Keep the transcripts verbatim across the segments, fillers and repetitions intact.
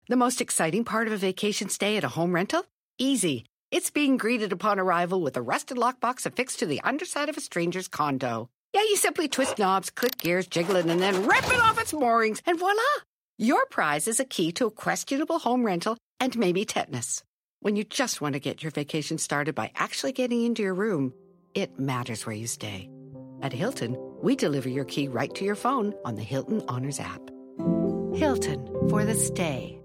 The most exciting part of a vacation stay at a home rental? Easy. It's being greeted upon arrival with a rusted lockbox affixed to the underside of a stranger's condo. Yeah, you simply twist knobs, click gears, jiggle it, and then rip it off its moorings, and voila! Your prize is a key to a questionable home rental and maybe tetanus. When you just want to get your vacation started by actually getting into your room, it matters where you stay. At Hilton, we deliver your key right to your phone on the Hilton Honors app. Hilton, for the stay.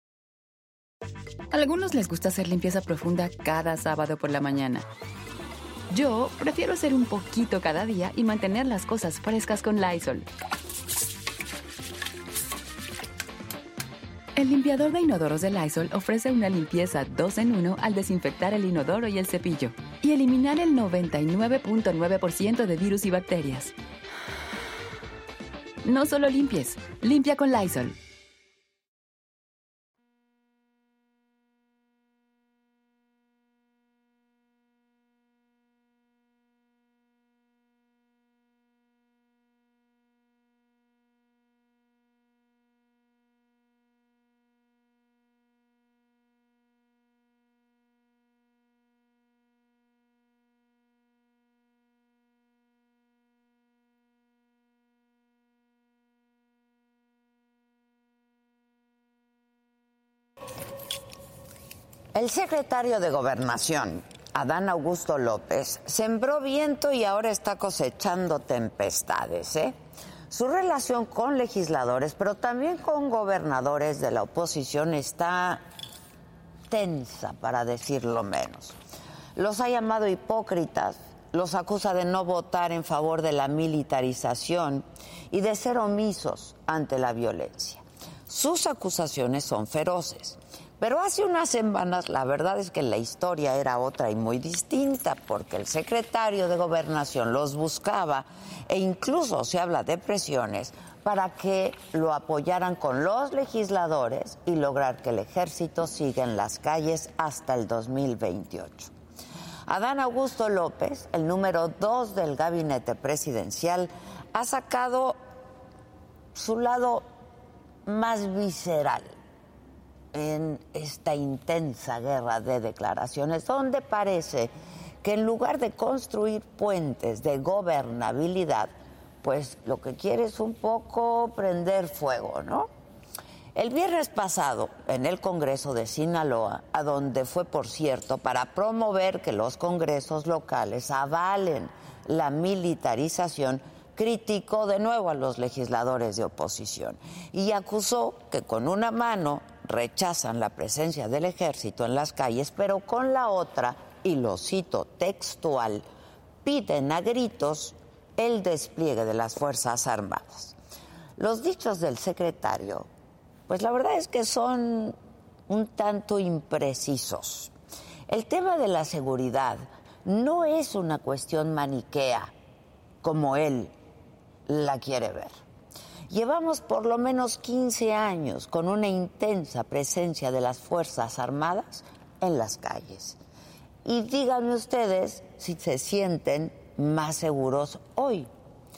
A algunos les gusta hacer limpieza profunda cada sábado por la mañana. Yo prefiero hacer un poquito cada día y mantener las cosas frescas con Lysol. El limpiador de inodoros de Lysol ofrece una limpieza dos en uno al desinfectar el inodoro y el cepillo y eliminar el noventa y nueve punto nueve por ciento de virus y bacterias. No solo limpies, limpia con Lysol. El secretario de Gobernación, Adán Augusto López, sembró viento y ahora está cosechando tempestades, ¿eh? Su relación con legisladores, pero también con gobernadores de la oposición está tensa, para decirlo menos. Los ha llamado hipócritas, los acusa de no votar en favor de la militarización y de ser omisos ante la violencia. Sus acusaciones son feroces. Pero hace unas semanas la verdad es que la historia era otra y muy distinta, porque el secretario de Gobernación los buscaba e incluso se habla de presiones para que lo apoyaran con los legisladores y lograr que el ejército siga en las calles hasta el dos mil veintiocho. Adán Augusto López, el número dos del gabinete presidencial, ha sacado su lado más visceral en esta intensa guerra de declaraciones, donde parece que en lugar de construir puentes de gobernabilidad, pues lo que quiere es un poco prender fuego, ¿no? El viernes pasado, en el Congreso de Sinaloa, a donde fue, por cierto, para promover que los congresos locales avalen la militarización, criticó de nuevo a los legisladores de oposición y acusó que con una mano rechazan la presencia del ejército en las calles, pero con la otra, y lo cito textual, piden a gritos el despliegue de las Fuerzas Armadas. Los dichos del secretario, pues la verdad es que son un tanto imprecisos. El tema de la seguridad no es una cuestión maniquea, como él la quiere ver. Llevamos por lo menos quince años con una intensa presencia de las Fuerzas Armadas en las calles. Y díganme ustedes si se sienten más seguros hoy.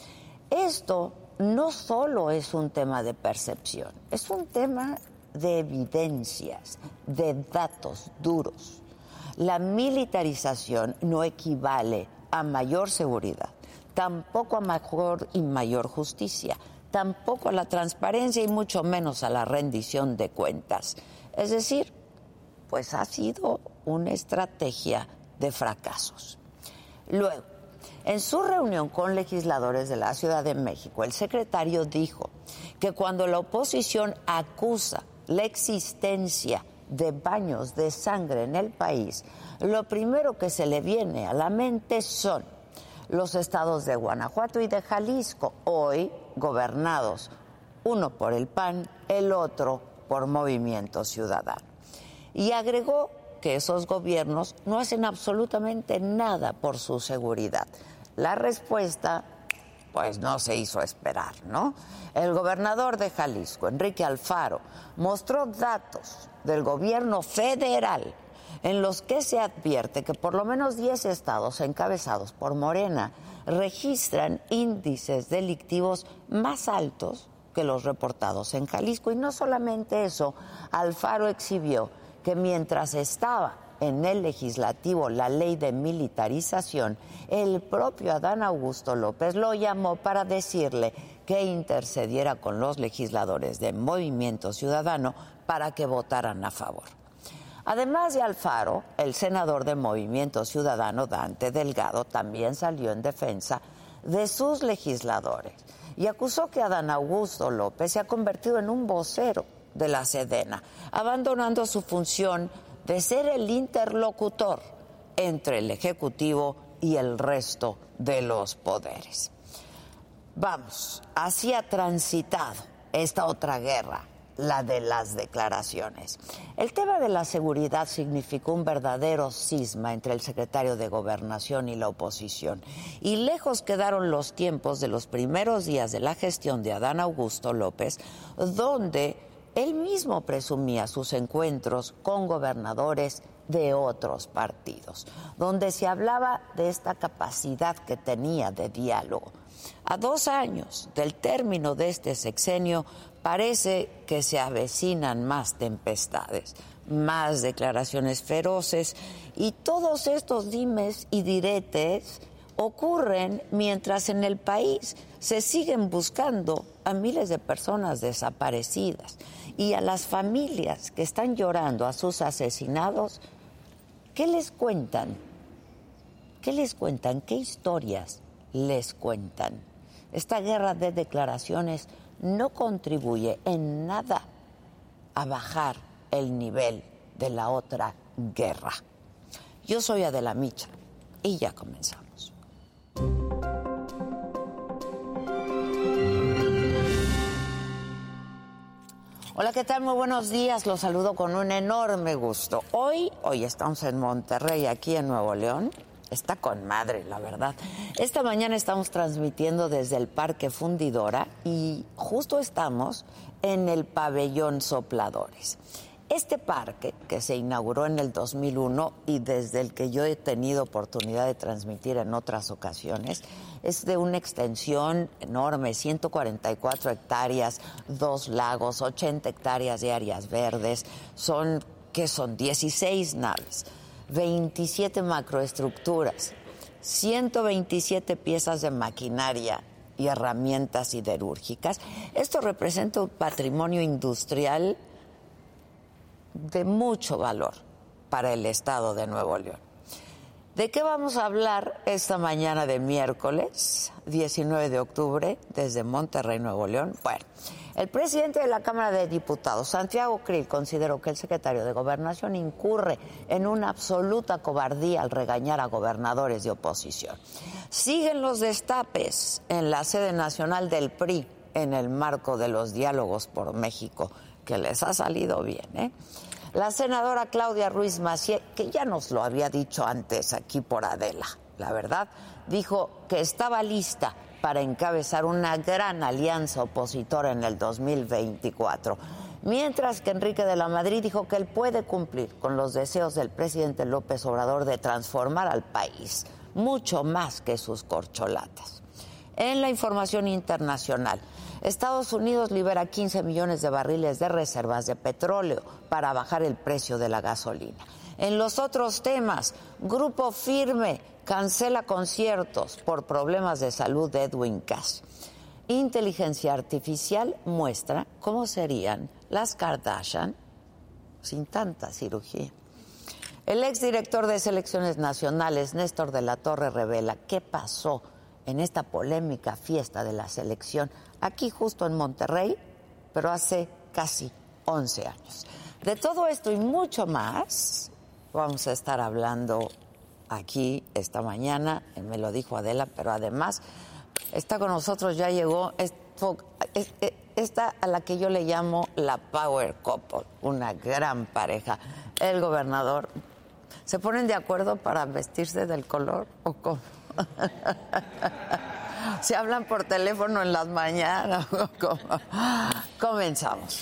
Esto no solo es un tema de percepción, es un tema de evidencias, de datos duros. La militarización no equivale a mayor seguridad, tampoco a mejor y mayor justicia, tampoco a la transparencia y mucho menos a la rendición de cuentas. Es decir, pues ha sido una estrategia de fracasos. Luego, en su reunión con legisladores de la Ciudad de México, el secretario dijo que cuando la oposición acusa la existencia de baños de sangre en el país, lo primero que se le viene a la mente son los estados de Guanajuato y de Jalisco, hoy gobernados, uno por el P A N, el otro por Movimiento Ciudadano. Y agregó que esos gobiernos no hacen absolutamente nada por su seguridad. La respuesta, pues no se hizo esperar, ¿no? El gobernador de Jalisco, Enrique Alfaro, mostró datos del gobierno federal en los que se advierte que por lo menos diez estados encabezados por Morena registran índices delictivos más altos que los reportados en Jalisco. Y no solamente eso, Alfaro exhibió que mientras estaba en el legislativo la ley de militarización, el propio Adán Augusto López lo llamó para decirle que intercediera con los legisladores de Movimiento Ciudadano para que votaran a favor. Además de Alfaro, el senador de Movimiento Ciudadano, Dante Delgado, también salió en defensa de sus legisladores y acusó que Adán Augusto López se ha convertido en un vocero de la Sedena, abandonando su función de ser el interlocutor entre el Ejecutivo y el resto de los poderes. Vamos, así ha transitado esta otra guerra, la de las declaraciones. El tema de la seguridad significó un verdadero cisma entre el secretario de Gobernación y la oposición. Y lejos quedaron los tiempos de los primeros días de la gestión de Adán Augusto López, donde él mismo presumía sus encuentros con gobernadores de otros partidos, donde se hablaba de esta capacidad que tenía de diálogo. A dos años del término de este sexenio, parece que se avecinan más tempestades, más declaraciones feroces, y todos estos dimes y diretes ocurren mientras en el país se siguen buscando a miles de personas desaparecidas y a las familias que están llorando a sus asesinados. ¿Qué les cuentan? ¿Qué les cuentan? ¿Qué historias les cuentan? Esta guerra de declaraciones no contribuye en nada a bajar el nivel de la otra guerra. Yo soy Adela Micha y ya comenzamos. Hola, ¿qué tal? Muy buenos días. Los saludo con un enorme gusto. Hoy, hoy estamos en Monterrey, aquí en Nuevo León. Está con madre, la verdad. Esta mañana estamos transmitiendo desde el Parque Fundidora y justo estamos en el Pabellón Sopladores. Este parque, que se inauguró en el dos mil uno y desde el que yo he tenido oportunidad de transmitir en otras ocasiones, es de una extensión enorme, ciento cuarenta y cuatro hectáreas, dos lagos, ochenta hectáreas de áreas verdes, son, ¿qué son? dieciséis naves, veintisiete macroestructuras, ciento veintisiete piezas de maquinaria y herramientas siderúrgicas. Esto representa un patrimonio industrial de mucho valor para el estado de Nuevo León. ¿De qué vamos a hablar esta mañana de miércoles diecinueve de octubre desde Monterrey, Nuevo León? Bueno, el presidente de la Cámara de Diputados, Santiago Krill, consideró que el secretario de Gobernación incurre en una absoluta cobardía al regañar a gobernadores de oposición. Siguen los destapes en la sede nacional del P R I en el marco de los diálogos por México, que les ha salido bien, ¿eh? La senadora Claudia Ruiz Massieu, que ya nos lo había dicho antes aquí por Adela, la verdad, dijo que estaba lista para encabezar una gran alianza opositora en el dos mil veinticuatro. Mientras que Enrique de la Madrid dijo que él puede cumplir con los deseos del presidente López Obrador de transformar al país, mucho más que sus corcholatas. En la información internacional, Estados Unidos libera quince millones de barriles de reservas de petróleo para bajar el precio de la gasolina. En los otros temas, Grupo Firme cancela conciertos por problemas de salud de Edwin Cass. Inteligencia artificial muestra cómo serían las Kardashian sin tanta cirugía. El exdirector de Selecciones Nacionales, Néstor de la Torre, revela qué pasó en esta polémica fiesta de la selección aquí justo en Monterrey, pero hace casi once años. De todo esto y mucho más vamos a estar hablando aquí esta mañana, me lo dijo Adela, pero además está con nosotros, ya llegó esta a la que yo le llamo la Power Couple, una gran pareja. El gobernador, ¿se ponen de acuerdo para vestirse del color o cómo? Se hablan por teléfono en las mañanas. Comenzamos.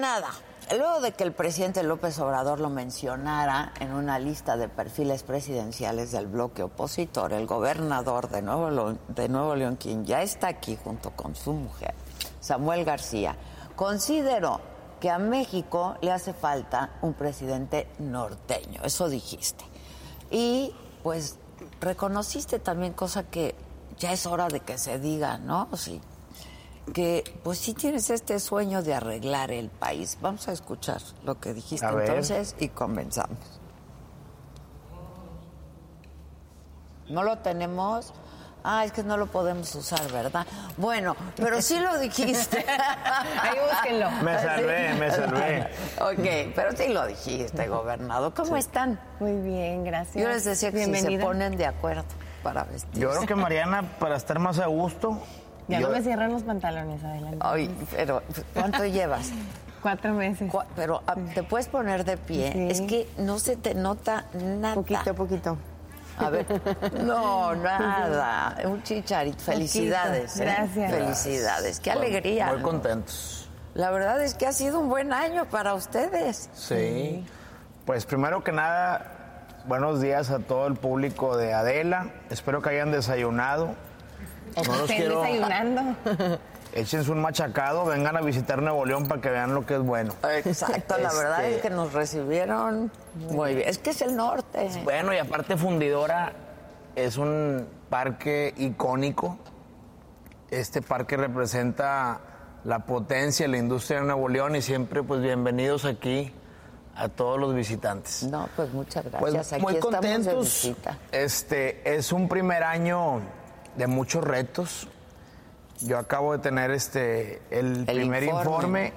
nada, luego de que el presidente López Obrador lo mencionara en una lista de perfiles presidenciales del bloque opositor, el gobernador de Nuevo León, de Nuevo León, quien ya está aquí junto con su mujer, Samuel García, consideró que a México le hace falta un presidente norteño, eso dijiste. Y pues reconociste también, cosa que ya es hora de que se diga, ¿no? Sí, que pues sí tienes este sueño de arreglar el país. Vamos a escuchar lo que dijiste entonces y comenzamos. ¿No lo tenemos? Ah, es que no lo podemos usar, ¿verdad? Bueno, pero sí lo dijiste. Ahí búsquenlo. Me salvé, me salvé. Ok, pero sí lo dijiste, gobernador. ¿Cómo sí. están? Muy bien, gracias. Yo les decía que Bienvenida. si se ponen de acuerdo para vestirse. Yo creo que Mariana, para estar más a gusto... Ya yo... no me cierran los pantalones, adelante. Ay, pero ¿cuánto llevas? Cuatro meses. Cu- pero sí. Te puedes poner de pie. Sí. Es que no se te nota nada. Poquito, poquito. A ver, no, nada. Un chicharito. Felicidades. ¿eh? Gracias. Felicidades. Qué alegría. Muy contentos. La verdad es que ha sido un buen año para ustedes. Sí. Pues primero que nada, buenos días a todo el público de Adela. Espero que hayan desayunado. O no los quiero... desayunando. Échense un machacado, vengan a visitar Nuevo León para que vean lo que es bueno. Exacto, la este... verdad es que nos recibieron muy bien. Es que es el norte. Bueno, y aparte Fundidora es un parque icónico. Este parque representa la potencia y la industria de Nuevo León y siempre pues bienvenidos aquí a todos los visitantes. No, pues muchas gracias. Pues, aquí muy estamos contentos. De visita. Este es un primer año de muchos retos. Yo acabo de tener este el, el primer informe, informe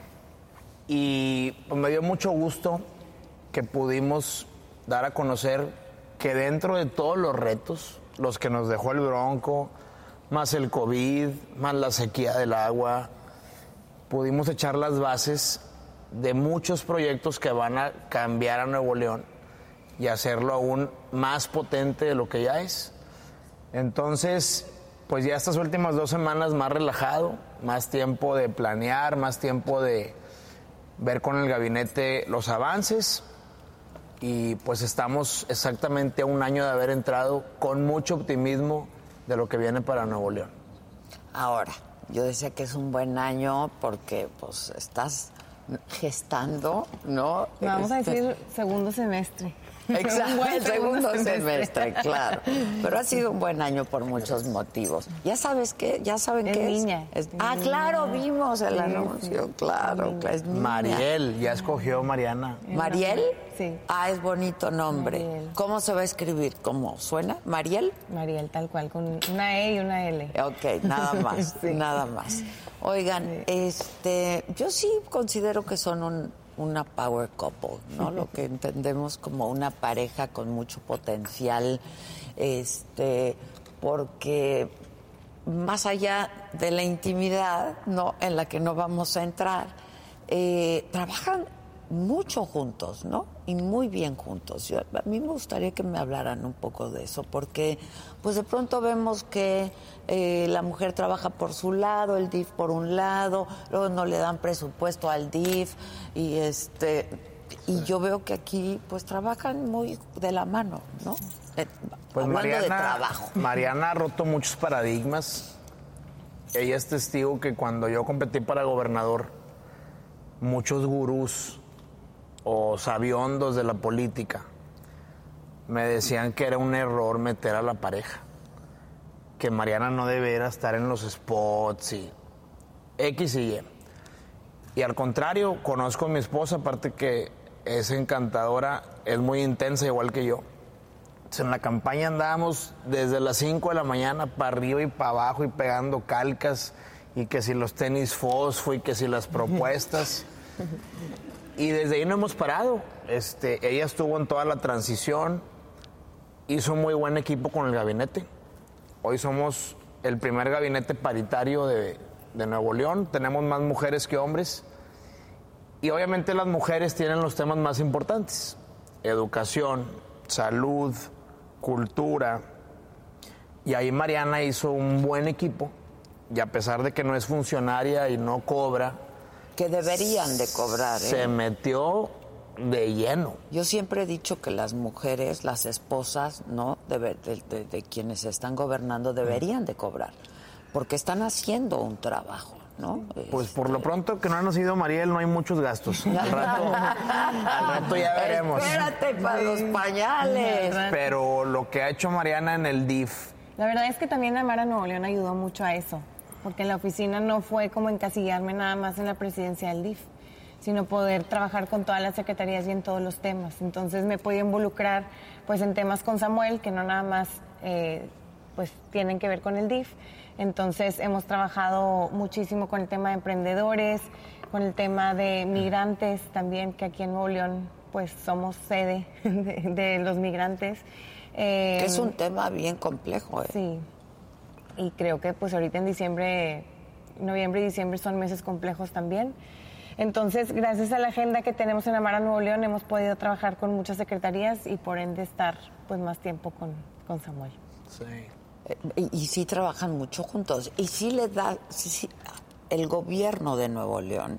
y pues, me dio mucho gusto que pudimos dar a conocer que dentro de todos los retos, los que nos dejó el Bronco, más el COVID, más la sequía del agua, pudimos echar las bases de muchos proyectos que van a cambiar a Nuevo León y hacerlo aún más potente de lo que ya es. Entonces, pues ya estas últimas dos semanas más relajado, más tiempo de planear, más tiempo de ver con el gabinete los avances y pues estamos exactamente a un año de haber entrado con mucho optimismo de lo que viene para Nuevo León. Ahora, yo decía que es un buen año porque pues estás gestando, ¿no? Vamos a decir segundo semestre. Exacto, el segundo semestre. semestre, claro. Pero ha sido un buen año por muchos motivos. ¿Ya sabes qué? ¿Ya saben es qué niña. es? es? Ah, claro, vimos el sí, anuncio, sí. claro. Es niña. Mariel, ya escogió Mariana. ¿Mariel? Sí. Ah, es bonito nombre. Mariel. ¿Cómo se va a escribir? ¿Cómo suena? ¿Mariel? Mariel, tal cual, con una E y una L. Ok, nada más, sí. nada más. Oigan, sí. este, yo sí considero que son un... una power couple, ¿no? Lo que entendemos como una pareja con mucho potencial, este, porque más allá de la intimidad, ¿no? En la que no vamos a entrar, eh, trabajan mucho juntos, ¿no? Y muy bien juntos. Yo, a mí me gustaría que me hablaran un poco de eso, porque pues de pronto vemos que eh, la mujer trabaja por su lado, el D I F por un lado, luego no le dan presupuesto al D I F y este y yo veo que aquí pues trabajan muy de la mano, ¿no? Eh, pues hablando Mariana, de trabajo. Mariana ha roto muchos paradigmas. Ella es testigo que cuando yo competí para gobernador, muchos gurús o sabiondos de la política me decían que era un error meter a la pareja, que Mariana no debiera estar en los spots y X y Y. Y al contrario, conozco a mi esposa, aparte que es encantadora, es muy intensa igual que yo. Entonces, en la campaña andábamos desde las cinco de la mañana para arriba y para abajo y pegando calcas y que si los tenis fosfo y que si las propuestas. Y desde ahí no hemos parado. Este, ella estuvo en toda la transición, hizo muy buen equipo con el gabinete. Hoy somos el primer gabinete paritario de, de Nuevo León, tenemos más mujeres que hombres. Y obviamente las mujeres tienen los temas más importantes: educación, salud, cultura. Y ahí Mariana hizo un buen equipo, y a pesar de que no es funcionaria y no cobra, Que deberían de cobrar, ¿eh? Se metió de lleno. Yo siempre he dicho que las mujeres, las esposas, ¿no? De, de, de, de quienes están gobernando deberían de cobrar, porque están haciendo un trabajo, ¿no? Pues este... por lo pronto que no ha nacido Mariel no hay muchos gastos. Al rato, al rato ya veremos. Espérate para los pañales. Pero lo que ha hecho Mariana en el D I F. La verdad es que también Amara Nuevo León ayudó mucho a eso, porque en la oficina no fue como encasillarme nada más en la presidencia del D I F, sino poder trabajar con todas las secretarías y en todos los temas. Entonces me podía involucrar pues en temas con Samuel, que no nada más eh, pues tienen que ver con el D I F. Entonces hemos trabajado muchísimo con el tema de emprendedores, con el tema de migrantes también, que aquí en Nuevo León pues somos sede de, de los migrantes. Eh, que es un tema bien complejo, ¿eh? Sí, y creo que pues ahorita en diciembre, noviembre y diciembre son meses complejos también. Entonces, gracias a la agenda que tenemos en Amara Nuevo León, hemos podido trabajar con muchas secretarías y por ende estar pues más tiempo con, con Samuel. Sí. Eh, y, y sí trabajan mucho juntos. Y sí le da, sí, sí, el gobierno de Nuevo León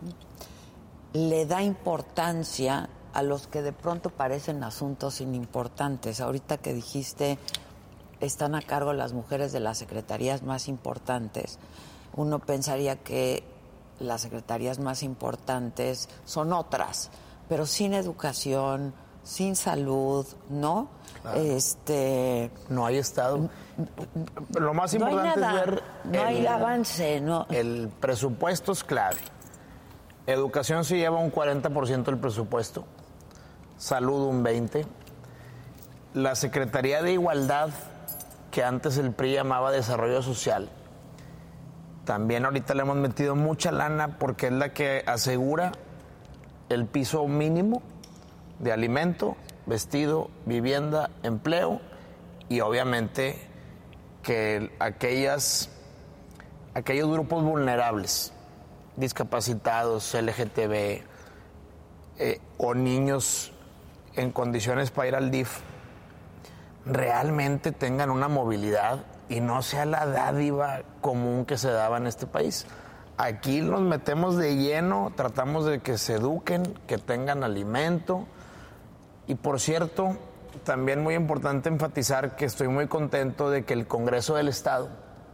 le da importancia a los que de pronto parecen asuntos inimportantes. Ahorita que dijiste, están a cargo las mujeres de las secretarías más importantes, uno pensaría que las secretarías más importantes son otras, pero sin educación, sin salud, ¿no? Claro. Este, no hay Estado. Lo más no importante hay nada, es ver no el, hay avance, no. El presupuesto es clave. Educación se lleva un cuarenta por ciento del presupuesto, salud un veinte por ciento. La Secretaría de Igualdad, que antes el P R I llamaba Desarrollo Social, también ahorita le hemos metido mucha lana porque es la que asegura el piso mínimo de alimento, vestido, vivienda, empleo y obviamente que aquellas, aquellos grupos vulnerables, discapacitados, L G T B eh, o niños en condiciones para ir al D I F, realmente tengan una movilidad y no sea la dádiva común que se daba en este país. Aquí nos metemos de lleno, tratamos de que se eduquen, que tengan alimento. Y por cierto, también muy importante enfatizar que estoy muy contento de que el Congreso del Estado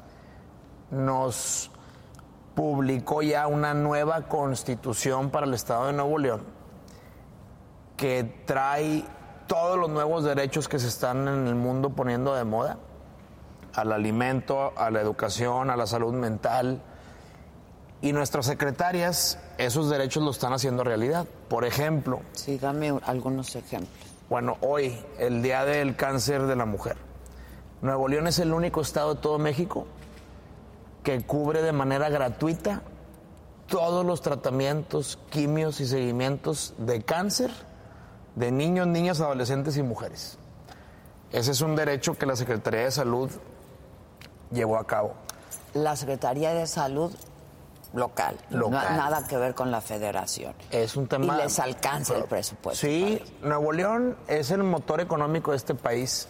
nos publicó ya una nueva constitución para el Estado de Nuevo León que trae todos los nuevos derechos que se están en el mundo poniendo de moda, al alimento, a la educación, a la salud mental. Y nuestras secretarias, esos derechos los están haciendo realidad. Por ejemplo... Sí, dame algunos ejemplos. Bueno, hoy, el Día del Cáncer de la Mujer. Nuevo León es el único estado de todo México que cubre de manera gratuita todos los tratamientos, quimios y seguimientos de cáncer de niños, niñas, adolescentes y mujeres. Ese es un derecho que la Secretaría de Salud llevó a cabo. La Secretaría de Salud local, local. No, nada que ver con la federación. Es un tema... Y les alcanza el presupuesto. Sí, parece. Nuevo León es el motor económico de este país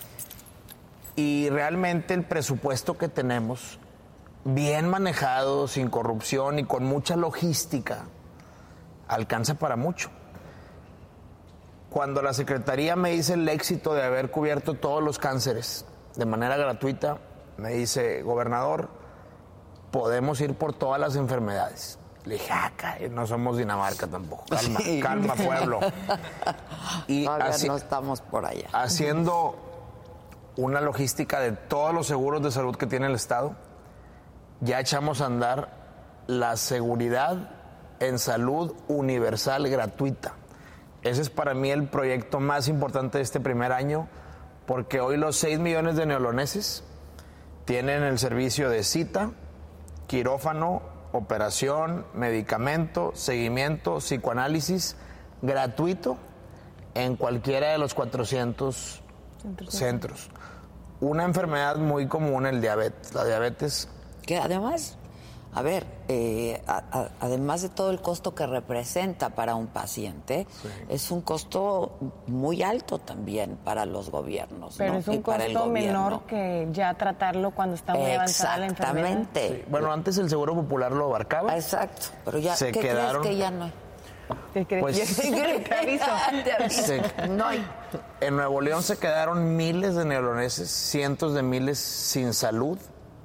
y realmente el presupuesto que tenemos, bien manejado, sin corrupción y con mucha logística, alcanza para mucho. Cuando la Secretaría me dice el éxito de haber cubierto todos los cánceres de manera gratuita, me dice, gobernador, podemos ir por todas las enfermedades. Le dije, ah, no somos Dinamarca tampoco. Calma, sí. calma, pueblo. Y así, no estamos por allá. Haciendo una logística de todos los seguros de salud que tiene el Estado, ya echamos a andar la seguridad en salud universal gratuita. Ese es para mí el proyecto más importante de este primer año, porque hoy los seis millones de neoloneses tienen el servicio de cita, quirófano, operación, medicamento, seguimiento, psicoanálisis gratuito en cualquiera de los cuatrocientos centros. centros. Una enfermedad muy común, el diabetes, la diabetes. Que además a ver, eh, a, a, además de todo el costo que representa para un paciente, sí. es un costo muy alto también para los gobiernos. Pero ¿no? es un costo menor que ya tratarlo cuando está muy avanzada la enfermedad. Exactamente. Sí. Bueno, antes el Seguro Popular lo abarcaba. Exacto, pero ya, se ¿qué quedaron... crees que ya no hay? ¿Te crees? Pues, te aviso. Te aviso. Se, no hay. En Nuevo León se quedaron miles de neoloneses, cientos de miles sin salud.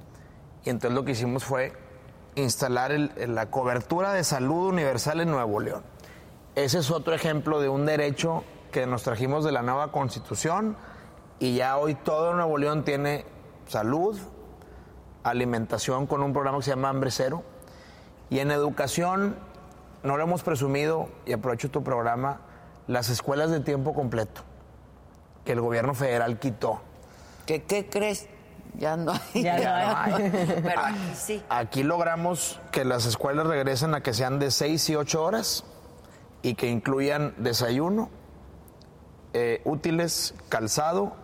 Y entonces lo que hicimos fue instalar el, la cobertura de salud universal en Nuevo León. Ese es otro ejemplo de un derecho que nos trajimos de la nueva Constitución y ya hoy todo Nuevo León tiene salud, alimentación con un programa que se llama Hambre Cero. Y en educación, no lo hemos presumido, y aprovecho tu programa, las escuelas de tiempo completo, que el gobierno federal quitó. ¿Qué, qué crees? Ya no hay. Ya, ya no hay. Pero aquí sí. Aquí logramos que las escuelas regresen a que sean de seis y ocho horas y que incluyan desayuno, eh, útiles, calzado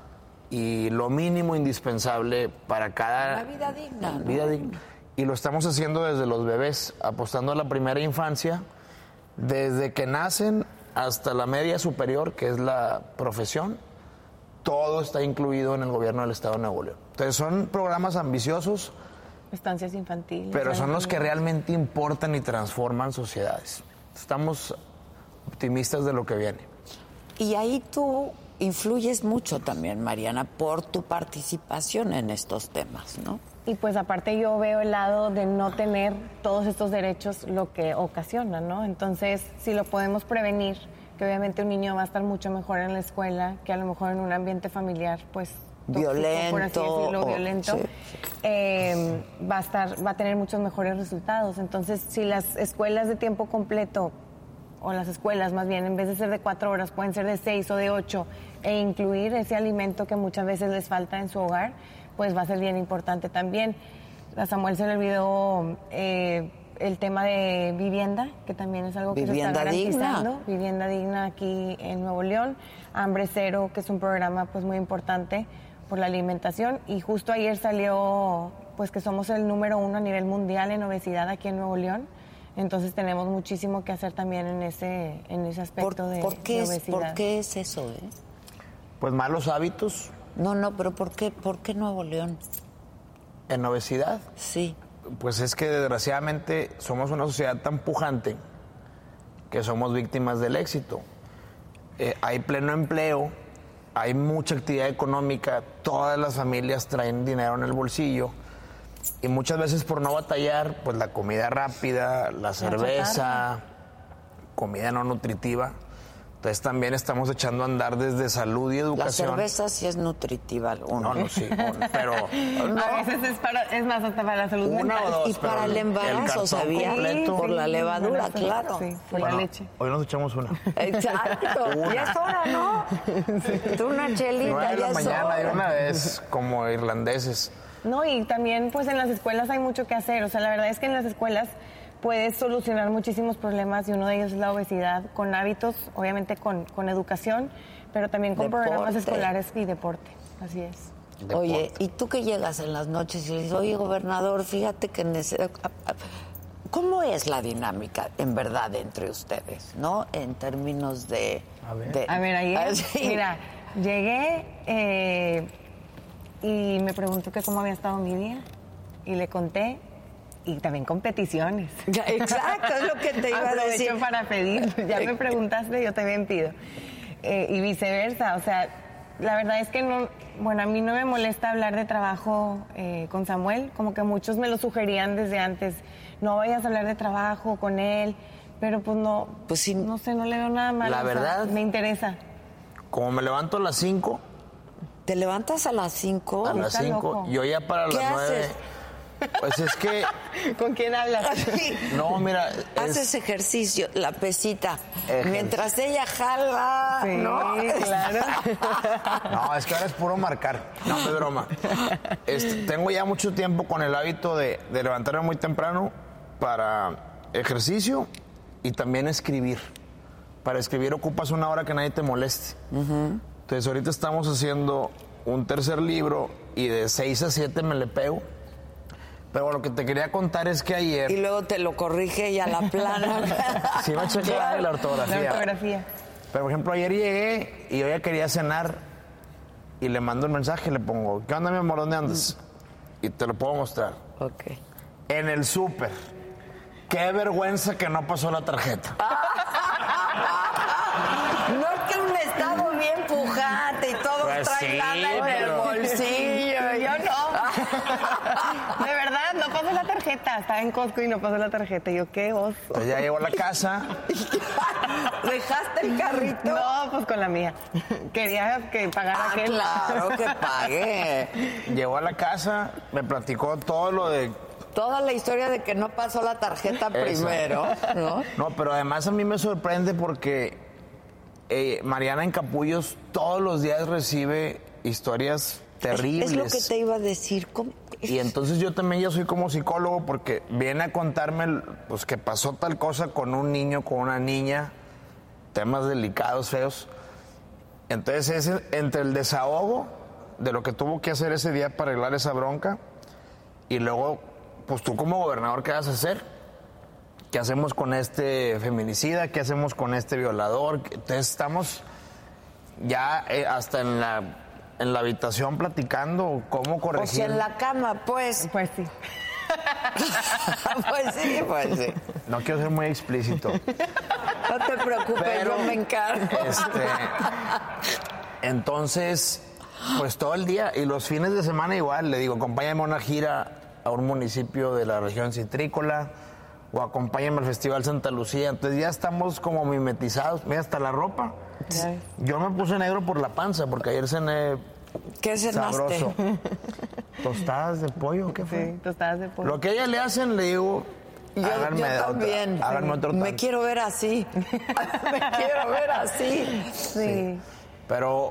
y lo mínimo indispensable para cada... Una vida digna. ¿no? Vida digna. Y lo estamos haciendo desde los bebés, apostando a la primera infancia, desde que nacen hasta la media superior, que es la profesión. Todo está incluido en el gobierno del Estado de Nuevo León. Entonces son programas ambiciosos, estancias infantiles, pero son los que realmente importan y transforman sociedades. Estamos optimistas de lo que viene. Y ahí tú influyes mucho también, Mariana, por tu participación en estos temas, ¿no? Y pues aparte yo veo el lado de no tener todos estos derechos lo que ocasiona, ¿no? Entonces, si lo podemos prevenir, que obviamente un niño va a estar mucho mejor en la escuela que a lo mejor en un ambiente familiar, pues tóxico, violento, por así decirlo, o, violento, sí. eh, va a estar, va a tener muchos mejores resultados. Entonces, si las escuelas de tiempo completo, o las escuelas más bien, en vez de ser de cuatro horas, pueden ser de seis o de ocho, e incluir ese alimento que muchas veces les falta en su hogar, pues va a ser bien importante también. A Samuel se le olvidó eh, el tema de vivienda, que también es algo que vivienda se está garantizando. Digna. Vivienda digna aquí en Nuevo León. Hambre Cero, que es un programa pues muy importante por la alimentación. Y justo ayer salió pues que somos el número uno a nivel mundial en obesidad aquí en Nuevo León. Entonces tenemos muchísimo que hacer también en ese, en ese aspecto ¿Por, de, ¿por qué de es, obesidad. ¿Por qué es eso? Eh? Pues malos hábitos. No, no, pero ¿por qué, por qué Nuevo León? ¿En obesidad? Sí. Pues es que desgraciadamente somos una sociedad tan pujante que somos víctimas del éxito. Eh, hay pleno empleo, hay mucha actividad económica, todas las familias traen dinero en el bolsillo y muchas veces por no batallar, pues la comida rápida, la cerveza, comida no nutritiva. Entonces también estamos echando a andar desde salud y educación. La cerveza sí es nutritiva. Uno. No, no, sí, uno, pero... No. A veces es, para, es más hasta para la salud Una mental. o dos, y para el embarazo, el ¿sabía? completo. Por la levadura, Sí, claro. Sí, por Bueno, la leche. Hoy nos echamos una. Exacto. Ya es hora, ¿no? Tú una chelita, Nueve de ya la es mañana hora. de una vez, como irlandeses. No, y también pues en las escuelas hay mucho que hacer. O sea, la verdad es que en las escuelas puedes solucionar muchísimos problemas y uno de ellos es la obesidad con hábitos, obviamente con, con educación, pero también con Deporte. programas escolares y deporte. Así es. Oye, ¿y tú que llegas en las noches y le dices, oye, gobernador, fíjate que necesito... ¿Cómo es la dinámica, en verdad, entre ustedes, no? En términos de... A ver, de- A ver, ayer, Así. mira, llegué eh, y me preguntó que cómo había estado mi día y le conté. Y también competiciones. Ya, exacto, es lo que te iba a Aprovecho decir. para pedir. Ya me preguntaste, yo también pido. Eh, y viceversa. O sea, la verdad es que no... Bueno, a mí no me molesta hablar de trabajo eh, con Samuel. Como que muchos me lo sugerían desde antes. No vayas a hablar de trabajo con él. Pero pues no... Pues sí. No sé, no le veo nada malo. La o sea, verdad- me interesa. Como me levanto a las cinco, ¿Te levantas a las cinco? a las está cinco, loco. yo ya para ¿Qué las nueve... haces? Pues es que... ¿Con quién hablas? No, mira... es- Haces ejercicio, la pesita. Ejercicio. Mientras ella jala, Sí, ¿no? claro. No, es que ahora es puro marcar. No, es broma. Este, tengo ya mucho tiempo con el hábito de, de levantarme muy temprano para ejercicio y también escribir. Para escribir ocupas una hora que nadie te moleste. Entonces ahorita estamos haciendo un tercer libro y de seis a siete me le pego. Pero lo que te quería contar es que ayer... Y luego te lo corrige y a la plana. Sí, va a checar la ortografía. La ortografía. Pero, por ejemplo, ayer llegué y yo ya quería cenar y le mando un mensaje y le pongo, ¿qué onda, mi amor? ¿Dónde andas? Y te lo puedo mostrar. Ok. En el súper. Qué vergüenza que no pasó la tarjeta. No es que un estado bien pujante y todos Pues traen sí, lana en el pero- bolsillo. Yo no. De verdad, no pasó la tarjeta. Estaba en Costco y no pasó la tarjeta. Yo, qué oso. Entonces ya llegó a la casa. ¿Dejaste el carrito? No, pues con la mía. Quería que pagara Ah, aquel. claro que pagué. Llegó a la casa, me platicó todo lo de... Toda la historia de que no pasó la tarjeta primero, ¿no? No, pero además a mí me sorprende porque eh, Mariana en Capullos todos los días recibe historias terribles. Es lo que te iba a decir. ¿Cómo? Y entonces yo también ya soy como psicólogo porque viene a contarme pues que pasó tal cosa con un niño, con una niña, temas delicados, feos. Entonces es entre el desahogo de lo que tuvo que hacer ese día para arreglar esa bronca y luego, pues tú como gobernador, ¿qué vas a hacer? ¿Qué hacemos con este feminicida? ¿Qué hacemos con este violador? Entonces estamos ya eh, hasta en la... en la habitación platicando cómo corregir. O sea, en la cama, pues. Pues sí. Pues sí, pues sí. No quiero ser muy explícito. No te preocupes, Pero, yo me encargo. Este, entonces, pues todo el día y los fines de semana igual, le digo, acompáñame a una gira a un municipio de la región citrícola o acompáñame al Festival Santa Lucía. Entonces ya estamos como mimetizados. Mira, hasta la ropa. Ya ves. Yo me puse negro por la panza porque ayer cené ¿Qué cenaste? sabroso. ¿Tostadas de pollo? ¿Qué fue? Sí, tostadas de pollo. Lo que a ella le hacen, le digo, Yo, háganme yo otra- también. háganme otro Me tanto. quiero ver así. Me quiero ver así. Sí. Pero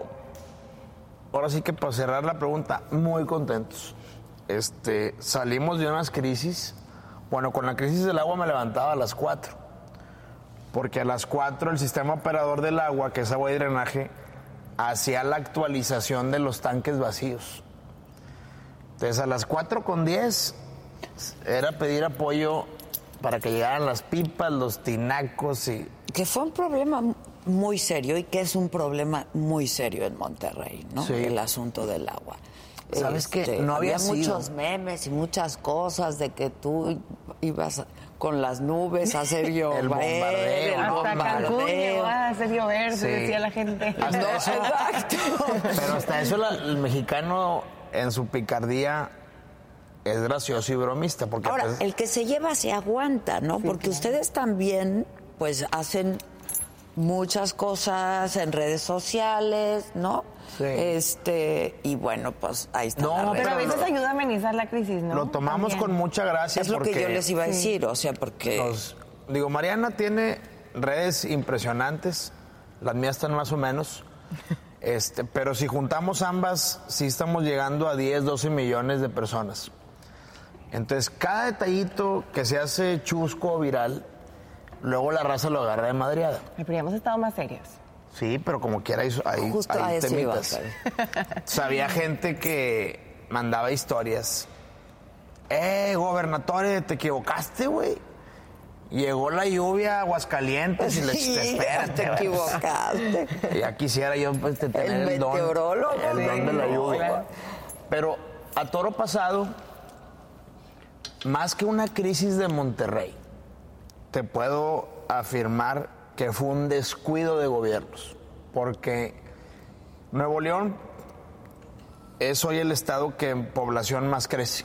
ahora sí que para cerrar la pregunta, muy contentos. Este, salimos de unas crisis. Bueno, con la crisis del agua me levantaba a las cuatro. Porque a las cuatro el sistema operador del agua, que es agua y drenaje, hacía la actualización de los tanques vacíos. Entonces a las cuatro con diez era pedir apoyo para que llegaran las pipas, los tinacos y... Que fue un problema muy serio y que es un problema muy serio en Monterrey, ¿no? Sí. El asunto del agua. Este, ¿Sabes qué? No había sido. muchos memes y muchas cosas de que tú ibas a- con las nubes a hacer llover. El bombardeo, el ¿no? Hasta Cancún bombardeo. llegó a hacer llover, se Sí. decía la gente. Hasta No, eso- exacto. Pero hasta eso la- el mexicano en su picardía es gracioso y bromista. Porque Ahora, pues, el que se lleva se aguanta, ¿no? Porque ustedes también, pues, hacen muchas cosas en redes sociales, ¿no? Sí. Este, y bueno, pues ahí está. No, la red. Pero a Pero veces lo- ayuda a amenizar la crisis, ¿no? lo tomamos También. con mucha gracia. Es lo que porque yo les iba a Sí. decir, o sea, porque... nos- digo, Mariana tiene redes impresionantes, las mías están más o menos, este, pero si juntamos ambas, sí estamos llegando a diez, doce millones de personas. Entonces, cada detallito que se hace chusco o viral, luego la raza lo agarra de madreada. Ay, pero ya hemos estado más serios. Sí, pero como quiera hay, hay, Justo a hay eso iba, temitas. O sea, había gente que mandaba historias. Eh, gobernatore, te equivocaste, güey. Llegó la lluvia a Aguascalientes y les Sí, te espérate, te güey. equivocaste. Ya quisiera yo pues, te- tener El el, don, meteorólogo, el sí, don de la no, lluvia. claro. Pero a toro pasado, más que una crisis de Monterrey, te puedo afirmar que fue un descuido de gobiernos, porque Nuevo León es hoy el estado que en población más crece.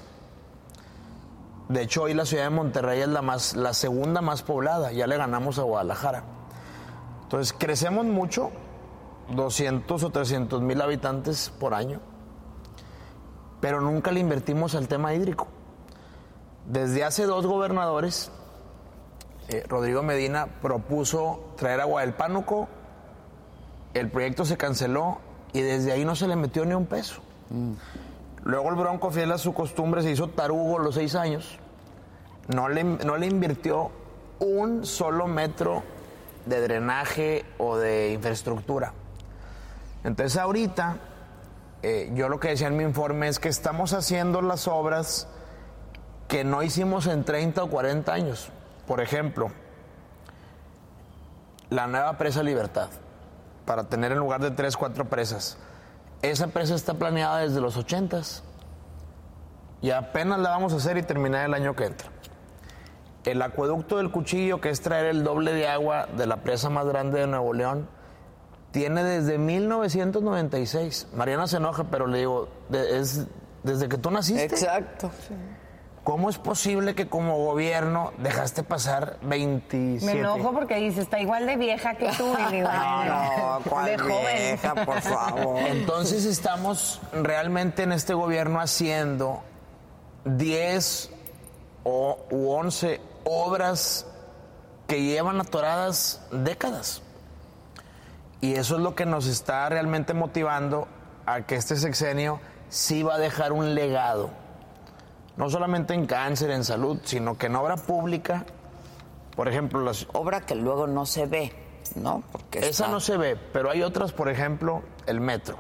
De hecho, hoy la ciudad de Monterrey es la, más, la segunda más poblada, ya le ganamos a Guadalajara. Entonces, crecemos mucho, doscientos o trescientos mil habitantes por año, pero nunca le invertimos al tema hídrico. Desde hace dos gobernadores, eh, Rodrigo Medina propuso traer agua del Pánuco, el proyecto se canceló y desde ahí no se le metió ni un peso. Mm. Luego el Bronco, fiel a su costumbre, se hizo tarugo los seis años, no le, no le invirtió un solo metro de drenaje o de infraestructura. Entonces ahorita, eh, yo lo que decía en mi informe es que estamos haciendo las obras que no hicimos en treinta o cuarenta años. Por ejemplo, la nueva presa Libertad, para tener en lugar de tres, cuatro presas. Esa presa está planeada desde los ochentas y apenas la vamos a hacer y terminar el año que entra. El acueducto del Cuchillo, que es traer el doble de agua de la presa más grande de Nuevo León, tiene desde mil novecientos noventa y seis. Mariana se enoja, pero le digo, de, es desde que tú naciste. Exacto. Sí. ¿Cómo es posible que como gobierno dejaste pasar veintisiete? Me enojo porque dice, está igual de vieja que tú. Y digo, No, no, ¿cuál de joven. vieja, por favor? Entonces estamos realmente en este gobierno haciendo diez o, u once obras que llevan atoradas décadas. Y eso es lo que nos está realmente motivando a que este sexenio sí va a dejar un legado. No solamente en cáncer, en salud, sino que en obra pública, por ejemplo... Las... Obra que luego no se ve, ¿no? Porque Esa está... no se ve, pero hay otras, por ejemplo, el metro.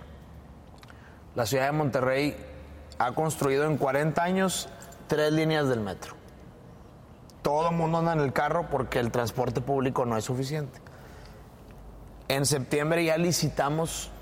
La ciudad de Monterrey ha construido en cuarenta años tres líneas del metro. Todo el mundo anda en el carro porque el transporte público no es suficiente. En septiembre ya licitamos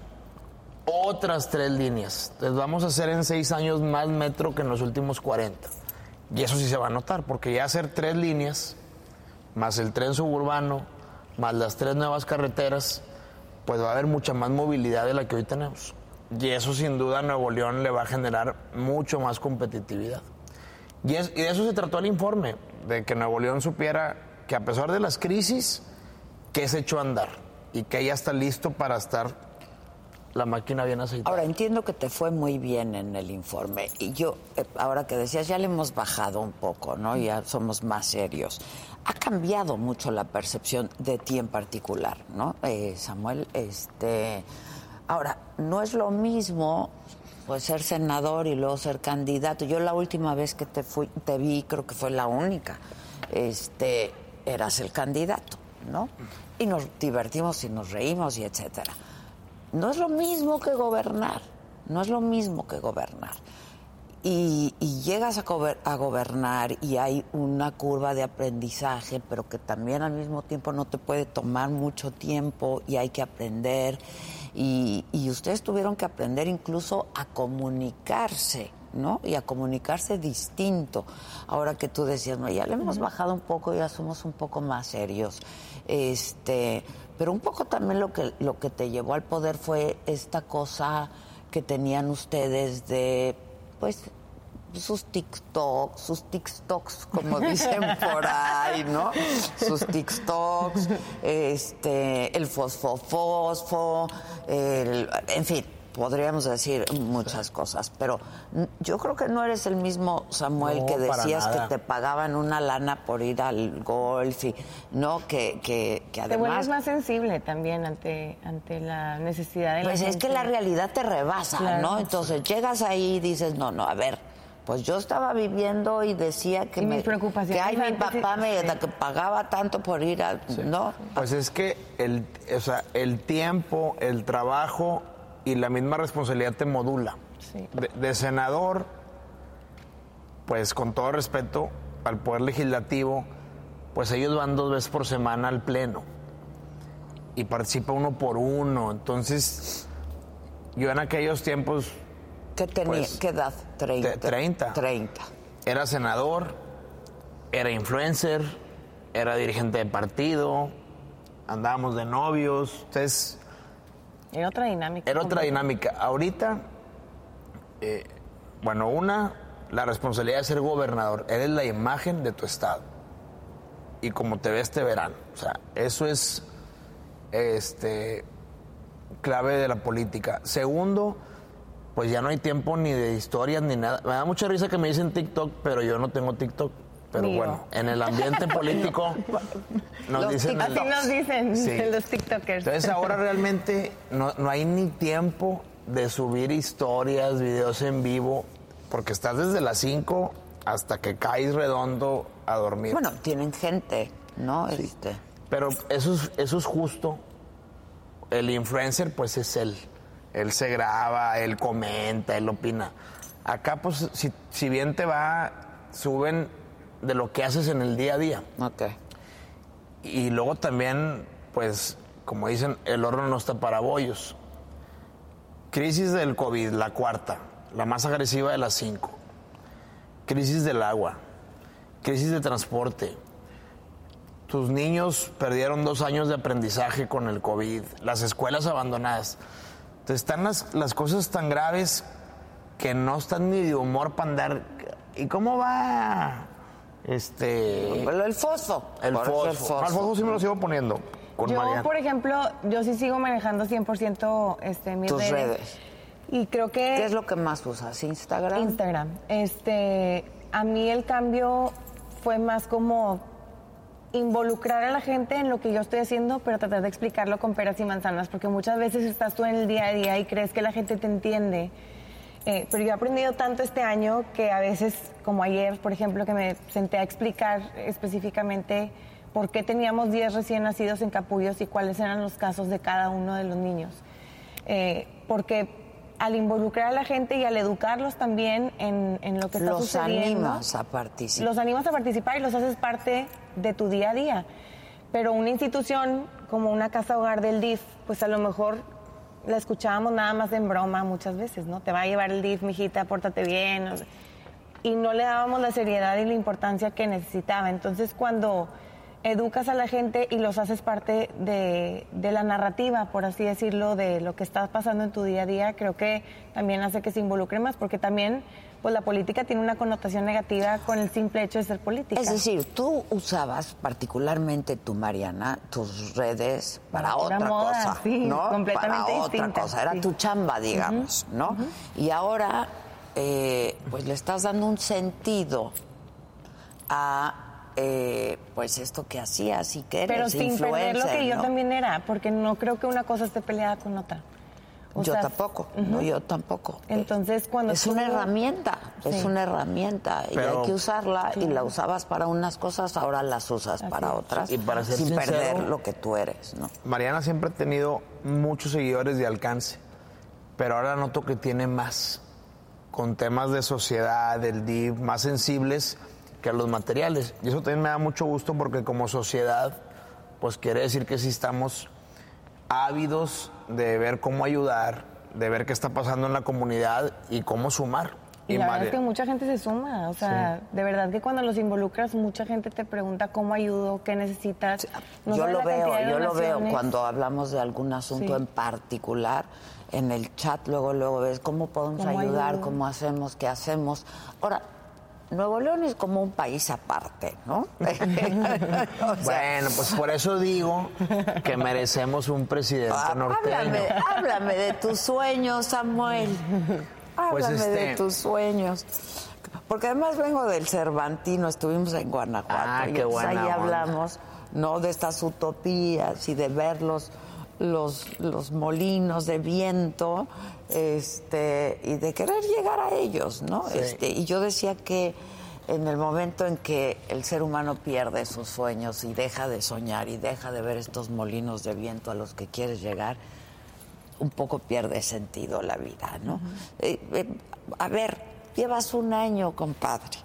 otras tres líneas. Entonces vamos a hacer en seis años más metro que en los últimos cuarenta. Y eso sí se va a notar, porque ya hacer tres líneas, más el tren suburbano, más las tres nuevas carreteras, pues va a haber mucha más movilidad de la que hoy tenemos. Y eso sin duda a Nuevo León le va a generar mucho más competitividad. Y, es, y de eso se trató el informe, de que Nuevo León supiera que a pesar de las crisis, que se echó a andar y que ya está listo para estar la máquina bien aceitada. Ahora, entiendo que te fue muy bien en el informe. Y yo, eh, ahora que decías, ya le hemos bajado un poco, ¿no? Ya somos más serios. Ha cambiado mucho la percepción de ti en particular, ¿no? Eh, Samuel, este... Ahora, no es lo mismo pues ser senador y luego ser candidato. Yo la última vez que te fui, te vi, creo que fue la única, este, eras el candidato, ¿no? Y nos divertimos y nos reímos y etcétera. No es lo mismo que gobernar, no es lo mismo que gobernar. Y, y llegas a, gober, a gobernar y hay una curva de aprendizaje, pero que también al mismo tiempo no te puede tomar mucho tiempo y hay que aprender. Y, y ustedes tuvieron que aprender incluso a comunicarse, ¿no? Y a comunicarse distinto. Ahora que tú decías, no, ya le hemos bajado un poco, ya somos un poco más serios. Este... Pero un poco también lo que, lo que te llevó al poder fue esta cosa que tenían ustedes de, pues, sus TikToks, sus TikToks, como dicen por ahí, ¿no? Sus TikToks, este, el fosfo-fosfo, el, en fin, podríamos decir muchas cosas, pero yo creo que no eres el mismo Samuel no, que decías que te pagaban una lana por ir al golf y no que, que, que además... Te vuelves más sensible también ante, ante la necesidad de la Pues gente. es que la realidad te rebasa, claro, ¿no? Entonces llegas ahí y dices, no, no, a ver, pues yo estaba viviendo y decía que y me... mis preocupaciones que ay, mi papá sí, me sí. que pagaba tanto por ir al... Sí. ¿no? Pues es que el, o sea, el tiempo, el trabajo... y la misma responsabilidad te modula. Sí. De, de senador, pues con todo respeto al Poder Legislativo, pues ellos van dos veces por semana al Pleno y participa uno por uno. Entonces, yo en aquellos tiempos... ¿Qué tenía? Pues, ¿Qué edad? Treinta. treinta. Treinta. Era senador, era influencer, era dirigente de partido, andábamos de novios, entonces... Era otra dinámica. Era otra dinámica. Ahorita, eh, bueno, una, la responsabilidad de ser gobernador. Eres la imagen de tu estado. Y como te ves, te verán. O sea, eso es este, clave de la política. Segundo, pues ya no hay tiempo ni de historias ni nada. Me da mucha risa que me dicen TikTok, pero yo no tengo TikTok. Pero Mío. Bueno, en el ambiente político nos Los dicen... Así el- nos dicen Sí. los TikTokers. Entonces ahora realmente no, no hay ni tiempo de subir historias, videos en vivo, porque estás desde las cinco hasta que caes redondo a dormir. Bueno, tienen gente, ¿no? Sí. Este... Pero eso es, eso es justo. El influencer, pues es él. Él se graba, él comenta, él opina. Acá, pues, si, si bien te va, suben de lo que haces en el día a día. Ok. Y luego también, pues, como dicen, el horno no está para bollos. Crisis del COVID, la cuarta, la más agresiva de las cinco. Crisis del agua, crisis de transporte. Tus niños perdieron dos años de aprendizaje con el COVID, las escuelas abandonadas. Entonces están las, las cosas tan graves que no están ni de humor para andar. ¿Y cómo va? Este... El fosfo. El fosfo. El fosfo. El fosfo sí me lo sigo poniendo con Yo, Mariana. por ejemplo, yo sí sigo manejando cien por ciento este, mis Tus redes. redes. Y creo que... ¿Qué es lo que más usas? ¿Instagram? Instagram. Este, a mí el cambio fue más como involucrar a la gente en lo que yo estoy haciendo, pero tratar de explicarlo con peras y manzanas, porque muchas veces estás tú en el día a día y crees que la gente te entiende. Eh, pero yo he aprendido tanto este año que a veces, como ayer, por ejemplo, que me senté a explicar específicamente por qué teníamos diez recién nacidos en capullos y cuáles eran los casos de cada uno de los niños. Eh, porque al involucrar a la gente y al educarlos también en, en lo que está los sucediendo... Los animas a participar. Los animas a participar y los haces parte de tu día a día. Pero una institución como una casa hogar del D I F, pues a lo mejor la escuchábamos nada más en broma muchas veces, ¿no? Te va a llevar el D I F, mijita, pórtate bien. Y no le dábamos la seriedad y la importancia que necesitaba. Entonces, cuando educas a la gente y los haces parte de, de la narrativa, por así decirlo, de lo que está pasando en tu día a día, creo que también hace que se involucre más, porque también pues la política tiene una connotación negativa con el simple hecho de ser política. Es decir, tú usabas particularmente tu Mariana, tus redes para, para otra moda, cosa, sí, ¿no? completamente para distinta, otra cosa, era sí. tu chamba, digamos, uh-huh, ¿no? Uh-huh. Y ahora, eh, pues le estás dando un sentido a Eh, pues esto que hacías y que eres pero sin influencer, perder lo que ¿no? yo también era, porque no creo que una cosa esté peleada con otra. O yo sea, tampoco, uh-huh. no, yo tampoco. Entonces, cuando es tú... una herramienta, sí. es una herramienta pero, y hay que usarla sí. y la usabas para unas cosas, ahora las usas Así para es. otras, y para ser sin sincero, perder lo que tú eres, ¿no? Mariana siempre ha tenido muchos seguidores de alcance, pero ahora noto que tiene más, con temas de sociedad, del D I F, más sensibles que a los materiales. Y eso también me da mucho gusto porque como sociedad, pues quiere decir que sí estamos ávidos de ver cómo ayudar, de ver qué está pasando en la comunidad y cómo sumar. Y, y la verdad es que mucha gente se suma, o sea, sí. de verdad que cuando los involucras, mucha gente te pregunta cómo ayudo, qué necesitas. No yo lo veo, yo lo veo cuando hablamos de algún asunto sí. en particular, en el chat luego, luego ves cómo podemos ¿Cómo ayudar, ayudo? cómo hacemos, qué hacemos. Ahora, Nuevo León es como un país aparte, ¿no? O sea, bueno, pues por eso digo que merecemos un presidente ah, norteño. Háblame, háblame de tus sueños, Samuel. Háblame pues este... de tus sueños. Porque además vengo del Cervantino, estuvimos en Guanajuato. Ah, y qué buena ahí onda. hablamos, ¿no? De estas utopías y de ver los, los, los molinos de viento. Este, y de querer llegar a ellos, ¿no? Sí. Este, y yo decía que en el momento en que el ser humano pierde sus sueños y deja de soñar y deja de ver estos molinos de viento a los que quieres llegar, un poco pierde sentido la vida, ¿no? Uh-huh. eh, eh, a ver, llevas un año, compadre.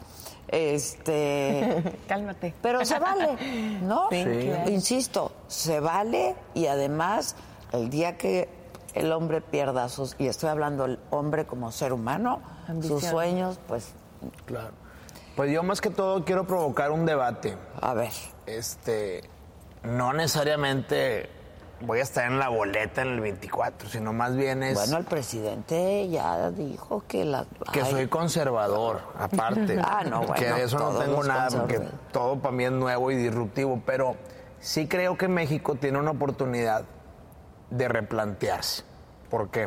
Este, cálmate. Pero se vale, ¿no? Sí, sí. Claro. Insisto, se vale y además el día que el hombre pierda sus, y estoy hablando del hombre como ser humano, Ambición. sus sueños, pues... Claro. Pues yo más que todo quiero provocar un debate. A ver. Este, no necesariamente voy a estar en la boleta en el veinticuatro, sino más bien es... Bueno, el presidente ya dijo que la... Que Ay. soy conservador, aparte. Ah, no, bueno. Que de eso no tengo nada, porque todo para mí es nuevo y disruptivo, pero sí creo que México tiene una oportunidad de replantearse. ¿Por qué?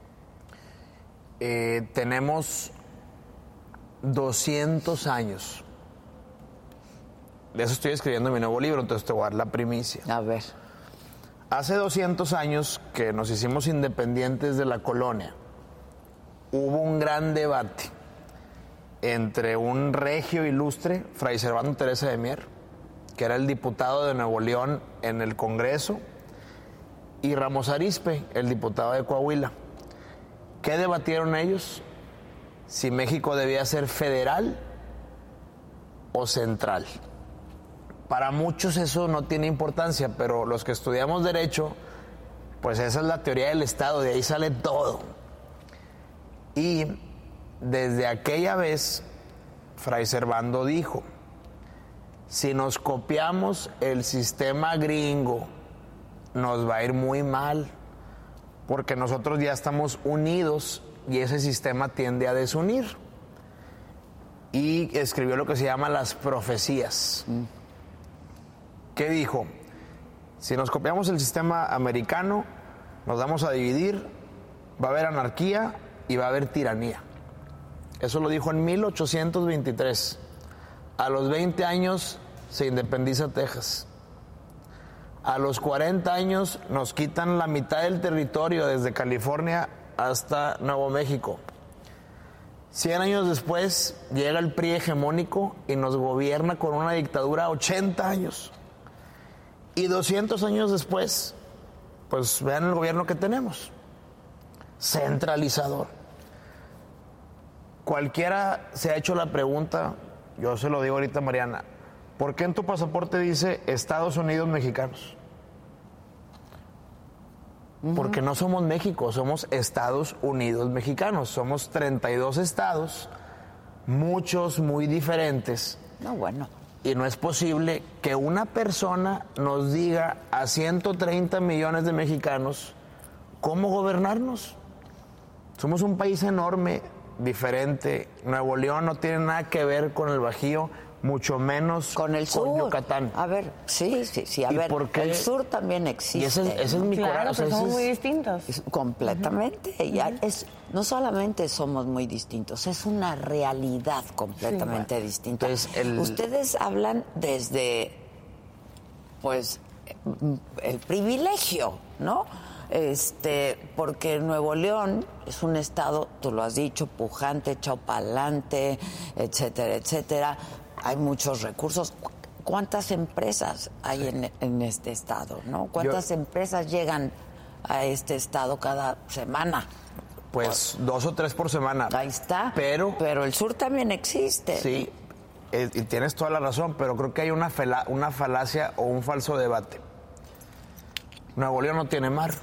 Eh, tenemos doscientos años. De eso estoy escribiendo mi nuevo libro, entonces te voy a dar la primicia. A ver. Hace doscientos años que nos hicimos independientes de la colonia, hubo un gran debate entre un regio ilustre, Fray Servando Teresa de Mier, que era el diputado de Nuevo León en el Congreso, y Ramos Arizpe, el diputado de Coahuila. ¿Qué debatieron ellos? Si México debía ser federal o central. Para muchos eso no tiene importancia, pero los que estudiamos Derecho, pues esa es la teoría del Estado, de ahí sale todo. Y desde aquella vez, Fray Servando dijo, si nos copiamos el sistema gringo, nos va a ir muy mal, porque nosotros ya estamos unidos y ese sistema tiende a desunir. Y escribió lo que se llama las profecías. Mm. ¿Qué dijo? Si nos copiamos el sistema americano, nos vamos a dividir, va a haber anarquía y va a haber tiranía. Eso lo dijo en mil ochocientos veintitrés. A los veinte años se independiza Texas. A los cuarenta años nos quitan la mitad del territorio desde California hasta Nuevo México. cien años después llega el P R I hegemónico y nos gobierna con una dictadura ochenta años. Y doscientos años después, pues vean el gobierno que tenemos. Centralizador. Cualquiera se ha hecho la pregunta, yo se lo digo ahorita, Mariana, ¿por qué en tu pasaporte dice Estados Unidos mexicanos? Uh-huh. Porque no somos México, somos Estados Unidos mexicanos. Somos treinta y dos estados, muchos muy diferentes. No, bueno. Y no es posible que una persona nos diga a ciento treinta millones de mexicanos cómo gobernarnos. Somos un país enorme, diferente. Nuevo León no tiene nada que ver con el Bajío, mucho menos con el sur, con Yucatán. A ver, sí, sí, sí, a ver, el sur también existe. Y ese, ese ¿no? es mi claro, corazón. Pero o sea, somos es, muy distintos. Es, completamente. Uh-huh. Ya es, no solamente somos muy distintos, es una realidad completamente sí, distinta. Entonces, el... Ustedes hablan desde, pues, el privilegio, ¿no? Este, porque Nuevo León es un estado, tú lo has dicho, pujante, echado pa'lante, etcétera, etcétera. Hay muchos recursos. ¿Cuántas empresas hay sí. en, en este estado, no? ¿Cuántas Yo, empresas llegan a este estado cada semana? Pues dos o tres por semana. Ahí está. Pero, pero el sur también existe. Sí, eh, y tienes toda la razón, pero creo que hay una, fela, una falacia o un falso debate. Nuevo León no tiene mar.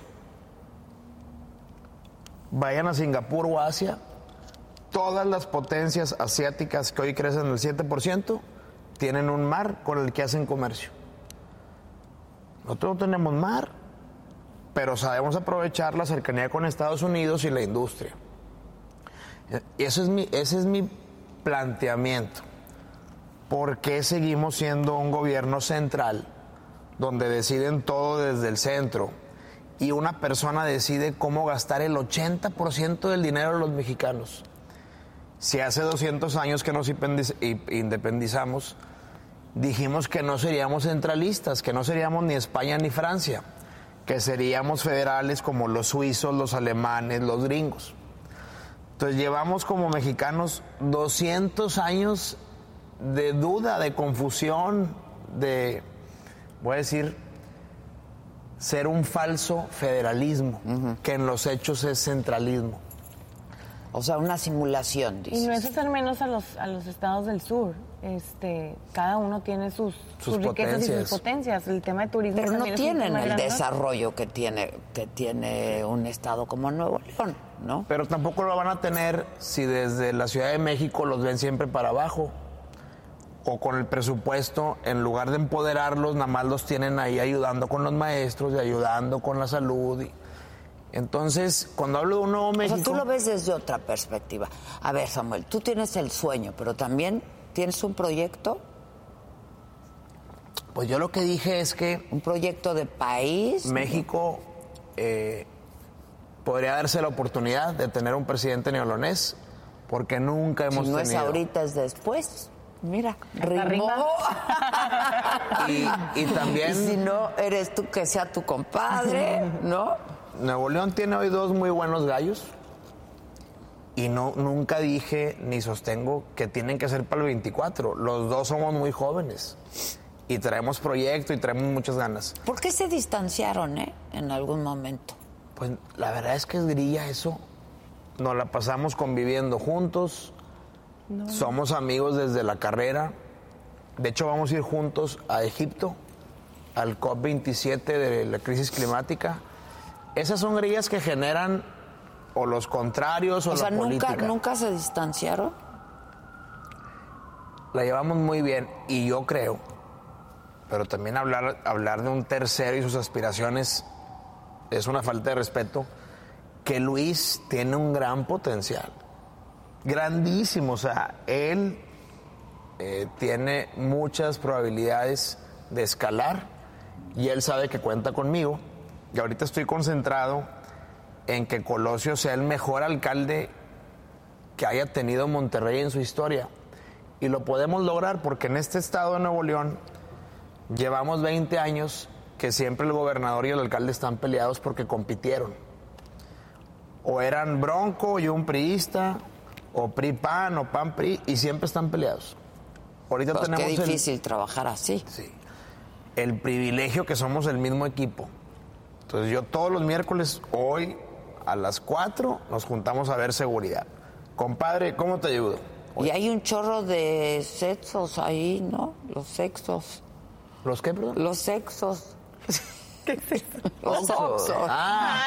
Vayan a Singapur o Asia, todas las potencias asiáticas que hoy crecen el siete por ciento tienen un mar con el que hacen comercio. Nosotros no tenemos mar, pero sabemos aprovechar la cercanía con Estados Unidos y la industria. Y eso es mi, ese es mi planteamiento. ¿Por qué seguimos siendo un gobierno central donde deciden todo desde el centro y una persona decide cómo gastar el ochenta por ciento del dinero de los mexicanos? Si hace doscientos años que nos independizamos, dijimos que no seríamos centralistas, que no seríamos ni España ni Francia, que seríamos federales como los suizos, los alemanes, los gringos. Entonces llevamos como mexicanos doscientos años de duda, de confusión, de, voy a decir, ser un falso federalismo, uh-huh. que en los hechos es centralismo. O sea, una simulación, dices. Y no es hacer menos a los a los estados del sur. Este, cada uno tiene sus, sus, sus riquezas y sus potencias. El tema de turismo Pero también no es tienen el grande. desarrollo que tiene que tiene un estado como Nuevo León, ¿no? Pero tampoco lo van a tener si desde la Ciudad de México los ven siempre para abajo. O con el presupuesto, en lugar de empoderarlos, nada más los tienen ahí ayudando con los maestros y ayudando con la salud. Y... Entonces, cuando hablo de un nuevo México... O sea, tú lo ves desde otra perspectiva. A ver, Samuel, tú tienes el sueño, pero también tienes un proyecto. Pues yo lo que dije es que... ¿Un proyecto de país? México eh, podría darse la oportunidad de tener un presidente neolonés, porque nunca hemos si no tenido... es ahorita, es después. Mira, rimó. y, y también... Y si no, eres tú que sea tu compadre, ¿no? Nuevo León tiene hoy dos muy buenos gallos y no nunca dije ni sostengo que tienen que ser para el veinticuatro. Los dos somos muy jóvenes y traemos proyecto y traemos muchas ganas. ¿Por qué se distanciaron, eh, en algún momento? Pues la verdad es que es grilla eso. Nos la pasamos conviviendo juntos. No. Somos amigos desde la carrera De hecho, vamos a ir juntos a Egipto, al COP veintisiete de la crisis climática. Esas son guerrillas que generan o los contrarios o, o la sea, política. ¿nunca, ¿nunca se distanciaron? La llevamos muy bien y yo creo, pero también hablar, hablar de un tercero y sus aspiraciones es una falta de respeto, que Luis tiene un gran potencial, grandísimo, o sea, él eh, tiene muchas probabilidades de escalar y él sabe que cuenta conmigo y ahorita estoy concentrado en que Colosio sea el mejor alcalde que haya tenido Monterrey en su historia. Y lo podemos lograr porque en este estado de Nuevo León llevamos veinte años que siempre el gobernador y el alcalde están peleados porque compitieron. O eran Bronco y un priista, o P R I-PAN, o P A N-P R I, y siempre están peleados. Ahorita pues tenemos qué difícil el, trabajar así. Sí, el privilegio que somos el mismo equipo. Entonces yo todos los miércoles, hoy a las cuatro, nos juntamos a ver seguridad. Compadre, ¿cómo te ayudo? Y hay un chorro de sexos ahí, ¿no? Los sexos. ¿Los qué, perdón? Los sexos. ¿Qué es eso? Los oxos. Ah.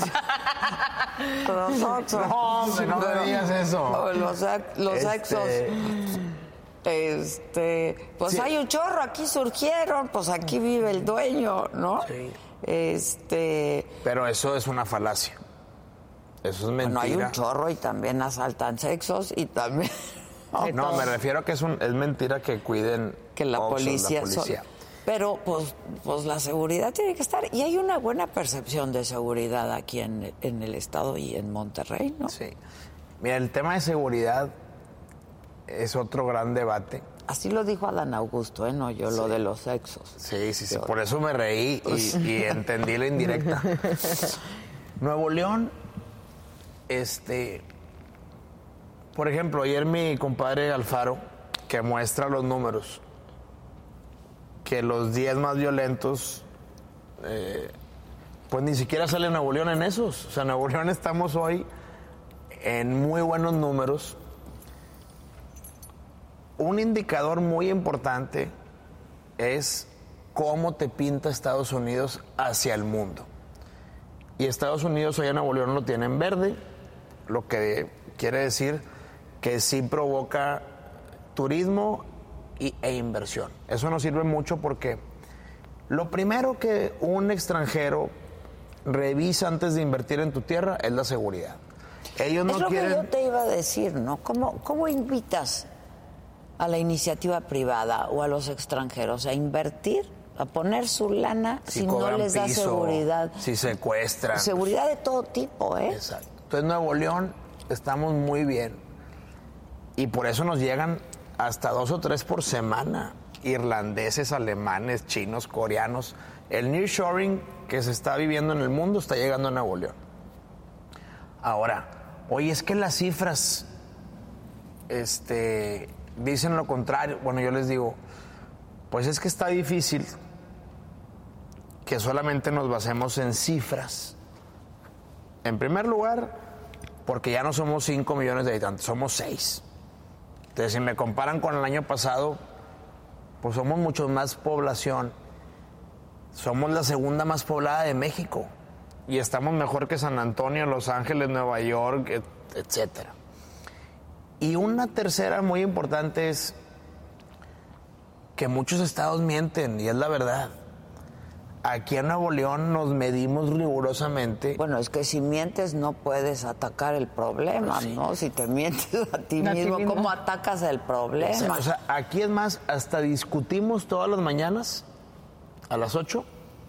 Los oxos. No, hombre, no me digas eso. Los, los Este... sexos. Este, pues sí. Hay un chorro, aquí surgieron, pues aquí vive el dueño, ¿no? Sí. Este. Pero eso es una falacia. Eso es mentira. Bueno, hay un chorro y también asaltan sexos y también. Sí, no, me refiero a que es, un, es mentira que cuiden que la Oxxos, policía, la policía. Son, pero pues, pues la seguridad tiene que estar. Y hay una buena percepción de seguridad aquí en, en el estado y en Monterrey, ¿no? Sí. Mira, el tema de seguridad es otro gran debate. Así lo dijo Adán Augusto, ¿eh? No yo, sí. Lo de los sexos. Sí, sí, sí. Por eso me reí y, y entendí la indirecta. Nuevo León, este... Por ejemplo, ayer mi compadre Alfaro, que muestra los números, que los diez más violentos, eh, pues ni siquiera sale Nuevo León en esos. O sea, Nuevo León estamos hoy en muy buenos números. Un indicador muy importante es cómo te pinta Estados Unidos hacia el mundo. Y Estados Unidos hoy en Nuevo León lo tiene en verde, lo que quiere decir que sí provoca turismo y, e inversión. Eso nos sirve mucho porque lo primero que un extranjero revisa antes de invertir en tu tierra es la seguridad. Ellos no es lo quieren... que yo te iba a decir, ¿no? ¿Cómo, cómo invitas a la iniciativa privada o a los extranjeros a invertir, a poner su lana si, si no les da piso, seguridad? Si secuestran. Seguridad de todo tipo, ¿eh? Exacto. Entonces, Nuevo León estamos muy bien. Y por eso nos llegan hasta dos o tres por semana. Irlandeses, alemanes, chinos, coreanos. El nearshoring que se está viviendo en el mundo está llegando a Nuevo León. Ahora, oye, es que las cifras este, dicen lo contrario. Bueno, yo les digo, pues es que está difícil que solamente nos basemos en cifras. En primer lugar, porque ya no somos cinco millones de habitantes, somos seis. Entonces, si me comparan con el año pasado, pues somos mucho más población. Somos la segunda más poblada de México. Y estamos mejor que San Antonio, Los Ángeles, Nueva York, etcétera. Y una tercera muy importante es que muchos estados mienten, y es la verdad. Aquí en Nuevo León nos medimos rigurosamente. Bueno, es que si mientes no puedes atacar el problema, sí. ¿no? Si te mientes a ti no mismo, mismo, ¿cómo atacas el problema? O sea, aquí es más, hasta discutimos todas las mañanas a las ocho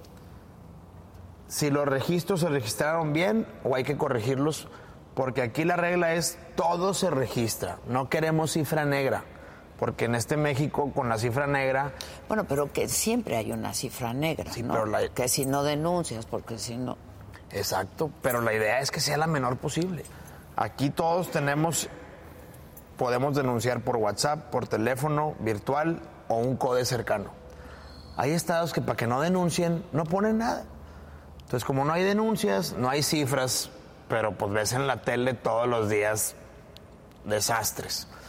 si los registros se registraron bien o hay que corregirlos, porque aquí la regla es todo se registra, no queremos cifra negra. Porque en este México, con la cifra negra... Bueno, pero que siempre hay una cifra negra, sí, ¿no? Pero la... Que si no denuncias, porque si no... Exacto, pero la idea es que sea la menor posible. Aquí todos tenemos... Podemos denunciar por WhatsApp, por teléfono, virtual o un código cercano. Hay estados que para que no denuncien, no ponen nada. Entonces, como no hay denuncias, no hay cifras, pero pues ves en la tele todos los días desastres.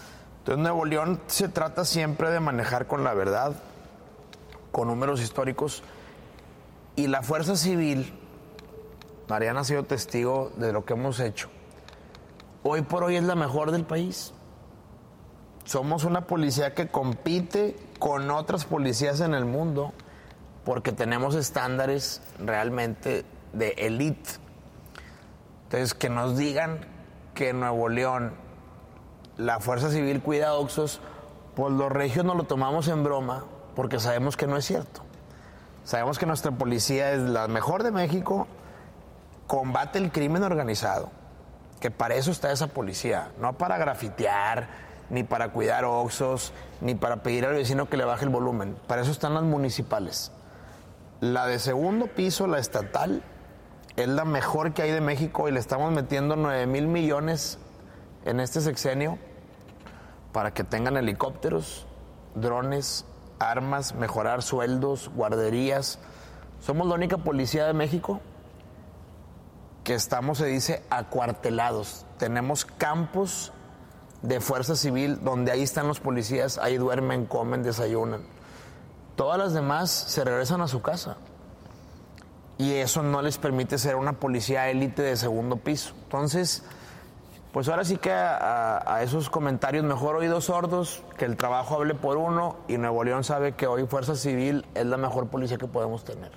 Entonces, Nuevo León se trata siempre de manejar con la verdad, con números históricos, y la Fuerza Civil, Mariana ha sido testigo de lo que hemos hecho. Hoy por hoy es la mejor del país. Somos una policía que compite con otras policías en el mundo porque tenemos estándares realmente de élite. Entonces, que nos digan que en Nuevo León la Fuerza Civil cuida Oxxos, pues los regios nos lo tomamos en broma porque sabemos que no es cierto. Sabemos que nuestra policía es la mejor de México, combate el crimen organizado, que para eso está esa policía, no para grafitear, ni para cuidar Oxxos, ni para pedir al vecino que le baje el volumen. Para eso están las municipales. La de segundo piso, la estatal, es la mejor que hay de México y le estamos metiendo nueve mil millones en este sexenio para que tengan helicópteros, drones, armas, mejorar sueldos, guarderías. Somos la única policía de México que estamos, se dice, acuartelados. Tenemos campos de Fuerza Civil donde ahí están los policías, ahí duermen, comen, desayunan. Todas las demás se regresan a su casa. Y eso no les permite ser una policía élite de segundo piso. Entonces, pues ahora sí que a, a, a esos comentarios, mejor oídos sordos, que el trabajo hable por uno, y Nuevo León sabe que hoy Fuerza Civil es la mejor policía que podemos tener.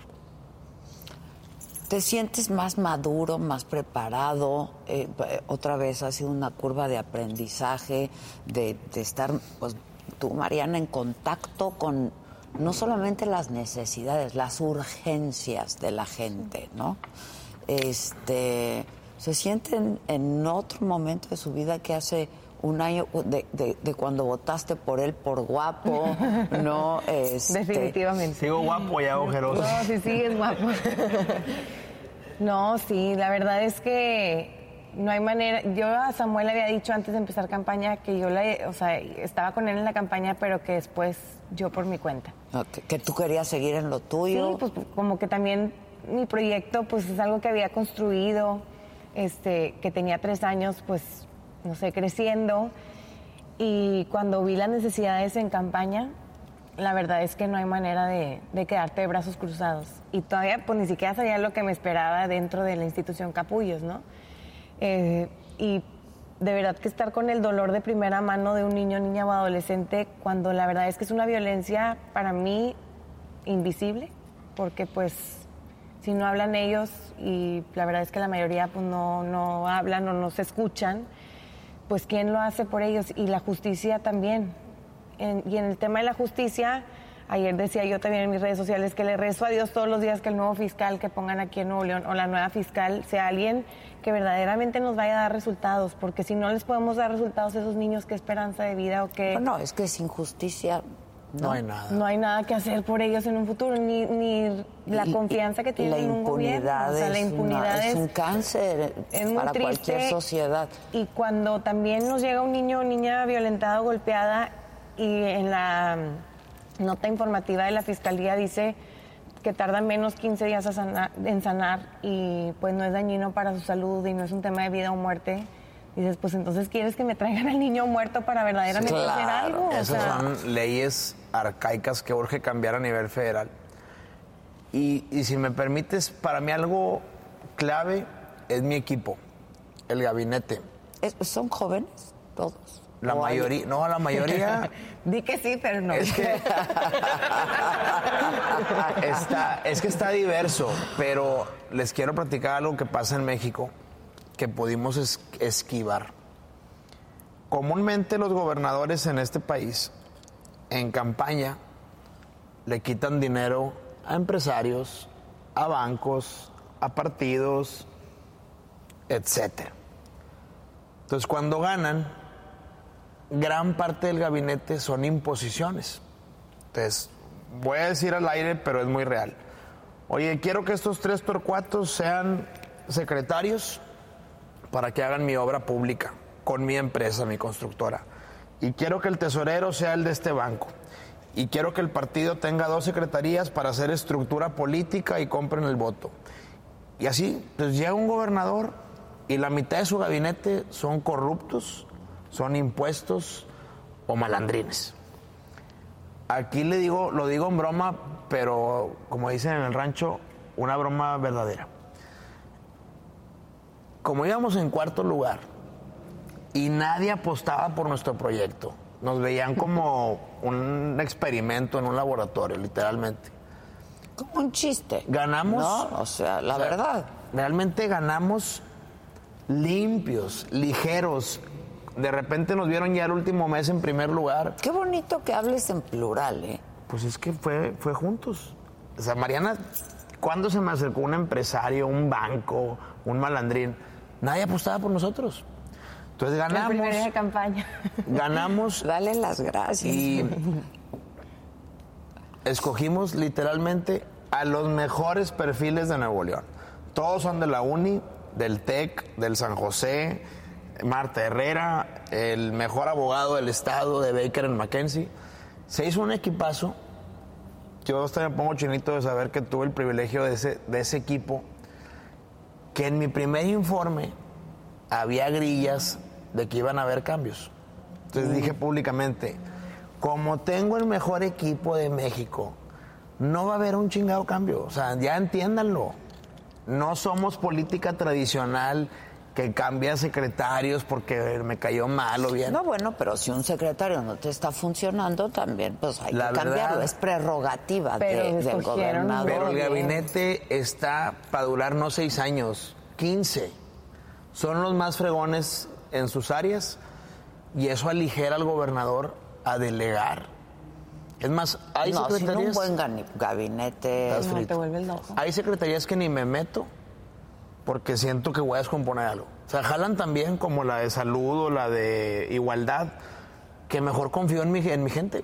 ¿Te sientes más maduro, más preparado? Eh, otra vez ha sido una curva de aprendizaje, de, de estar, pues tú, Mariana, en contacto con no solamente las necesidades, las urgencias de la gente, ¿no? Este, ¿se sienten en otro momento de su vida que hace un año de, de, de cuando votaste por él por guapo, ¿no? Este... Definitivamente. ¿Sigo guapo ya ojeroso? No, sí sigues guapo. No, sí, la verdad es que no hay manera. Yo a Samuel había dicho antes de empezar campaña que yo la, o sea, estaba con él en la campaña, pero que después yo por mi cuenta. Okay. Que tú querías seguir en lo tuyo. Sí, pues como que también mi proyecto pues es algo que había construido, este, que tenía tres años, pues, no sé, creciendo. Y cuando vi las necesidades en campaña, la verdad es que no hay manera de, de quedarte de brazos cruzados. Y todavía, pues, ni siquiera sabía lo que me esperaba dentro de la institución Capullos, ¿no? Eh, y de verdad que estar con el dolor de primera mano de un niño, niña o adolescente, cuando la verdad es que es una violencia, para mí, invisible, porque, pues, si no hablan ellos, y la verdad es que la mayoría, pues, no, no hablan o no se escuchan, pues, ¿quién lo hace por ellos? Y la justicia también. En, y en el tema de la justicia, ayer decía yo también en mis redes sociales que le rezo a Dios todos los días que el nuevo fiscal que pongan aquí en Nuevo León o la nueva fiscal sea alguien que verdaderamente nos vaya a dar resultados, porque si no les podemos dar resultados a esos niños, ¿qué esperanza de vida o qué? No, es que sin justicia no, no hay nada. No hay nada que hacer por ellos en un futuro, ni, ni la y, confianza que tienen en un gobierno. O sea, la impunidad es, es una, es un cáncer es para triste. Cualquier sociedad. Y cuando también nos llega un niño o niña violentada o golpeada, y en la nota informativa de la Fiscalía dice que tarda menos quince días a sanar, en sanar y pues no es dañino para su salud y no es un tema de vida o muerte, dices, pues entonces ¿quieres que me traigan al niño muerto para verdaderamente claro, hacer algo? Esas o sea, son leyes arcaicas que urge cambiar a nivel federal. Y, y si me permites, para mí algo clave es mi equipo, el gabinete. Es, ¿Son jóvenes todos? La mayoría, no, la mayoría... Di que sí, pero no. Es que está, es que está diverso, pero les quiero platicar algo que pasa en México que pudimos es, esquivar. Comúnmente los gobernadores en este país, en campaña, le quitan dinero a empresarios, a bancos, a partidos, etcétera. Entonces, cuando ganan, gran parte del gabinete son imposiciones. Entonces, voy a decir al aire, pero es muy real. Oye, quiero que estos tres torcuatos sean secretarios para que hagan mi obra pública con mi empresa, mi constructora. Y quiero que el tesorero sea el de este banco. Y quiero que el partido tenga dos secretarías para hacer estructura política y compren el voto. Y así, pues llega un gobernador y la mitad de su gabinete son corruptos, son impuestos o malandrines. Aquí le digo, lo digo en broma, pero como dicen en el rancho, una broma verdadera. Como íbamos en cuarto lugar y nadie apostaba por nuestro proyecto, nos veían como un experimento en un laboratorio, literalmente. Como un chiste. Ganamos. No, o sea, la o sea, verdad. Realmente ganamos limpios, ligeros. De repente nos vieron ya el último mes en primer lugar. Qué bonito que hables en plural, ¿eh? Pues es que fue, fue juntos. O sea, Mariana, ¿cuándo se me acercó un empresario, un banco, un malandrín? Nadie apostaba por nosotros. Entonces ganamos. La primera de campaña. Ganamos. Dale las gracias. Y escogimos literalmente a los mejores perfiles de Nuevo León. Todos son de la Uni, del TEC, del San José, Marta Herrera, el mejor abogado del estado de Baker and McKenzie. Se hizo un equipazo. Yo hasta me pongo chinito de saber que tuve el privilegio de ese, de ese equipo, que en mi primer informe había grillas de que iban a haber cambios. Entonces mm. dije públicamente, como tengo el mejor equipo de México, no va a haber un chingado cambio. O sea, ya entiéndanlo. No somos política tradicional que cambia secretarios porque me cayó mal o bien. No, bueno, pero si un secretario no te está funcionando también, pues hay La que cambiarlo. verdad, es prerrogativa de, del gobernador. Pero el gabinete está para durar no seis años, quince. Son los más fregones en sus áreas y eso aligera al gobernador a delegar. Es más, hay no, secretarías... No, un buen gabinete... No, te vuelve loco. Hay secretarías que ni me meto porque siento que voy a descomponer algo. O sea, jalan también como la de salud o la de igualdad, que mejor confío en mi, en mi gente.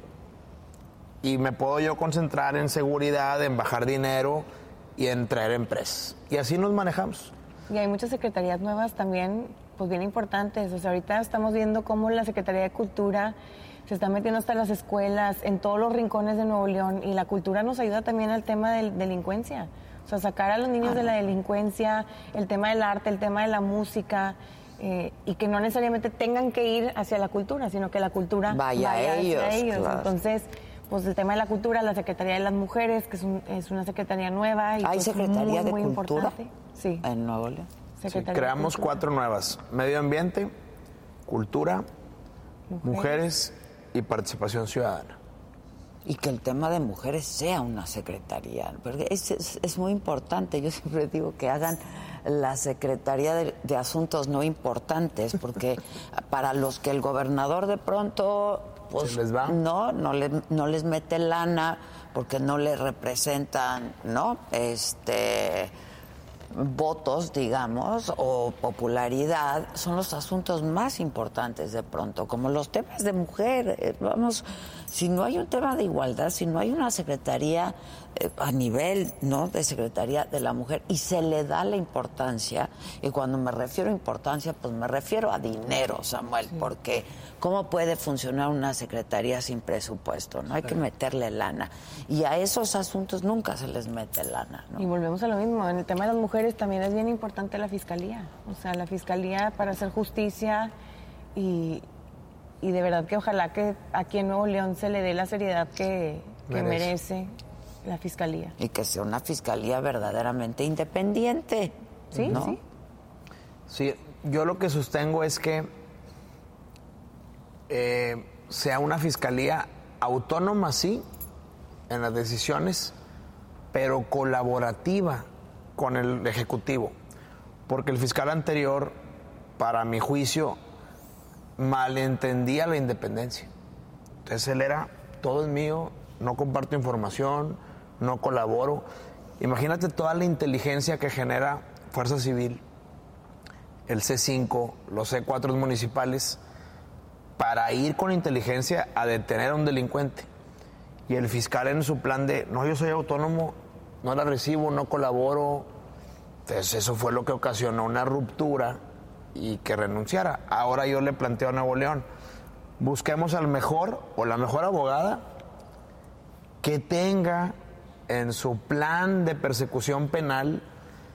Y me puedo yo concentrar en seguridad, en bajar dinero y en traer empresas. Y así nos manejamos. Y hay muchas secretarías nuevas también, pues bien importantes. O sea, ahorita estamos viendo cómo la Secretaría de Cultura se está metiendo hasta las escuelas, en todos los rincones de Nuevo León, y la cultura nos ayuda también al tema de delincuencia. O sea, sacar a los niños ah. de la delincuencia, el tema del arte, el tema de la música, eh, y que no necesariamente tengan que ir hacia la cultura, sino que la cultura vaya, vaya a ellos. hacia ellos. Claro. Entonces, pues el tema de la cultura, la Secretaría de las Mujeres, que es, un, es una secretaría nueva. Y ¿Hay pues Secretaría muy, de muy Cultura? Importante. Sí. En Nuevo León. Sí, creamos cuatro nuevas: Medio Ambiente, Cultura, Mujeres, mujeres y Participación Ciudadana. Y que el tema de mujeres sea una secretaría, porque es, es, es muy importante. Yo siempre digo que hagan la Secretaría de, de Asuntos No Importantes, porque para los que el gobernador de pronto pues ¿se les va? no no le, no les mete lana porque no le representan, ¿no? Este votos, digamos, o popularidad, son los asuntos más importantes de pronto, como los temas de mujer. Vamos, si no hay un tema de igualdad, si no hay una secretaría eh, a nivel, ¿no?, de Secretaría de la Mujer, y se le da la importancia, y cuando me refiero a importancia, pues me refiero a dinero, Samuel, sí. Porque ¿cómo puede funcionar una secretaría sin presupuesto? No hay sí. que meterle lana, y a esos asuntos nunca se les mete lana, ¿no? Y volvemos a lo mismo, en el tema de las mujeres también es bien importante la fiscalía, o sea, la fiscalía para hacer justicia, y, y de verdad que ojalá que aquí en Nuevo León se le dé la seriedad que, que merece. merece la fiscalía. Y que sea una fiscalía verdaderamente independiente. Sí, ¿no? sí. Sí, yo lo que sostengo es que eh, sea una fiscalía autónoma, sí, en las decisiones, pero colaborativa con el Ejecutivo. Porque el fiscal anterior, para mi juicio, malentendía la independencia. Entonces él era, todo es mío, no comparto información, no colaboro. Imagínate toda la inteligencia que genera Fuerza Civil, el C cinco, los C cuatro municipales, para ir con inteligencia a detener a un delincuente. Y el fiscal en su plan de, no, yo soy autónomo, no la recibo, no colaboro. Entonces eso fue lo que ocasionó una ruptura y que renunciara. Ahora yo le planteo a Nuevo León, busquemos al mejor o la mejor abogada que tenga en su plan de persecución penal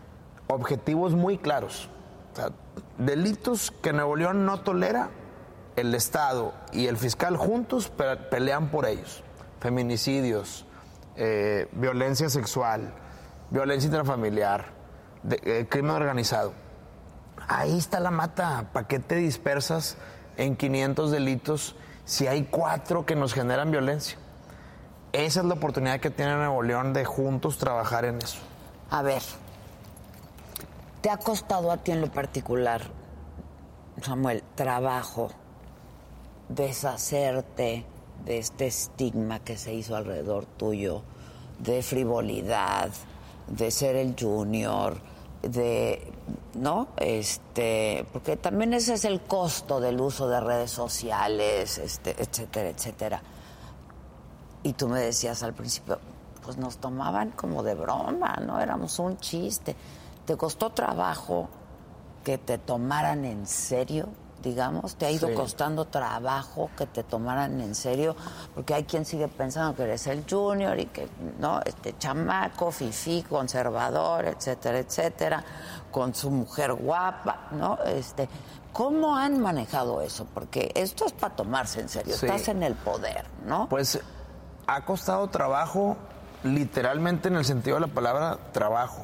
objetivos muy claros. O sea, delitos que Nuevo León no tolera, el Estado y el fiscal juntos pe- pelean por ellos. Feminicidios, eh, violencia sexual, violencia intrafamiliar, de, eh, crimen organizado. Ahí está la mata. ¿Para qué te dispersas en quinientos delitos si hay cuatro que nos generan violencia? Esa es la oportunidad que tiene Nuevo León de juntos trabajar en eso. A ver, ¿te ha costado a ti en lo particular, Samuel, trabajo deshacerte de este estigma que se hizo alrededor tuyo, de frivolidad, de ser el junior, de, ¿no? Este, porque también ese es el costo del uso de redes sociales, este, etcétera, etcétera. Y tú me decías al principio, pues nos tomaban como de broma, ¿no? Éramos un chiste. ¿Te costó trabajo que te tomaran en serio, digamos? ¿Te ha ido Sí. costando trabajo que te tomaran en serio? Porque hay quien sigue pensando que eres el junior y que, ¿no? Este chamaco, fifí, conservador, etcétera, etcétera, con su mujer guapa, ¿no? Este, ¿cómo han manejado eso? Porque esto es para tomarse en serio. Sí. Estás en el poder, ¿no? Pues ha costado trabajo, literalmente en el sentido de la palabra trabajo.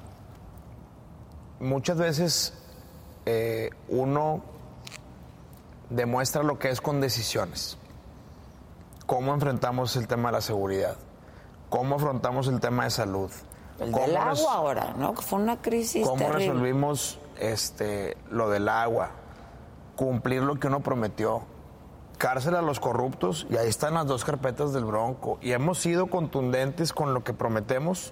Muchas veces eh, uno demuestra lo que es con decisiones. Cómo enfrentamos el tema de la seguridad, cómo afrontamos el tema de salud. El cómo del res- agua ahora, ¿no? Que fue una crisis Cómo terrible. resolvimos este, lo del agua, cumplir lo que uno prometió, cárcel a los corruptos, y ahí están las dos carpetas del Bronco. Y hemos sido contundentes con lo que prometemos.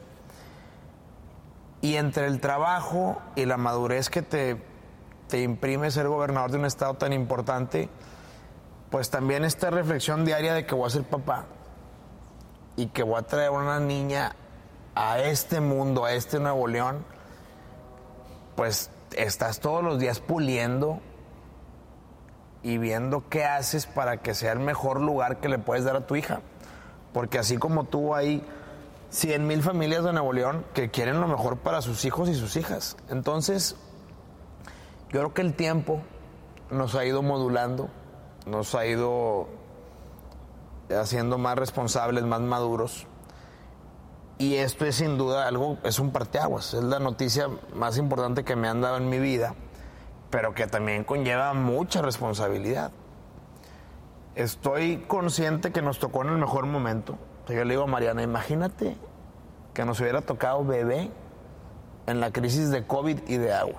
Y entre el trabajo y la madurez que te, te imprime ser gobernador de un estado tan importante, pues también esta reflexión diaria de que voy a ser papá y que voy a traer una niña a este mundo, a este Nuevo León, pues estás todos los días puliendo y viendo qué haces para que sea el mejor lugar que le puedes dar a tu hija. Porque así como tú, hay cien mil familias de Nuevo León que quieren lo mejor para sus hijos y sus hijas. Entonces, yo creo que el tiempo nos ha ido modulando, nos ha ido haciendo más responsables, más maduros. Y esto es sin duda algo, es un parteaguas, es la noticia más importante que me han dado en mi vida, pero que también conlleva mucha responsabilidad. Estoy consciente que nos tocó en el mejor momento. Yo le digo a Mariana, imagínate que nos hubiera tocado bebé en la crisis de COVID y de agua.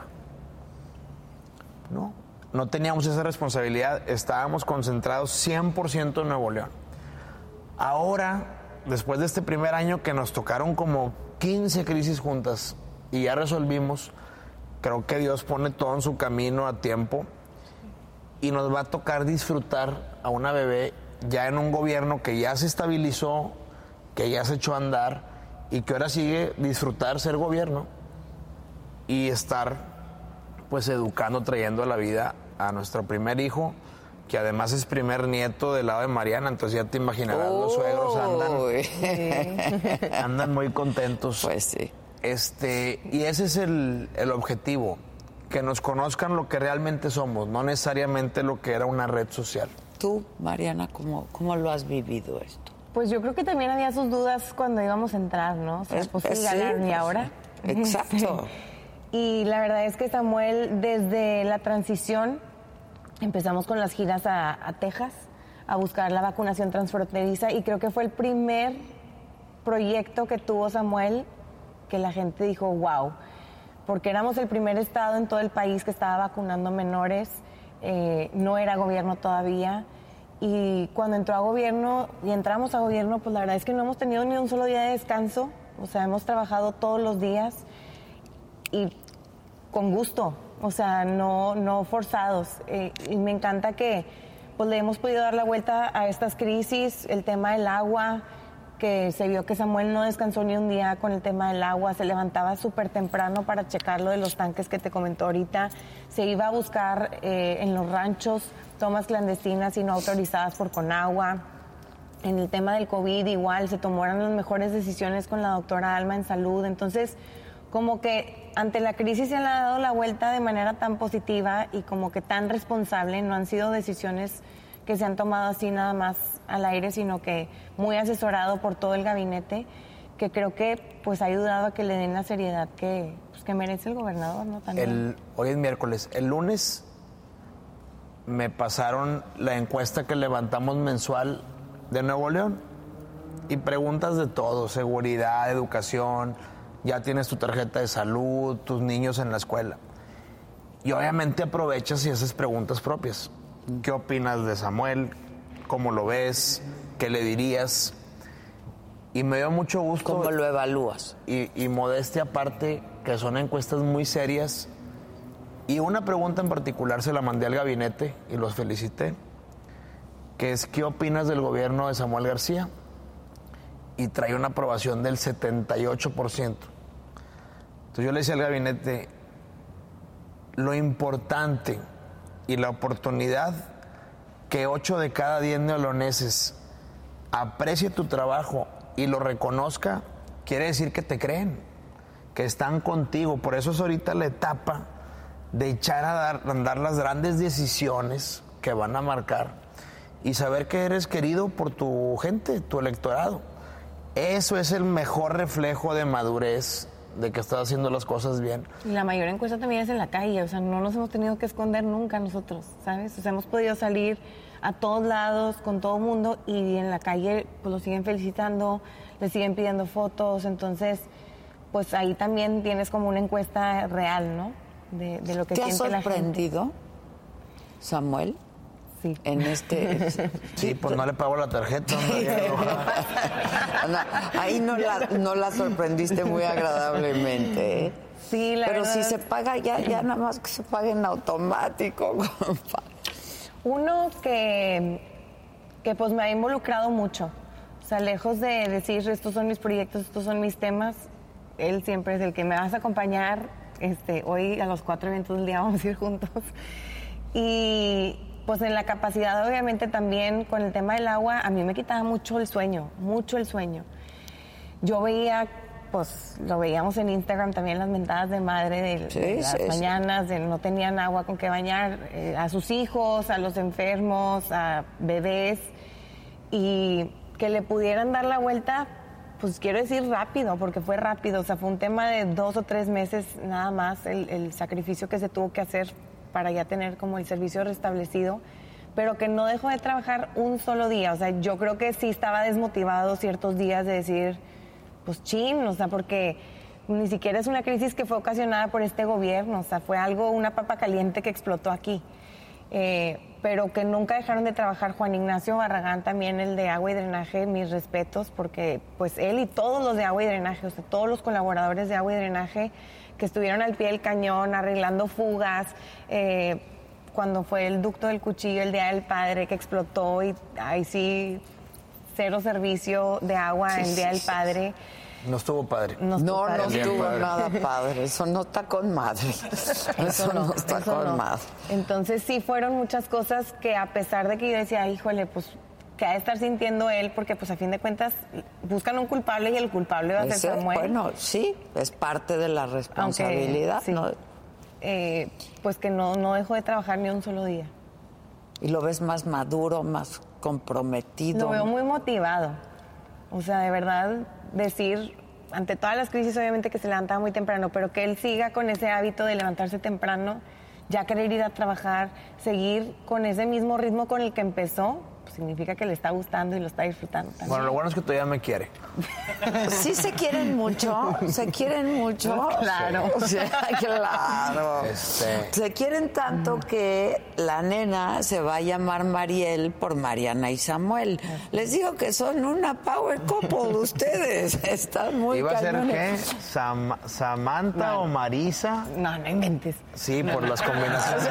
No, no teníamos esa responsabilidad, estábamos concentrados cien por ciento en Nuevo León. Ahora, después de este primer año que nos tocaron como quince crisis juntas y ya resolvimos, creo que Dios pone todo en su camino a tiempo y nos va a tocar disfrutar a una bebé ya en un gobierno que ya se estabilizó, que ya se echó a andar y que ahora sigue disfrutar ser gobierno y estar pues educando, trayendo a la vida a nuestro primer hijo, que además es primer nieto del lado de Mariana, entonces ya te imaginarás, los suegros andan, andan muy contentos. Pues sí. Este, y ese es el, el objetivo, que nos conozcan lo que realmente somos, no necesariamente lo que era una red social. Tú, Mariana, ¿cómo, cómo lo has vivido esto? Pues yo creo que también había sus dudas cuando íbamos a entrar, ¿no? O sea, Es- pues es- sí, ganaron sí, y pues, ahora. exacto. Y la verdad es que Samuel, desde la transición, empezamos con las giras a, a Texas, a buscar la vacunación transfronteriza, y creo que fue el primer proyecto que tuvo Samuel que la gente dijo, wow, porque éramos el primer estado en todo el país que estaba vacunando menores, eh, no era gobierno todavía, y cuando entró a gobierno y entramos a gobierno, pues la verdad es que no hemos tenido ni un solo día de descanso, o sea, hemos trabajado todos los días y con gusto, o sea, no, no forzados. Eh, y me encanta que pues, le hemos podido dar la vuelta a estas crisis, el tema del agua, que se vio que Samuel no descansó ni un día con el tema del agua, se levantaba súper temprano para checar lo de los tanques que te comentó ahorita, se iba a buscar eh, en los ranchos tomas clandestinas y no autorizadas por Conagua. En el tema del COVID igual se tomaron las mejores decisiones con la doctora Alma en salud, entonces como que ante la crisis se le ha dado la vuelta de manera tan positiva y como que tan responsable. No han sido decisiones que se han tomado así nada más al aire, sino que muy asesorado por todo el gabinete, que creo que pues ha ayudado a que le den la seriedad que, pues, que merece el gobernador, ¿no? También. El, hoy es miércoles. El lunes me pasaron la encuesta que levantamos mensual de Nuevo León y preguntas de todo, seguridad, educación, ya tienes tu tarjeta de salud, tus niños en la escuela. Y obviamente aprovechas y haces preguntas propias. ¿Qué opinas de Samuel? ¿Cómo lo ves? ¿Qué le dirías? Y me dio mucho gusto. ¿Cómo lo evalúas? Y, y modestia aparte, que son encuestas muy serias. Y una pregunta en particular se la mandé al gabinete y los felicité, que es ¿qué opinas del gobierno de Samuel García? Y trae una aprobación del setenta y ocho por ciento. Entonces yo le decía al gabinete, lo importante y la oportunidad que ocho de cada diez neoloneses aprecie tu trabajo y lo reconozca, quiere decir que te creen, que están contigo. Por eso es ahorita la etapa de echar a dar, a andar las grandes decisiones que van a marcar y saber que eres querido por tu gente, tu electorado. Eso es el mejor reflejo de madurez, de que estás haciendo las cosas bien. Y la mayor encuesta también es en la calle, o sea, no nos hemos tenido que esconder nunca nosotros, ¿sabes? O sea, hemos podido salir a todos lados, con todo el mundo, y en la calle pues lo siguen felicitando, le siguen pidiendo fotos, entonces, pues ahí también tienes como una encuesta real, ¿no? De, de lo que siente la gente. ¿Te ha sorprendido, Samuel? Sí. En este... Sí, pues no le pago la tarjeta. No, no, ahí no la, no la sorprendiste muy agradablemente, ¿eh? Sí, la Pero verdad. si se paga ya, ya nada más que se pague en automático, compadre. Uno que, que pues me ha involucrado mucho. O sea, lejos de decir estos son mis proyectos, estos son mis temas, él siempre es el que me vas a acompañar. Este, hoy a los cuatro eventos del día vamos a ir juntos. Y pues en la capacidad, obviamente, también con el tema del agua, a mí me quitaba mucho el sueño, mucho el sueño. Yo veía, pues lo veíamos en Instagram también, las mentadas de madre de, sí, de las sí, mañanas, de no tenían agua con que bañar, eh, a sus hijos, a los enfermos, a bebés, y que le pudieran dar la vuelta, pues quiero decir rápido, porque fue rápido, o sea, fue un tema de dos o tres meses nada más el, el sacrificio que se tuvo que hacer para ya tener como el servicio restablecido, pero que no dejó de trabajar un solo día. O sea, yo creo que sí estaba desmotivado ciertos días de decir, pues chin, o sea, porque ni siquiera es una crisis que fue ocasionada por este gobierno, o sea, fue algo, una papa caliente que explotó aquí. Eh, pero que nunca dejaron de trabajar. Juan Ignacio Barragán también, el de agua y drenaje, mis respetos, porque pues él y todos los de agua y drenaje, o sea, todos los colaboradores de agua y drenaje que estuvieron al pie del cañón arreglando fugas, eh, cuando fue el ducto del Cuchillo, el Día del Padre, que explotó y ahí sí, cero servicio de agua Sí, el Día sí, del sí, Padre. No estuvo no, padre. no padre. estuvo padre. nada padre. Eso no está con madre. Eso, Eso no, no, está eso con no. madre. Entonces sí fueron muchas cosas que a pesar de que yo decía, híjole, pues que ha de estar sintiendo él, porque pues a fin de cuentas buscan un culpable y el culpable va a ser Ese, Samuel. bueno, sí, es parte de la responsabilidad, Aunque, sí, ¿no? eh, pues que no, no dejó de trabajar ni un solo día. Y lo ves más maduro, más comprometido. Lo veo muy motivado. O sea, de verdad, decir, ante todas las crisis, obviamente que se levantaba muy temprano, pero que él siga con ese hábito de levantarse temprano, ya querer ir a trabajar, seguir con ese mismo ritmo con el que empezó, pues significa que le está gustando y lo está disfrutando también. Bueno, lo bueno es que todavía me quiere. Sí se quieren mucho, se quieren mucho. Claro. O sea, claro. Este... Se quieren tanto que la nena se va a llamar Mariel por Mariana y Samuel. Les digo que son una power couple ustedes. Están muy ¿Iba a ser cañones. qué? Sam- ¿Samantha No. o Marisa? No, no inventes. Sí, por las combinaciones.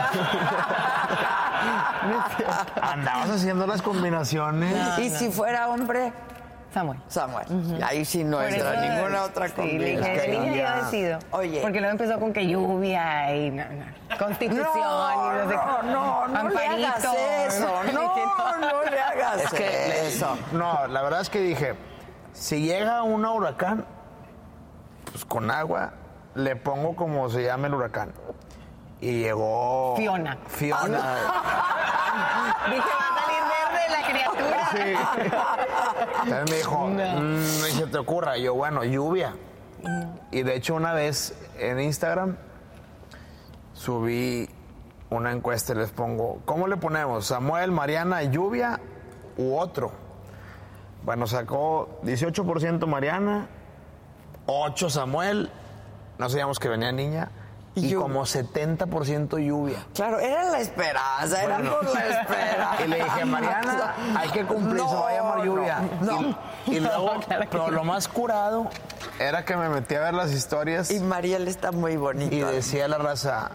Andabas haciendo las combinaciones. Y si fuera hombre, Samuel. Samuel. Ahí sí no Por entra eso, ninguna otra sí, le dije, combinación. de niña ya. yo decido. Oye. Porque luego empezó con que lluvia y no, no. Constitución No, y no sé no, qué. no, no le Amparito, hagas eso. ¿no? No, no le hagas Es que eso. No, la verdad es que dije, si llega un huracán, pues con agua le pongo como se llama el huracán. Y llegó... Fiona. Fiona. Dije, va a salir verde la criatura. Sí. Entonces me dijo, no. mmm, ni se te ocurra. Y yo, bueno, lluvia. No. Y de hecho una vez en Instagram subí una encuesta y les pongo, ¿cómo le ponemos? ¿Samuel, Mariana, lluvia u otro? Bueno, sacó dieciocho por ciento Mariana, ocho Samuel, no sabíamos que venía niña, y Lluv- como setenta por ciento lluvia. Claro, era la esperanza, era bueno, por la espera. Y le dije, Mariana, hay que cumplir, no, se va a llamar lluvia. No, no. Y, y luego, no, claro pero lo más curado era que me metí a ver las historias. Y Mariel está muy bonita. Y decía la raza,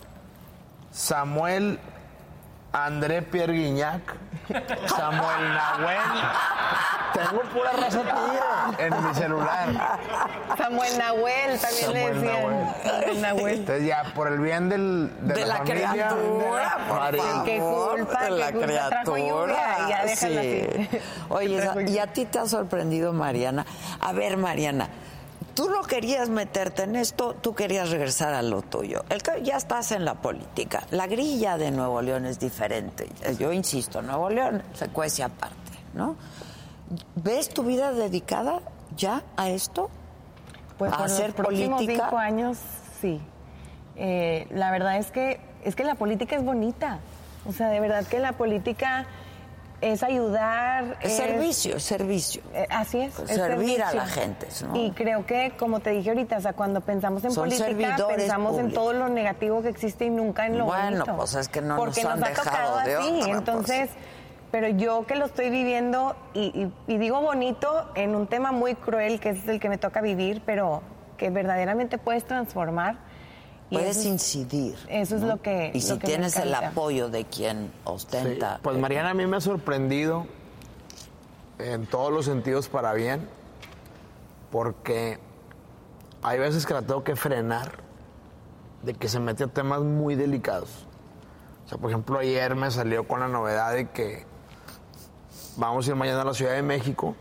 Samuel André Pierre Guignac, Samuel Nahuel. Tengo pura raza tigre en mi celular. Samuel Nahuel también Samuel le decían. Samuel Nahuel. Entonces ya, por el bien del, de, de la, la familia, criatura, por María. favor, qué culpa, de la qué culpa criatura. Trajo lluvia y ya déjalo sí. así. Oye, ¿y a ti te ha sorprendido, Mariana? A ver, Mariana, tú no querías meterte en esto, tú querías regresar a lo tuyo. El que ya estás en la política. La grilla de Nuevo León es diferente. Yo insisto, Nuevo León se cuece aparte, ¿no? ¿Ves tu vida dedicada ya a esto? Pues ¿A por hacer los próximos política? cinco años, sí. Eh, la verdad es que es que la política es bonita. O sea, de verdad que la política es ayudar. Es, es servicio, es servicio. Eh, así es. Pues es servir servicio. a la gente, ¿no? Y creo que, como te dije ahorita, o sea, cuando pensamos en Son política, pensamos públicos. en todo lo negativo que existe y nunca en lo bueno, bonito. Bueno, pues es que no porque nos han nos ha dejado tocado de así. otra, Entonces, pues. pero yo que lo estoy viviendo, y, y, y digo bonito en un tema muy cruel, que es el que me toca vivir, pero que verdaderamente puedes transformar. Y puedes eso es, incidir. Eso es ¿no? lo que Y si lo que tienes me el encanta. apoyo de quien ostenta. Sí. Pues Mariana, a mí me ha sorprendido en todos los sentidos para bien, porque hay veces que la tengo que frenar de que se mete a temas muy delicados. O sea, por ejemplo, ayer me salió con la novedad de que vamos a ir mañana a la Ciudad de México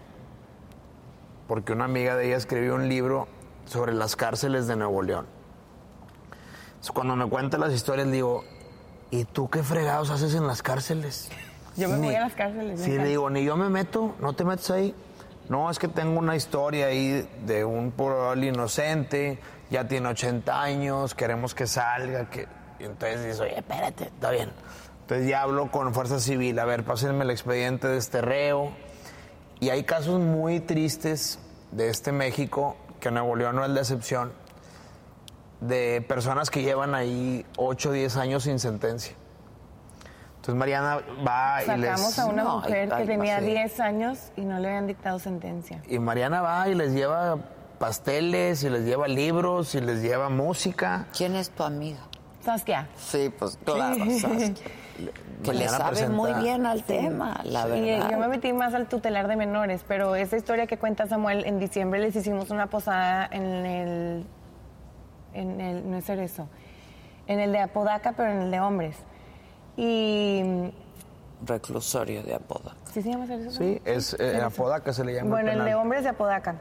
porque una amiga de ella escribió un libro sobre las cárceles de Nuevo León. Entonces, cuando me cuenta las historias, le digo, ¿y tú qué fregados haces en las cárceles? Yo me Ni, voy a las cárceles. Sí, le digo, ni yo me meto, no te metes ahí. No, es que tengo una historia ahí de un probable inocente, ya tiene ochenta años, queremos que salga, que... Y entonces dices, oye, espérate, está bien. Entonces ya hablo con Fuerza Civil, a ver, pásenme el expediente de este reo. Y hay casos muy tristes de este México, que Nuevo León no es la excepción, de personas que llevan ahí ocho o diez años sin sentencia. Entonces Mariana va Sacamos y les... Sacamos a una no, mujer ay, que tenía sí. diez años y no le habían dictado sentencia. Y Mariana va y les lleva pasteles, y les lleva libros, y les lleva música. ¿Quién es tu amiga? Saskia. Sí, pues claro, Saskia. Que le sabe presenta... muy bien al tema, la verdad. Y yo me metí más al tutelar de menores, pero esa historia que cuenta Samuel, en diciembre les hicimos una posada en el... En el no es eso. En el de Apodaca, pero en el de hombres. Y... Reclusorio de Apodaca. ¿Sí se llama Cerezo? Sí, es eh, Apodaca se le llama. Bueno, el, el de hombres de Apodaca.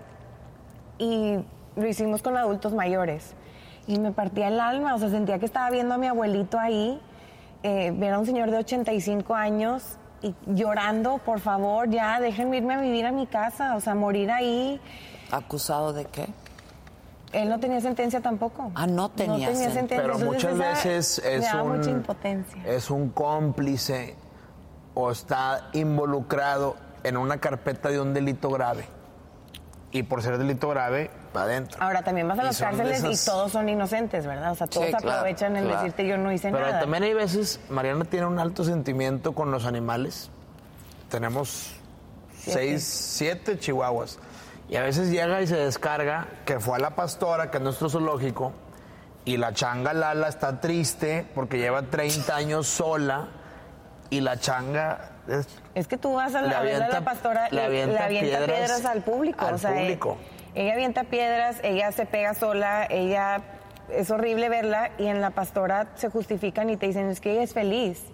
Y lo hicimos con adultos mayores. Y me partía el alma, o sea, sentía que estaba viendo a mi abuelito ahí, eh, ver a un señor de ochenta y cinco años y llorando, por favor, ya, déjenme irme a vivir a mi casa, o sea, morir ahí. ¿Acusado de qué? Él no tenía sentencia tampoco. Ah, no tenía, no tenía sentencia. Pero Entonces, muchas esa, veces es me da un, mucha impotencia. es un cómplice o está involucrado en una carpeta de un delito grave. Y por ser delito grave, va adentro. Ahora, también vas a Y las son cárceles de esas- y todos son inocentes, ¿verdad? O sea, todos Sí, claro, aprovechan en claro. decirte yo no hice Pero nada. también hay veces, Mariana tiene un alto sentimiento con los animales. Tenemos Siete. seis, siete chihuahuas. Y a veces llega y se descarga que fue a la pastora, que es nuestro zoológico, y la changa Lala está triste porque lleva treinta años sola, y la changa... Es, Es que tú vas a Le la, a ver a avienta- la pastora y le avienta le avienta piedras, piedras al público. al o sea, público. eh, ella avienta piedras, ella se pega sola, ella... Es horrible verla y en la pastora se justifican y te dicen, es que ella es feliz.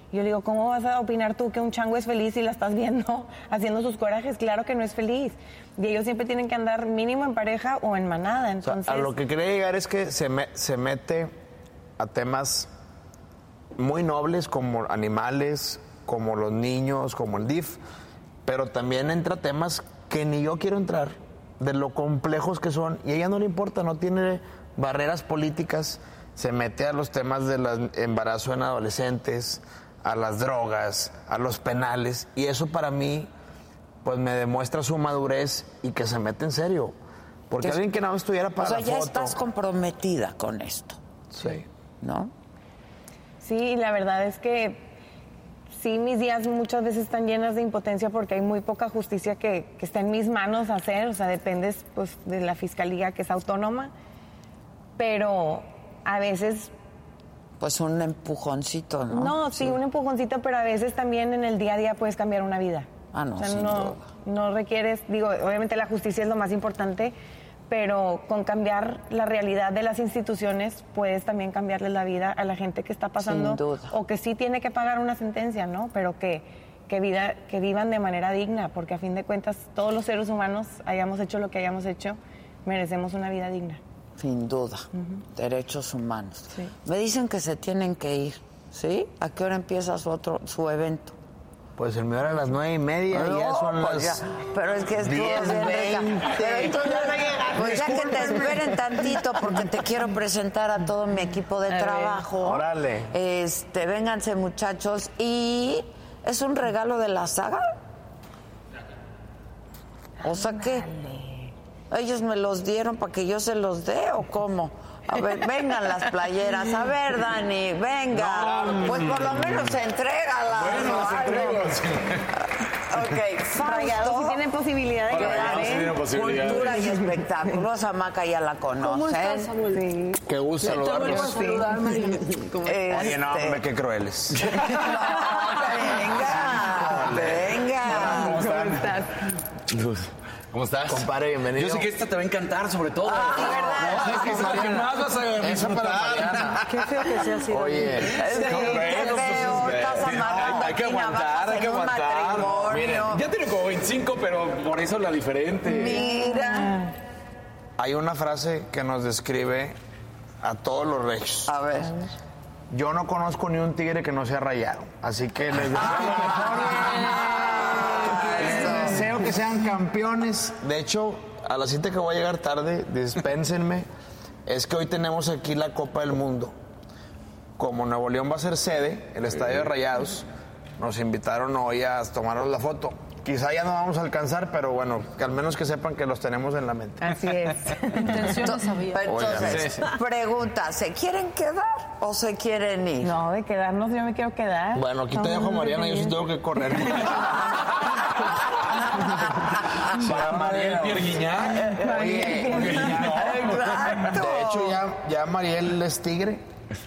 Y yo le digo, ¿cómo vas a opinar tú que un chango es feliz si la estás viendo haciendo sus corajes? Claro que no es feliz. Y ellos siempre tienen que andar mínimo en pareja o en manada. Entonces... O sea, a lo que quería llegar es que se, me, se mete a temas muy nobles como animales, como los niños, como el D I F, pero también entra temas que ni yo quiero entrar, de lo complejos que son, y a ella no le importa, no tiene barreras políticas, se mete a los temas del embarazo en adolescentes, a las drogas, a los penales, y eso para mí pues me demuestra su madurez y que se mete en serio, porque Que- alguien que no estuviera para O sea, la ya foto. estás comprometida con esto, Sí. ¿no? Sí, y la verdad es que sí, mis días muchas veces están llenas de impotencia porque hay muy poca justicia que, que está en mis manos hacer, o sea, dependes pues de la fiscalía que es autónoma, pero a veces, Pues un empujoncito, ¿no? no, sí, un empujoncito, pero a veces también en el día a día puedes cambiar una vida. Ah, no, O sea, sin no, duda. no requieres, digo, obviamente la justicia es lo más importante, pero con cambiar la realidad de las instituciones puedes también cambiarle la vida a la gente que está pasando Sin duda. o que sí tiene que pagar una sentencia, ¿no? Pero que, que, vida, que vivan de manera digna, porque a fin de cuentas todos los seres humanos, hayamos hecho lo que hayamos hecho, merecemos una vida digna. Sin duda. Derechos humanos. Sí. Me dicen que se tienen que ir, ¿sí? ¿A qué hora empieza su otro, su evento? Pues el mío era a las nueve y media y ya No, son pues las... ya. Pero es que estuvo diez, bien rica. veinte. Pero entonces, pues ya que te esperen tantito, porque te quiero presentar a todo mi equipo de trabajo. Órale. Este, vénganse, muchachos. Y es un regalo de la saga. O sea que ellos me los dieron para que yo se los dé, ¿o cómo? A ver, vengan las playeras. A ver, Dani, venga. Pues por lo menos entrégalas. Bueno, ¿no? las entrego. Ok, Rayados sí Fausto. tienen posibilidad de Hola, quedar, Rayados sí ¿eh? tienen posibilidades. Cultura y espectáculos. A Maca ya la conocen. ¿Cómo estás, Samuel? Sí. Qué gusto Te vuelvo a saludarlos. saludar, María. ¿Cómo estás? Oye, no, Este, hombre, qué crueles. venga, venga. ¿Cómo están? ¿Cómo estás? Compadre, bienvenido. Yo sé que esta te va a encantar, sobre todo. Ah, ¿verdad? No, sé que es lo que más vas a Esa para Mariana. Qué feo que sea así. Oye, Sí, No, qué bueno, pues, feo, es que- estás sí, amarrando hay que aquí aguantar, navajas hay que en un aguantar. matrimonio. Miren, ya tiene como veinticinco, pero por eso la diferente. Mira. hay una frase que nos describe a todos los regios. A ver. Yo no conozco ni un tigre que no sea rayado. Así que les deseo lo mejor. Les deseo que sean campeones. De hecho, a la cita que voy a llegar tarde, dispénsenme, es que hoy tenemos aquí la Copa del Mundo. Como Nuevo León va a ser sede, el Estadio de Rayados, nos invitaron hoy a tomarnos la foto. Quizá ya no vamos a alcanzar, pero bueno, que al menos que sepan que los tenemos en la mente. Así es. Intenciones había. Entonces, Sí, sí. pregunta, ¿se quieren quedar o se quieren ir? No, de quedarnos yo me quiero quedar. Bueno, aquí te dejo, Mariana, yo sí tengo que correr. Va Mariel Pierguiñán. Oye, Exacto. de hecho, ya, ya Mariel es tigre.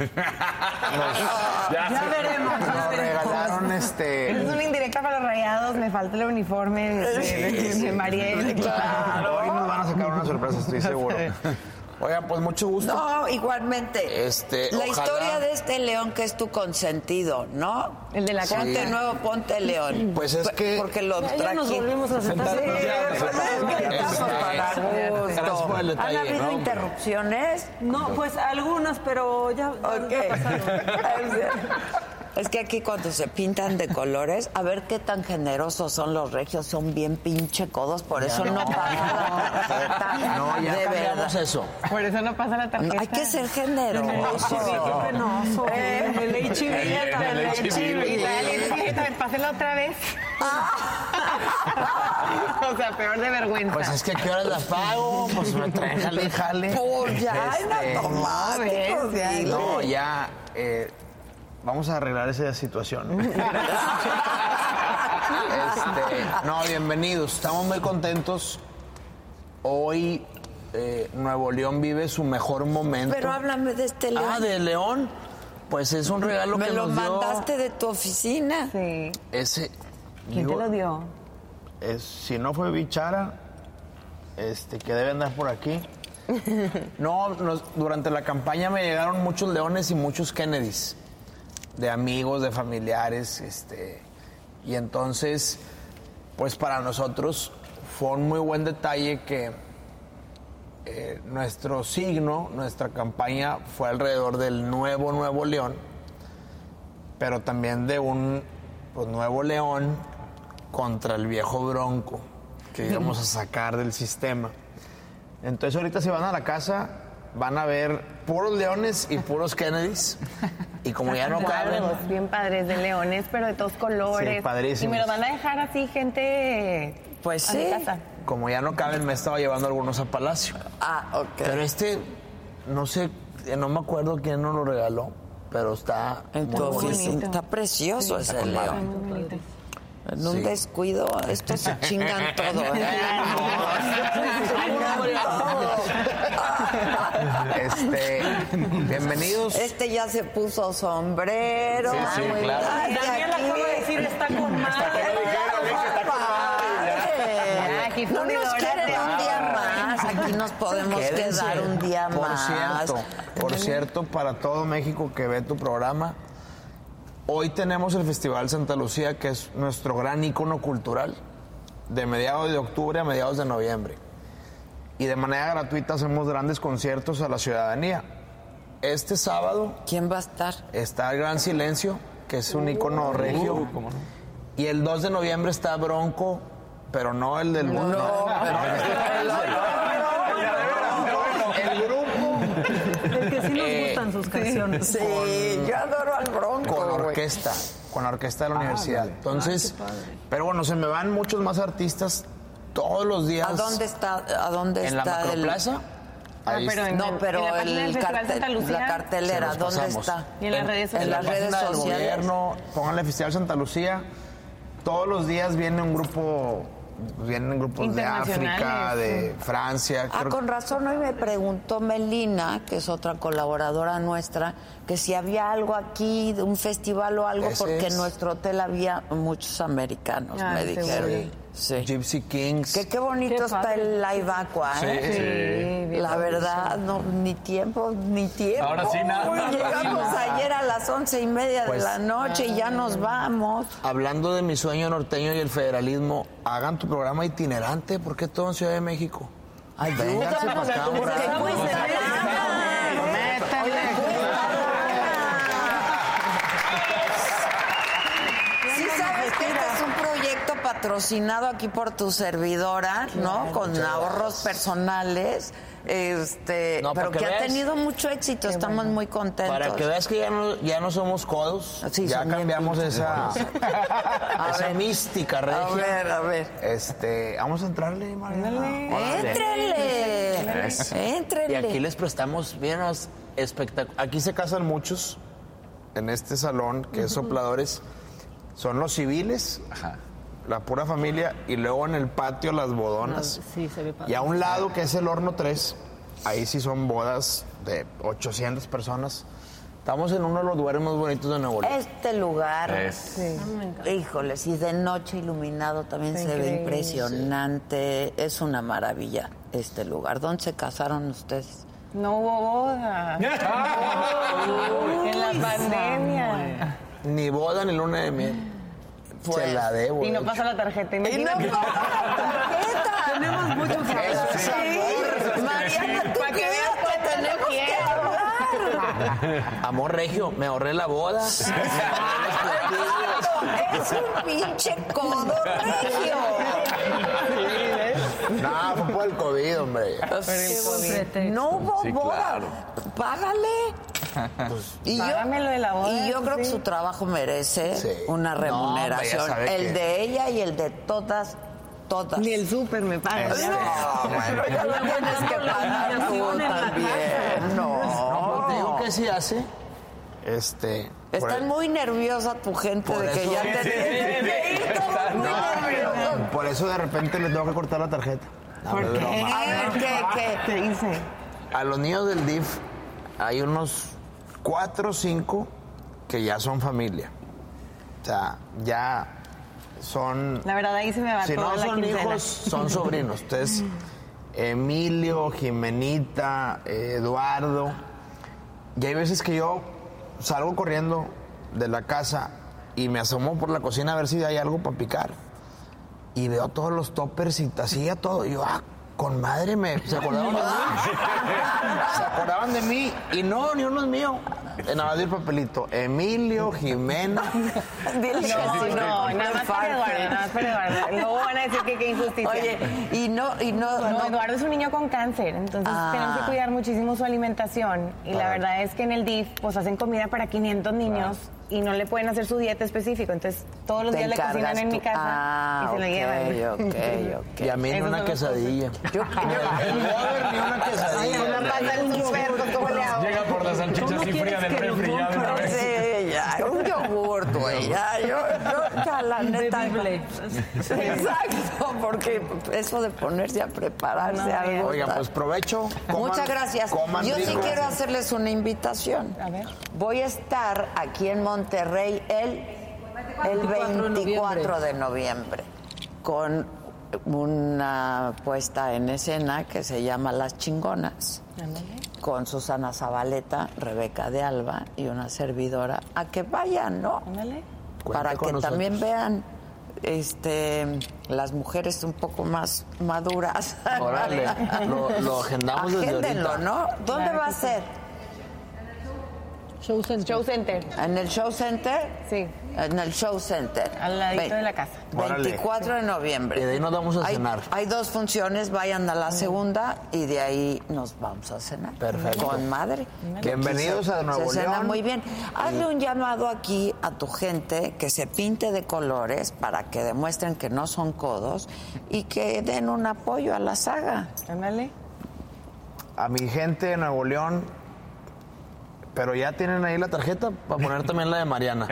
Ya, Ya se- veremos, ya Nos veremos. regalaron este. Es una indirecta para los Rayados, me falta el uniforme de, de- de Mariel. Hoy nos van a sacar una sorpresa, estoy seguro. Oigan, pues mucho gusto. No, igualmente. Este, la ojalá- historia de este león que es tu consentido, ¿no? El de la Ponte casa. nuevo, ponte león. Pues es P- que- Porque lo Ya, ya nos trají- volvimos a sentar. Sí, pues es que estamos Este, para gracias gusto. por el ¿Han detalle, habido ¿no? interrupciones? No, pues algunas, pero ya, ya, Ok. ya pasaron. Es que aquí cuando se pintan de colores, a ver qué tan generosos son los regios, son bien pinche codos, por eso no, pasa la tarjeta. No, ya de cambiamos verdad. eso. Por eso no pasa la No, tarjeta. hay que ser generoso. Qué penoso. Eh, El H I V el también. H I V. Y dale, pásela otra vez. O sea, peor de vergüenza. Pues es que a qué horas las pago, pues me traen jale y jale. Pues ya en Este, automático, no, ves, dile. No, ya. eh, vamos a arreglar esa situación. Este, no, bienvenidos. Estamos muy contentos. Hoy eh, Nuevo León vive su mejor momento. Pero háblame de este león. Ah, de León. Pues es un regalo Me que lo nos dio. mandaste de tu oficina. Sí. Ese. ¿Quién te digo, lo dio? es- si no fue Bichara, este, que debe andar por aquí. No, nos- durante la campaña me llegaron muchos leones y muchos Kennedys. de amigos, de familiares, este, y entonces, pues para nosotros fue un muy buen detalle que eh, nuestro signo, nuestra campaña fue alrededor del nuevo Nuevo León, pero también de un pues, Nuevo León contra el viejo Bronco que íbamos a sacar del sistema. Entonces ahorita si van a la casa van a ver puros leones y puros Kennedys. Y como ya no caben... Cuadros bien padres de leones, pero de todos colores. Sí, padrísimos. Y me los van a dejar así, gente Pues a sí. mi casa. Como ya no caben, me estaba llevando algunos a Palacio. Ah, ok. Pero este, no sé, no me acuerdo quién nos lo regaló, pero está En tu muy oficina. bonito. Está precioso ese con madre. león. Muy bonito. En un Sí. descuido, estos se chingan todo. ¿eh? Este, bienvenidos. Este ya se puso sombrero. Sí, sí, Muy claro. padre, Daniel aquí. acaba de decir, está con madre. Padre. Aquí No nos fundidora quieren de un día más. Aquí nos podemos Quédense. quedar un día Por más. cierto, por cierto, para todo México que ve tu programa, hoy tenemos el Festival Santa Lucía, que es nuestro gran ícono cultural, de mediados de octubre a mediados de noviembre. Y de manera gratuita hacemos grandes conciertos a la ciudadanía. Este sábado ¿Quién va a estar? está el Gran Silencio, que es un ícono regio. Y el dos de noviembre está Bronco, pero no el del mundo. El grupo Es que sí nos gustan sus canciones. Sí, yo adoro al Bronco. con güey. orquesta, con la orquesta de la universidad. Entonces, pero bueno, se me van muchos más artistas todos los días. ¿A dónde está? ¿A dónde En la está el- Macroplaza. Ah, Ahí pero está. en No, el- pero en la página del el Festival cartel, Santa Lucía. la cartelera, Se los ¿dónde pasamos. está? Y en las redes En sociales. las la redes página del sociales. gobierno, pónganle Festival Santa Lucía. Todos los días viene un grupo, vienen grupos de África, Internacionales, de Francia. Ah, creo- con razón hoy me preguntó Melina, que es otra colaboradora nuestra, que si había algo aquí, de un festival o algo, Ese porque es. en nuestro hotel había muchos americanos, Ah, me seguro. dijeron. Sí. Gypsy Kings. Que qué bonito Qué está padre. el Live Aqua, ¿eh? Sí, bien La verdad, no, ni tiempo, ni tiempo. Ahora sí, nada. Uy, llegamos ayer a las once y media Pues- de la noche y ya nos vamos. Hablando de mi sueño norteño y el federalismo, hagan tu programa itinerante. ¿Por qué todo en Ciudad de México? Ay, vénganse para acá, Porque hombre. cuesta lana. Sí sabes que este es un proyecto patrocinado aquí por tu servidora, ¿no? Con ahorros personales, este, No, para pero que, que ha veas. tenido mucho éxito. Estamos muy contentos. Para que veas que ya no, ya no somos codos, Sí, ya son bien cambiamos pinches. esa, A esa ver. mística A regia. ver, a ver. Este, vamos a entrarle, Mariana. Órale. Éntrele. Eso. Éntrele. Y aquí les prestamos bien espectáculos. Aquí se casan muchos en este salón, que es Sopladores. Son los civiles, la pura familia, y luego en el patio las bodonas. Sí, se ve padre. Y a un lado, que es el horno tres, ahí sí son bodas de ochocientas personas. Estamos en uno de los lugares más bonitos de Nuevo León. Este lugar, Es. híjoles, y de noche iluminado también Está se ve increíble. impresionante. Es una maravilla este lugar. ¿Dónde se casaron ustedes? No hubo boda. En la pandemia. Ni boda ni luna de miel. Pues, Se la debo. Y no de pasa la tarjeta. ¡Y no Imagínate. Tenemos muchos Sí, Mariana, tú Para que veas quédate, cuánto tenemos te que quiero. hablar. Amor regio, me ahorré la boda. Es un pinche codo regio. No, fue por el COVID, hombre. No hubo Sí, boda. claro. Págale. Y yo, Págame lo de la boda, y yo creo que sí. su trabajo merece Sí. una No, hombre, ya remuneración. sabe el que- de ella y el de todas, todas. Ni el súper me paga. Este, No, bueno, ya lo tienes que pagar tú también. No, No. te digo que sí hace. Este. por Está el- muy nerviosa tu gente Por de que eso- ya te tienes que ir todos muy nerviosos. Por eso de repente les tengo que cortar la tarjeta. No, ¿Por no es qué? broma. A ver, ¿qué, qué? ¿Qué hice? A los niños del D I F hay unos cuatro o cinco que ya son familia. O sea, ya son... La verdad, ahí se me va Si toda no la son quincena. hijos, son sobrinos. Entonces, Emilio, Jimenita, eh, Eduardo. Y hay veces que yo salgo corriendo de la casa y me asomo por la cocina a ver si hay algo para picar. Y veo todos los toppers y hacía todo. Y yo, ah, con madre, me, se acordaban de mí. Se acordaban de mí. Y no, ni uno es mío. Nada más del papelito. Emilio, Jimena. Dile que sí, no, nada más para Eduardo, nada más para Eduardo. Luego van a decir que qué injusticia. Oye, y no, y no, No, no- Eduardo es un niño con cáncer, entonces Ah. tenemos que cuidar muchísimo su alimentación. Y la verdad es que en el D I F pues hacen comida para quinientos niños y no le pueden hacer su dieta específica. Entonces todos los te días le cocinan encargas en mi tú. casa Ah, y se lo llevan. ok, ok, ok. Y a mí ni Eso una son las quesadilla. Yo, yo, Ni una quesadilla. una pasta en un súper, ¿cómo le hago? Llega por la salchicha ¿Cómo así fría quieres del que lo refri ya de una compre? vez. Sí, ya, un yogur, güey, ya, yo, yo, ya, la neta. Bebible. Exacto, porque eso de ponerse a prepararse No, algo. Oigan, está- pues provecho. Coman- Muchas gracias. coman Yo sí rico. quiero hacerles una invitación. A ver. Voy a estar aquí en Monterrey el, el veinticuatro de noviembre con una puesta en escena que se llama Las Chingonas, con Susana Zabaleta, Rebeca de Alba y una servidora. A que vayan, ¿no? Ándale. Para Cuente que con también nosotros. vean este, las mujeres un poco más maduras. Órale, lo, lo agendamos desde Agéndenlo, ahorita. ¿no? ¿Dónde Claro va a que sí. ser? Show Center. Show Center. ¿En el Show Center? Sí. En el Show Center. Al ladito Ve- de la casa. Órale. veinticuatro de noviembre. Y de ahí nos vamos a hay, cenar. Hay dos funciones, vayan a la segunda y de ahí nos vamos a cenar. Perfecto. Con madre. Bienvenidos a Nuevo Se cena León. muy bien. Hazle un llamado aquí a tu gente que se pinte de colores para que demuestren que no son codos y que den un apoyo a la saga. Ándale. A mi gente de Nuevo León, pero ya tienen ahí la tarjeta para poner también la de Mariana.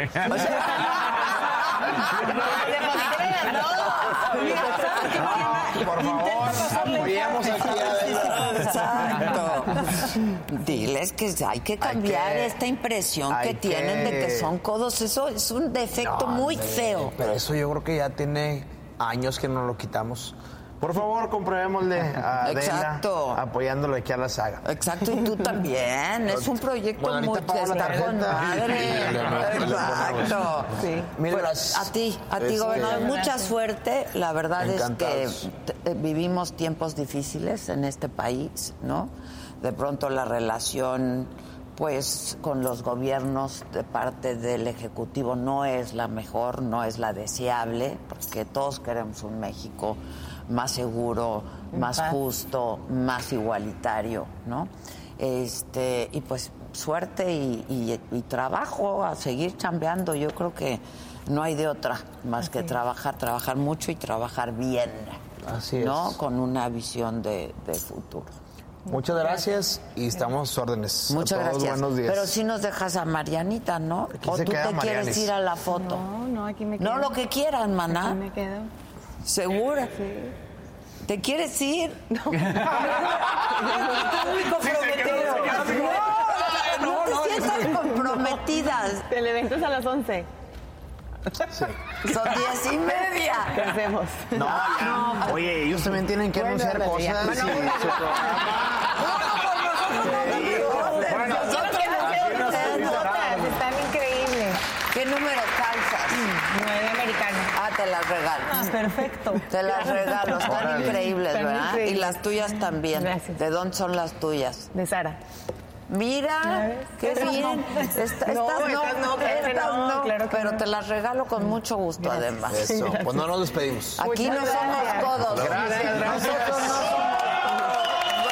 Por favor, apoyemos aquí a Exacto. Diles que hay que cambiar que- esta impresión hay que tienen de que- que son codos. Eso es un defecto No, muy hombre, feo. Pero eso yo creo que ya tiene años que no lo quitamos. Por favor, comprobémosle a Adela Exacto. apoyándole aquí a la saga. Exacto, y tú también. Es un proyecto Bueno, ahorita muy pago la está con tarjeta. madre. Le- le- le- Exacto. Sí. Mire, Pues, las- a ti, a ti, este, gobernador, mucha suerte. La verdad Encantados. es que t- vivimos tiempos difíciles en este país, ¿no? De pronto la relación, pues, con los gobiernos de parte del Ejecutivo no es la mejor, no es la deseable, porque todos queremos un México más seguro, más paz. justo, más igualitario, ¿no? Este, y pues suerte y, y- y trabajo, a seguir chambeando. Yo creo que no hay de otra más que trabajar, trabajar mucho y trabajar bien. Así ¿no? es. Con una visión de, de futuro. Muchas gracias y estamos a sus órdenes. Muchas a todos, gracias. buenos días. Pero si nos dejas a Marianita, ¿no? Aquí ¿O se tú te queda quieres Marianis. ir a la foto? No, no, aquí me quedo. No, lo que quieran, maná. Aquí me quedo. ¿Segura? ¿Te quieres ir? No. Estás muy comprometido. No, no, te sientas comprometidas. El evento es a las once. Son diez y media. ¿Qué hacemos? No, ya. Oye, ellos también tienen que anunciar Bueno, cosas. ya. y su Nosotros Quiero no hacer queremos. notas, están increíbles. ¿Qué número calzas? Nueve americanos. Ah, te las regalo. Ah, perfecto. Te las regalo, están Órale. increíbles, Están ¿verdad? increíbles. Y las tuyas también. Gracias. ¿De dónde son las tuyas? De Sara. Mira, qué Esas bien. no. Esta- Estas No, no, estas no, claro que estas no, no, claro que pero no. te las regalo con mucho gusto, además. Eso, pues no nos despedimos. Aquí no Muchas somos gracias. codos. Gracias, gracias. Nosotros no somos codos.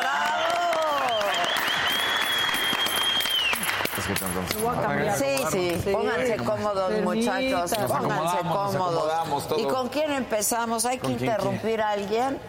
Voy a cambiar. ¡Bravo! Sí, sí, pónganse cómodos, Permita. muchachos. Nos Pónganse acomodamos, nos cómodos. acomodamos todos. ¿Y con quién empezamos? ¿Hay que ¿Con quién interrumpir a alguien?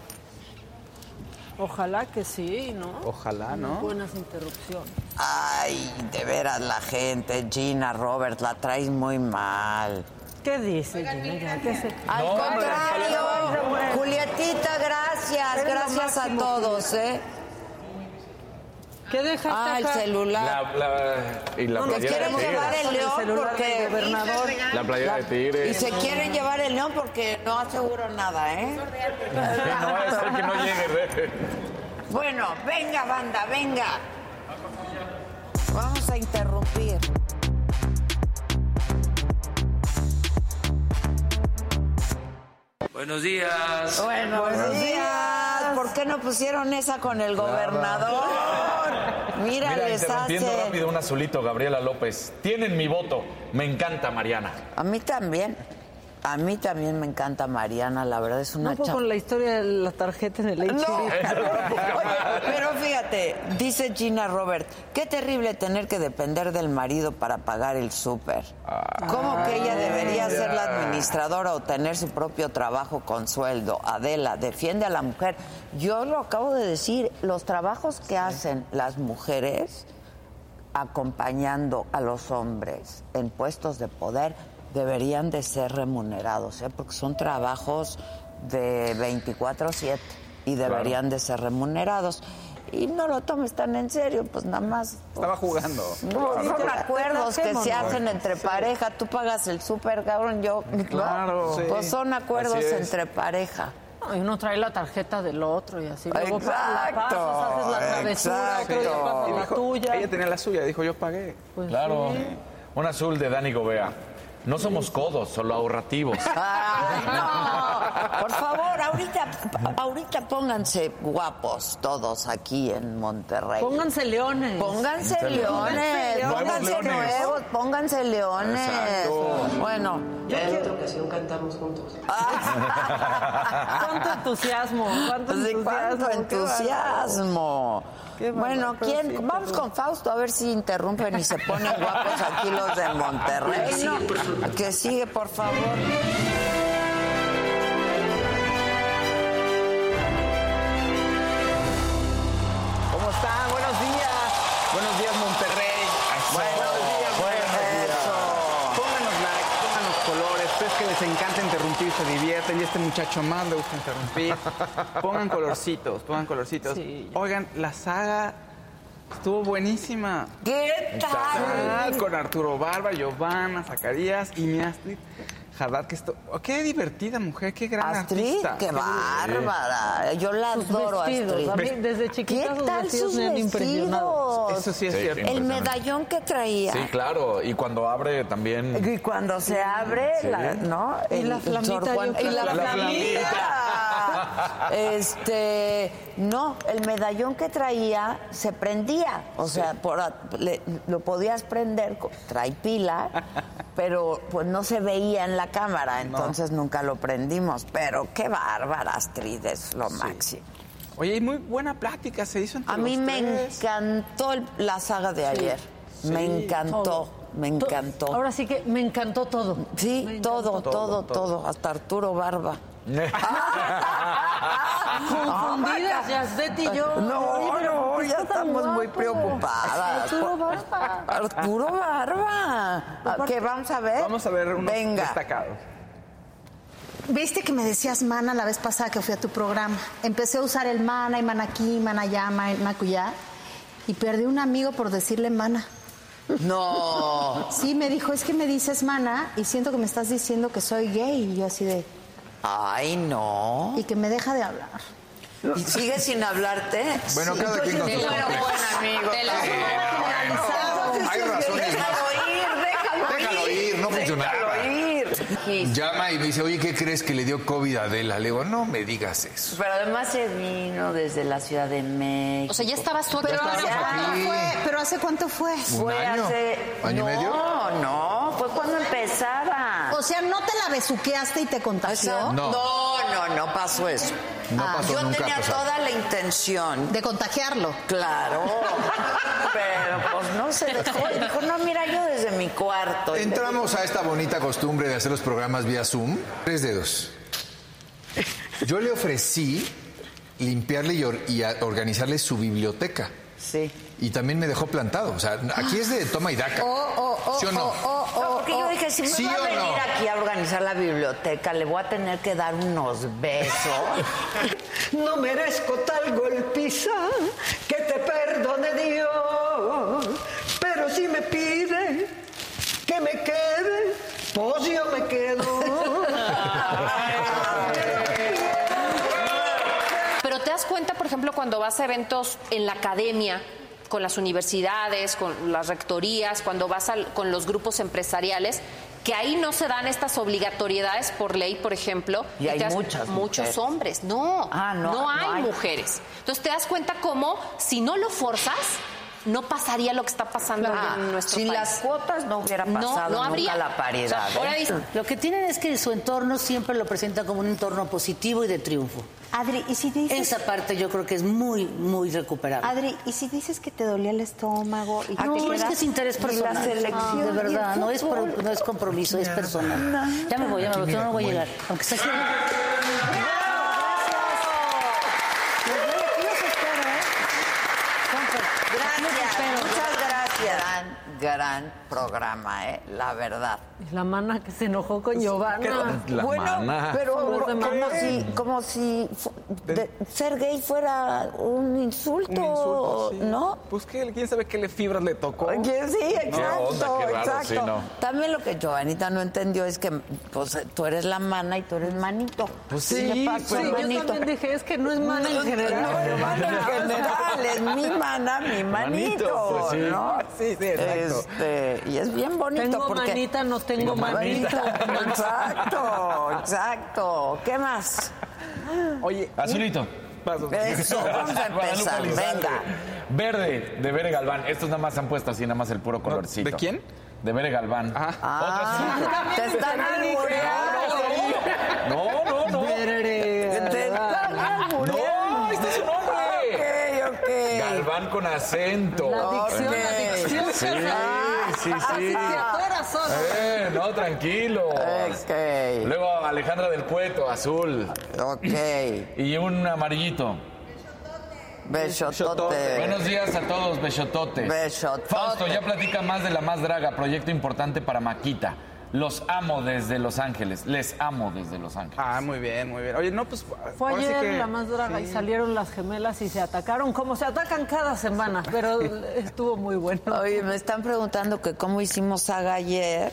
Ojalá que sí, ¿no? Ojalá, ¿no? Buenas interrupciones. Ay, de veras la gente, Gina, Robert, la traes muy mal. ¿Qué dice, Gina? Ya, ¿qué se- Al contrario, Julietita, gracias, Eres lo gracias a máximo, todos, ¿eh? ¿Qué dejaste Ah, el acá? celular. La, la, y la No, ¿Te playera quieren de llevar tigre. el Con el león celular porque del gobernador. La playera de Y tigre. se quieren llevar el león porque no aseguro nada, ¿eh? No vaya a ser que no llegue. ¿eh? Bueno, venga, banda, venga. Vamos a interrumpir. Buenos días. Bueno, buenos días. ¿Por qué no pusieron esa con el gobernador? Mira, Mira, les interrumpiendo hace... rápido un azulito, Gabriela López. Tienen mi voto. Me encanta, Mariana. A mí también. A mí también me encanta Mariana, la verdad es una No fue chava. con la historia de la tarjeta en el H D. No. Oye, pero fíjate, dice Gina Robert, qué terrible tener que depender del marido para pagar el súper. ¿Cómo que ella debería ser la administradora o tener su propio trabajo con sueldo? Adela, defiende a la mujer. Yo lo acabo de decir, los trabajos que hacen las mujeres acompañando a los hombres en puestos de poder deberían de ser remunerados, ¿eh? Porque son trabajos de veinticuatro siete y deberían claro. de ser remunerados. Y no lo tomes tan en serio, pues nada más... Estaba jugando. No, claro. son acuerdos que se hacen entre sí. pareja. Tú pagas el súper, cabrón, yo... Claro. ¿no? Sí. Pues son acuerdos entre pareja. Y uno trae la tarjeta del otro y así. Luego la pasas, haces la travesura, otro día pasas la tuya. Ella tenía la suya, dijo, yo pagué. Pues claro. Sí. Un azul de Dani Gobea. No somos codos, solo ahorrativos. Ay, no. Por favor, ahorita, ahorita pónganse guapos todos aquí en Monterrey. Pónganse leones. Pónganse leones. Leones. Pónganse leones. nuevos, pónganse leones. Exacto. Bueno. Ya en otra ocasión cantamos juntos. ¿Cuánto entusiasmo? ¿Cuánto sí, entusiasmo? ¿Cuánto entusiasmo? Qué bueno, ¿quién? Sí, vamos con Fausto a ver si interrumpen y se ponen guapos aquí los de Monterrey. Sí, ¿no? por favor. Que sigue, por favor. ¿Cómo están? Buenos días. Buenos días, Monterrey. Buenos días, buenos días. Pónganos like, pónganos colores. Ustedes que les encanta interrumpir, se divierten. Y este muchacho más le gusta interrumpir. Pongan colorcitos, pongan colorcitos. Sí. Oigan, la saga estuvo buenísima. ¿Qué tal? Con Arturo Barba, Giovanna, Zacarías y mi Astrid Haddad, que esto... Oh, qué divertida mujer, qué gran Astrid, artista. qué bárbara. Yo la sus adoro, vestidos, Astrid. A mí, desde chiquita ¿Qué sus tal vestidos sus me han impresionado. Eso sí es sí, cierto. El medallón que traía. Sí, claro. Y cuando abre también... Y cuando se abre, sí. la, ¿no? Y la flamita. Juan, y la, la flamita. flamita. Este, no, el medallón que traía se prendía. O sea, sí. por, le, lo podías prender, trae pila, pero pues no se veía en la cámara. Entonces no. nunca lo prendimos. Pero qué bárbara, Astrid, es lo sí. máximo. Oye, y muy buena plática se hizo entre A mí los me tres. encantó el, la saga de ayer. Sí. Me encantó. Todo. Me encantó. Ahora sí que me encantó todo. Sí, me todo, encantó. todo, todo, todo. Hasta Arturo Barba. Confundidas, Yasdet y yo. No, no, ya estamos muy preocupadas. Arturo Barba. Arturo Barba. ¿Qué vamos a ver? Vamos a ver unos Venga. destacados. Viste que me decías mana la vez pasada que fui a tu programa. Empecé a usar el mana y mana aquí, mana allá, mana acullá. Y perdí un amigo por decirle mana. No. Sí, me dijo, es que me dices mana y siento que me estás diciendo que soy gay. Y yo así de... Ay, no. Y que me deja de hablar. ¿Y sigue sin hablarte? Bueno, cada quien con sus complejos. Buen amigo. Te la generalizado. Hay razones Déjalo más. ir, déjalo ir. Déjalo ir, no funcionaba. Déjalo ir. Llama y me dice, oye, ¿qué crees que le dio COVID a Adela? Le digo, no me digas eso. Pero además se vino desde la Ciudad de México. O sea, ya estabas tú aquí. Pero, estábamos aquí. fue, pero ¿hace cuánto fue? ¿Un Fue año? hace... ¿Año no, y medio? No, no, fue cuando empezaba. O sea, ¿no te la besuqueaste y te contagió? No. No, no, no pasó eso. No Ah, pasó yo nunca. tenía o sea, toda la intención. De contagiarlo. Claro. Pero pues no se dejó. Y dijo, no, mira, yo desde mi cuarto. entramos a esta bonita costumbre de hacer los programas vía Zoom. Tres dedos. Yo le ofrecí limpiarle y, or- y a- organizarle su biblioteca. Sí. Y también me dejó plantado. O sea, aquí es de toma y daca. Oh, oh, oh, ¿Sí o no? oh, oh, oh, No, porque yo dije, si me ¿Sí va a o venir no? aquí a organizar la biblioteca, le voy a tener que dar unos besos. No merezco tal golpiza, que te perdone Dios, pero si me pide que me quede, pues yo me quedo. Pero te das cuenta, por ejemplo, cuando vas a eventos en la academia, con las universidades, con las rectorías, cuando vas al, con los grupos empresariales, que ahí no se dan estas obligatoriedades por ley, por ejemplo. Y hay das, muchas muchos mujeres. hombres. No, ah, no, no, hay no hay mujeres. Entonces te das cuenta cómo, si no lo forzas, no pasaría lo que está pasando claro. en nuestro Sin país. las cuotas no hubiera pasado no, no habría, nunca la paridad. O sea, ahora ¿eh? dice, lo que tienen es que su entorno siempre lo presenta como un entorno positivo y de triunfo. Adri, ¿y si dices... Esa parte yo creo que es muy, muy recuperable. Adri, ¿y si dices que te dolía el estómago? Y no, te es que es interés personal. La selección, de verdad, no es, por, no es compromiso, es personal. No. Ya me voy, ya me voy, que no voy a llegar. Aunque está aquí. Gran, gran programa, ¿eh? La verdad. La mana que se enojó con Giovanna. La bueno, mana. Pero como si, como si de, ser gay fuera un insulto, un insulto sí. ¿no? Pues que quién sabe qué le fibras le tocó. Sí, exacto, no, onda, qué raro, exacto. Sí, no. También lo que Giovanita no entendió es que pues, tú eres la mana y tú eres manito. Pues sí, sí, sí manito. Yo también dije, es que no es mana en general. No es mana en general, es mi mana, mi manito, manito pues sí. ¿no? Sí, sí, exacto. Este, y es bien bonito tengo porque... manita, no tengo, tengo manita. manita. Exacto, exacto. ¿Qué más? Oye, Azulito. Eso, vamos a empezar, venga. Verde, de Bere Galván. Estos nada más han puesto así, nada más el puro colorcito. ¿De quién? De Bere Galván. Ah, ah te están albureando. No, no, no. Te están albureando. No, este es su nombre. Ok, ok. Galván con acento. La dicción, okay. la dicción. Sí, sí, sí. Eh, no, tranquilo. Ok. Luego Alejandra del Cueto, azul. Ok. Y un amarillito. Besotote. Buenos días a todos, besototes. Besotote. Fausto, ya platica más de La Más Draga, proyecto importante para Maquita. Los amo desde Los Ángeles. Les amo desde Los Ángeles. Ah, muy bien, muy bien. Oye, no, pues... Fue ayer sí que... La Más Draga sí. Y salieron las gemelas y se atacaron como se atacan cada semana, pero estuvo muy bueno. Oye, me están preguntando que cómo hicimos saga ayer,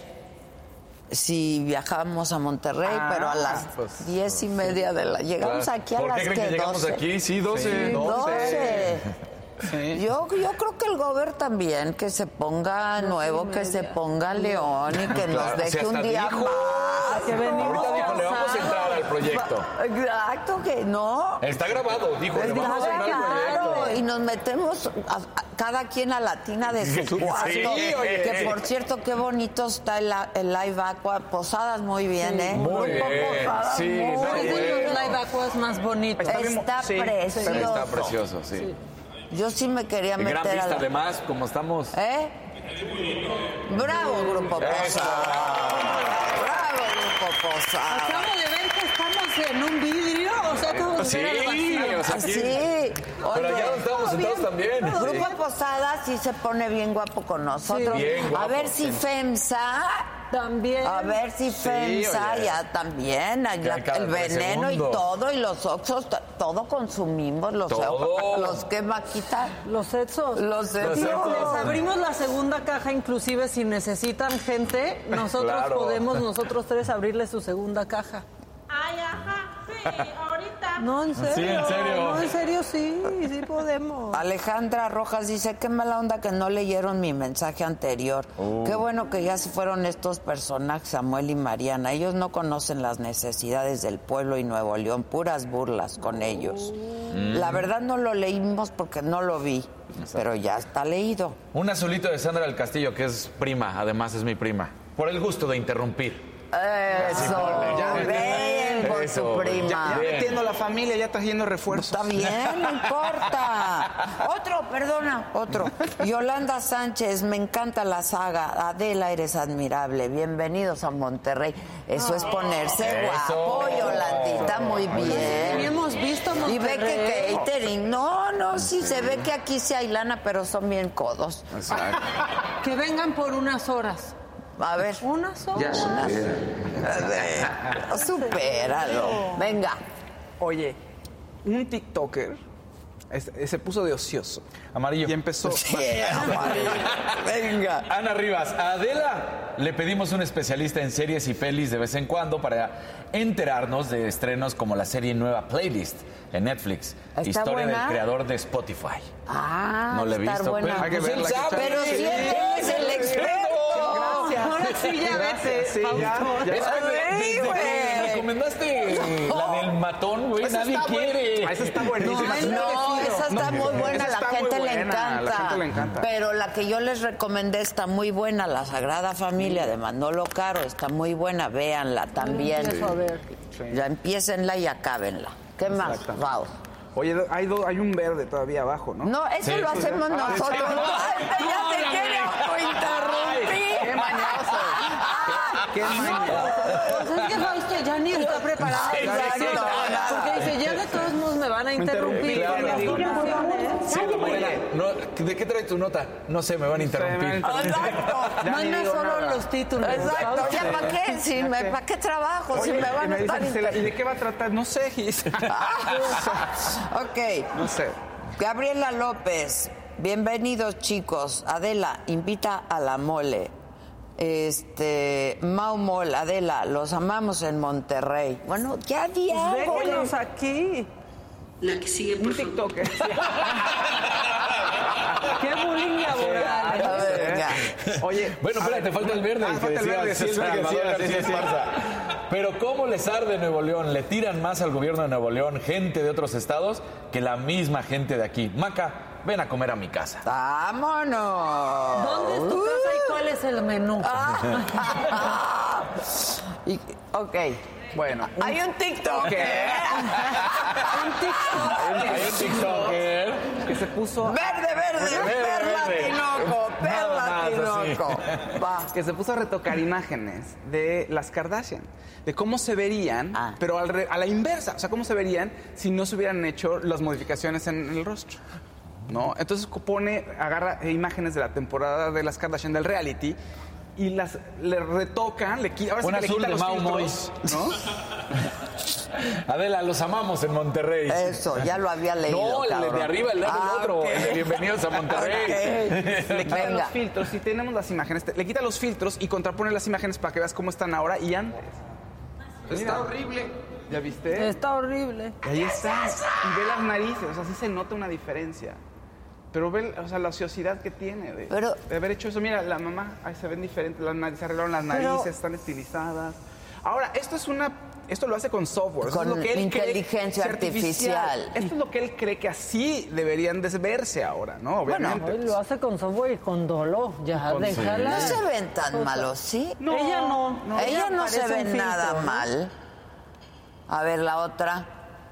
si viajamos a Monterrey, ah, pero a las pues, diez y media de la... Llegamos claro. aquí a ¿Por las qué creen que que llegamos doce? aquí? Sí, doce. Sí, doce. Sí. Yo, yo creo que el gobierno también, que se ponga no nuevo, que se ponga León y que claro, nos deje si un día dijo, más. Que venimos no, dijo, le vamos a entrar al proyecto. Exacto, que no. Está grabado, dijo, le vamos a entrar claro, al proyecto. Y nos metemos a, a, cada quien a la tina de su cuarto. Sí, oye, que por cierto, qué bonito está el, el Live Aqua. Posadas muy bien, sí, ¿eh? Muy bien. Posadas, sí, muy bien. El Live Aqua es más bonito. Está, está sí, precioso. Está precioso, sí. sí. Yo sí me quería meter gran vista, a la... además, como estamos. ¿Eh? Bravo, Grupo Posada. Bravo, Grupo Posada. Acabo de ver que estamos en un vidrio, o sea, acabo de sí, ver al vacío. O sea, sí. Oye, pero allá donde estamos sentados también. Grupo sí. Posada sí se pone bien guapo con nosotros. Sí, bien guapo, a ver si sí. FEMSA... También. A ver si sí, FEMSA oye. ya también, allá el veneno segundo. y todo, y los oxos, todo consumimos, los todo. los que Maquita. Los exos. Los exos. Sí, les abrimos la segunda caja, inclusive si necesitan gente, nosotros claro. podemos, nosotros tres, abrirles su segunda caja. Ay, ajá, sí, ahorita. No, en serio. Sí, en serio. No, en serio, sí, sí podemos. Alejandra Rojas dice, qué mala onda que no leyeron mi mensaje anterior. Uh. Qué bueno que ya se fueron estos personajes, Samuel y Mariana. Ellos no conocen las necesidades del pueblo y Nuevo León, puras burlas con ellos. Uh. La verdad no lo leímos porque no lo vi, exacto. pero ya está leído. Un azulito de Sandra del Castillo, que es prima, además es mi prima. Por el gusto de interrumpir. Eso, ya ven por su prima. Ya, ya metiendo la familia, ya trayendo refuerzos. Está bien, no importa. Otro, perdona, otro. Yolanda Sánchez, me encanta la saga. Adela, eres admirable. Bienvenidos a Monterrey. Eso oh, es ponerse eso. guapo, Yolandita, muy bien. Y hemos visto Monterrey. Y ve que catering, no, no, sí, se ve que aquí sí hay lana, pero son bien codos. Exacto. Que vengan por unas horas. A ver. Unas horas. Ya supera. Supéralo. Venga. Oye, un TikToker se puso de ocioso. Amarillo. Y empezó. Sí, amarillo. Venga. Ana Rivas, a Adela le pedimos un especialista en series y pelis de vez en cuando para enterarnos de estrenos como la serie nueva Playlist en Netflix. Historia buena? del creador de Spotify. Ah, no le he visto, buena. pero, Hay que pues, verla, él sabe. Pero si él es el experto. Gracias. Ahora sí ya vete. Sí, ya, ya. Es que me- Sí, desde güey. que recomendaste la del matón, güey, Esa nadie está quiere. buena. Esa está buenísima. No, esa está No, muy buena, esa la está muy gente le buena, encanta. la gente le encanta. Pero la que yo les recomendé está muy buena, La Sagrada Familia de Manolo Caro, está muy buena, véanla también. Empiezo a ver. Sí. Ya empiécenla y acábenla. ¿Qué más? Exacto. Wow. Oye, hay, do- hay un verde todavía abajo, ¿no? No, eso Sí, lo sí, hacemos sí. nosotros. Ah, Ay, este ya se quiere autointerrumpir. ¡Qué mañoso! ¡Qué, qué mañoso! Pues es que Fausto ya ni está preparado. Exacto. Porque dice, ya de todos modos me van a interrumpir. Claro, con las digo. donaciones. Sí, la mañana. No, ¿de qué trae tu nota? No sé, me van a interrumpir. Exacto. Ya ni Manda digo solo nada. los títulos. Exacto. Fausto. ¿Ya para qué? Si me, ¿Para qué trabajo? Si Oye, me y van a me dice estar Gisela, ¿y inter- de qué va a tratar? No sé, Gis. Ok. No sé. Gabriela López, bienvenidos chicos. Adela, invita a la mole. Este, Mau Mol, Adela, los amamos en Monterrey. Bueno, ya diablo. Déjenos aquí. La que sigue, por Un favor. TikToker. Qué bullying laboral. A ver, ya. Oye, Bueno, espérate, falta el verde. Ah, el que falta el decía verde, sí, Silvia sí, García sí, García sí, sí. Esparza. Pero ¿cómo les arde Nuevo León? Le tiran más al gobierno de Nuevo León gente de otros estados que la misma gente de aquí. Maca, ven a comer a mi casa. ¡Vámonos! ¿Dónde es tu casa y cuál es el menú? Y- ok. bueno. un- Hay un TikTok. ¿Qué? Un TikTok. Hay un TikToker. que se puso Verde, verde, Verde, perla verde. tinoco, perla Nada más, tinoco. Va. que se puso a retocar imágenes de las Kardashian, de cómo se verían, Ah. pero al re- a la inversa, o sea, cómo se verían si no se hubieran hecho las modificaciones en el rostro, ¿no? Entonces pone, agarra imágenes de la temporada de las Kardashian del reality y las le retocan, le, qui- ahora sí Un que le azul quita de los Mau filtros, ¿no? Adela, los amamos en Monterrey. Eso, ya lo había leído. No, el cabrón. de arriba, el lado Ah, del otro. ok. El de Bienvenidos a Monterrey. Ok. Le quita Venga. los filtros y tenemos las imágenes, te- le quita los filtros y contrapone las imágenes para que veas cómo están ahora y antes. Está horrible. ¿Ya viste? Está horrible. Y ahí está. Y ve las narices, o sea, sí se nota una diferencia. Pero ve, o sea, la ociosidad que tiene de, Pero- de haber hecho eso. Mira, la mamá, ahí se ven diferentes, las narices, se arreglaron las Pero- narices, están estilizadas. Ahora, esto es una, esto lo hace con software. Esto Con es lo que él inteligencia cree, artificial. Esto es lo que él cree que así deberían de verse ahora, ¿no? Obviamente. Hoy lo hace con software y con dolor. Ya, Con- déjala. No se ven tan malos, ¿sí? No, ella no. no. Ella no se parece ve un nada filtro, ¿no? mal. A ver, la otra.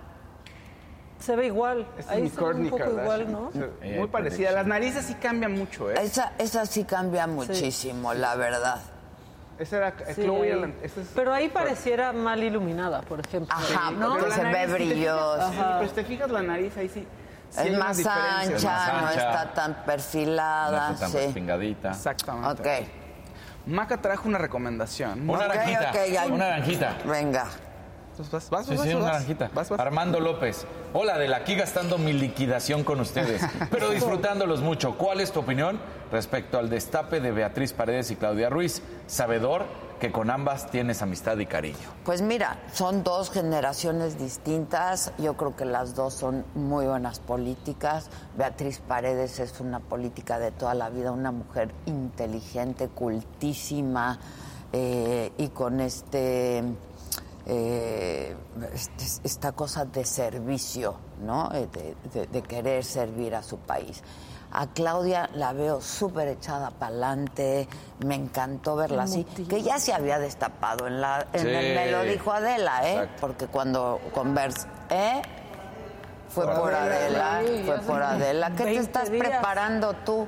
Se ve igual. Esta Ahí es se ve un Kourtney poco Kardashian. igual, ¿no? Sí, muy parecida. Las narices sí cambian mucho, ¿eh? Esa, esa sí cambia muchísimo, la verdad. Esa era Sí. Chloe. era la- esa es- Pero ahí pareciera mal iluminada, por ejemplo. Ajá, ¿no? porque Pero la se ve nariz, si te fijas- brillosa. sí, pero si te fijas la nariz, ahí sí. sí hay Es unas más diferencias. ancha, más no ancha. está tan perfilada. No está tan sí. respingadita. Exactamente. Ok. Maca trajo una recomendación. Una Ok, naranjita. ok, ya. Una naranjita. Venga. Vas, vas, vas, Sí, vas, sí, vas, una vas. naranjita. Vas, vas. Armando López. Hola, de aquí gastando mi liquidación con ustedes, pero disfrutándolos mucho. ¿Cuál es tu opinión respecto al destape de Beatriz Paredes y Claudia Ruiz? Sabedor que con ambas tienes amistad y cariño. Pues mira, son dos generaciones distintas. Yo creo que las dos son muy buenas políticas. Beatriz Paredes es una política de toda la vida, una mujer inteligente, cultísima eh, y con este, eh, este- esta cosa de servicio, ¿no? Eh, De, de- de querer servir a su país. A Claudia la veo súper echada para adelante, me encantó verla así, que ya se había destapado en la, en Sí. el, me lo dijo Adela, ¿eh? Exacto. Porque cuando conversa, ¿eh? Fue por, Por Adela, Adela, sí, fue ya por hace Adela. ¿Qué te veinte estás días. preparando tú?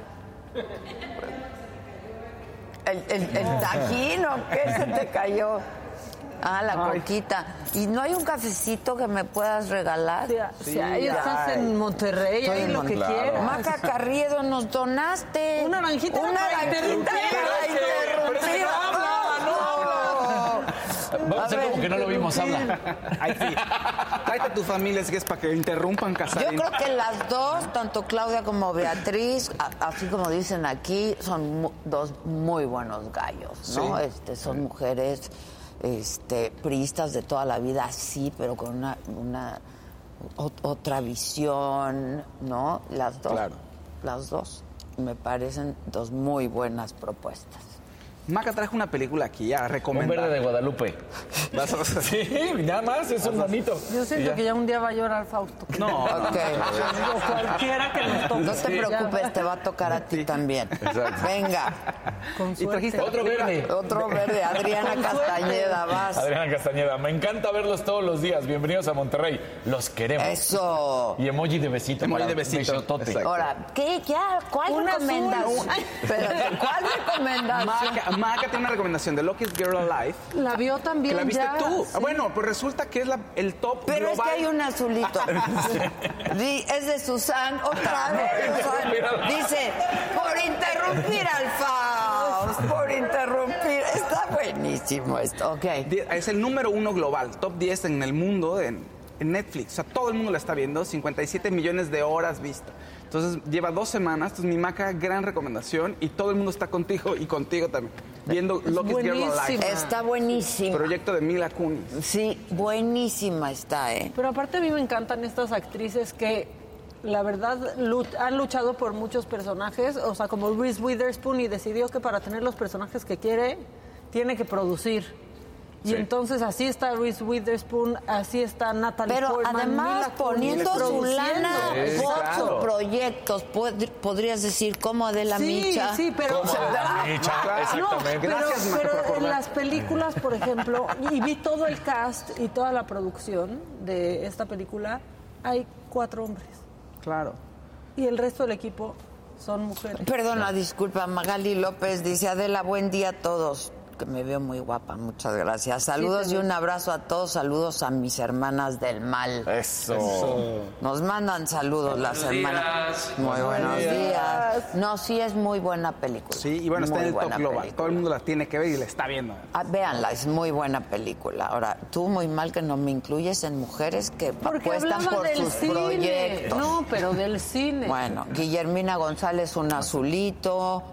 ¿El, el, el tajín o qué se te cayó? Ah, la Ay. coquita. ¿Y no hay un cafecito que me puedas regalar? O sea, si ahí estás Ay. en Monterrey, Estoy ahí en lo que Monterrey. quieras. Maca Carriedo, nos donaste. Una naranjita Una para naranjita interrumpir. para Pero es que- interrumpir. pero es que no habla, no No. Vamos a hacer ver, como que no lo vimos, habla. Ay, sí. Tráete a tu familia, si es para que interrumpan, Casarín. Yo creo que las dos, tanto Claudia como Beatriz, a- así como dicen aquí, son mu- dos muy buenos gallos, ¿no? Sí. Este, son mujeres este, priistas de toda la vida, sí, pero con una, una ot- otra visión, ¿no? Las dos. Claro. Las dos. Me parecen dos muy buenas propuestas. Maca trajo una película aquí ya, Un recomendada. verde de Guadalupe. Vas a- Sí, nada más, es un bonito. Yo siento que ya un día va a llorar Fausto. No, Ok. O cualquiera que nos toque. No te preocupes, te va a tocar a ti también. Venga, Con Y suerte. trajiste Otro verde. otro verde, Adriana Castañeda, vas. Adriana Castañeda, me encanta verlos todos los días. Bienvenidos a Monterrey. Los queremos. Eso. Y emoji de besito. Emoji para de besito. besotote. Exacto. Ahora, ¿qué? ¿Ya? ¿Cuál Un recomendación? azul. Espérate, ¿cuál recomendación? Maca, Maca tiene una recomendación de Luckiest Girl Alive. La vio Que también la viste ya. tú. Sí. Ah, Bueno, pues resulta que es la- el top Pero es global. que hay un azulito. Di- Es de Susan, otra vez. Susan. Dice, por interrumpir al Faust, por interrumpir. Está buenísimo esto, ok. Die- Es el número uno global, top diez en el mundo en, en Netflix. O sea, todo el mundo la está viendo, cincuenta y siete millones de horas vista. Entonces, lleva dos semanas. Entonces, mi Maca, gran recomendación. Y todo el mundo está contigo y contigo también. Viendo Luckiest Girl buenísima. Alive. Está buenísima. Proyecto de Mila Kunis. Sí, buenísima está, ¿eh? Pero aparte a mí me encantan estas actrices que, la verdad, lu- han luchado por muchos personajes. O sea, como Reese Witherspoon, y decidió que para tener los personajes que quiere, tiene que producir. Y Sí. entonces así está Reese Witherspoon, así está Natalie Pero Portman, además Mila Kunis poniendo su produciendo. lana Sí, por claro. sus proyectos, pod- podrías decir como Adela Sí, Micha. sí, pero... Como Adela Micha, No, exactamente. pero, Gracias, Maca, pero por en acordar. las películas, por ejemplo, y vi todo el cast y toda la producción de esta película, hay cuatro hombres. Claro. Y el resto del equipo son mujeres. Perdona, disculpa, Magali López dice, Adela, buen día a todos. Que me veo muy guapa, muchas gracias. Saludos Sí, y te un abrazo a todos, saludos a mis hermanas del mal. Eso. Nos mandan saludos las hermanas. Muy buenos días. No, sí es muy buena película. Sí, y bueno, está Muy en el top buena global. película. Todo el mundo la tiene que ver y la está viendo. Ah, véanla, es muy buena película. Ahora, tú muy mal que no me incluyes en mujeres que Porque apuestan hablaba por del sus cine. proyectos. No, pero del cine. Bueno, Guillermina González, un azulito.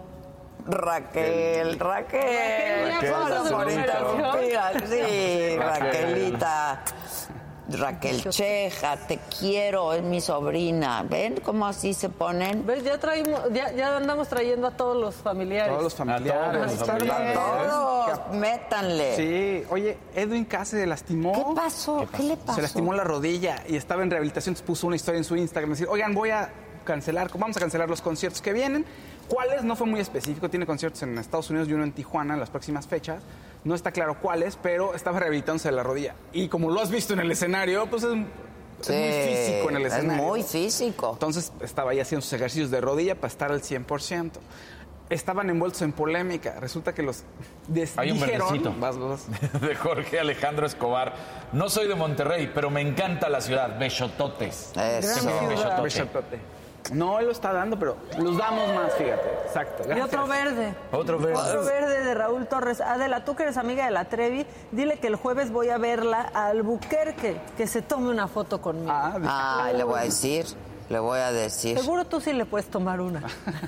Raquel, Raquel, Raquel, solo ya por puso interrumpir, sí, Raquel. Raquelita, Raquel Cheja, te quiero, es mi sobrina. ¿Ven cómo así se ponen? ¿Ves? Ya, traímos, ya, ya andamos trayendo a todos los familiares. Todos los familiares. A todos los Claro. familiares. Todos, métanle. Sí, oye, Edwin Cass se lastimó. ¿Qué pasó? ¿Qué le pasó? Se lastimó la rodilla y estaba en rehabilitación, entonces puso una historia en su Instagram, decir, oigan, voy a cancelar, vamos a cancelar los conciertos que vienen. ¿Cuáles? No fue muy específico, tiene conciertos en Estados Unidos y uno en Tijuana en las próximas fechas. No está claro cuáles, pero estaba rehabilitándose de la rodilla. Y como lo has visto en el escenario, pues es, es Sí, muy físico en el es escenario. muy físico. Entonces estaba ahí haciendo sus ejercicios de rodilla para estar al cien por ciento. Estaban envueltos en polémica. Resulta que los des- Hay un dijeron... verdecito. Vas, vas. De Jorge Alejandro Escobar. No soy de Monterrey, pero me encanta la ciudad. Besototes. Eso. Sí, besotote. Besotote. No, él lo está dando, pero los damos más, fíjate. Exacto. Y Gracias. otro verde. Otro verde. Otro verde de Raúl Torres. Adela, tú que eres amiga de la Trevi, dile que el jueves voy a verla a Albuquerque, que se tome una foto conmigo. Ah, Ah, le voy a decir, le voy a decir. Seguro tú sí le puedes tomar una.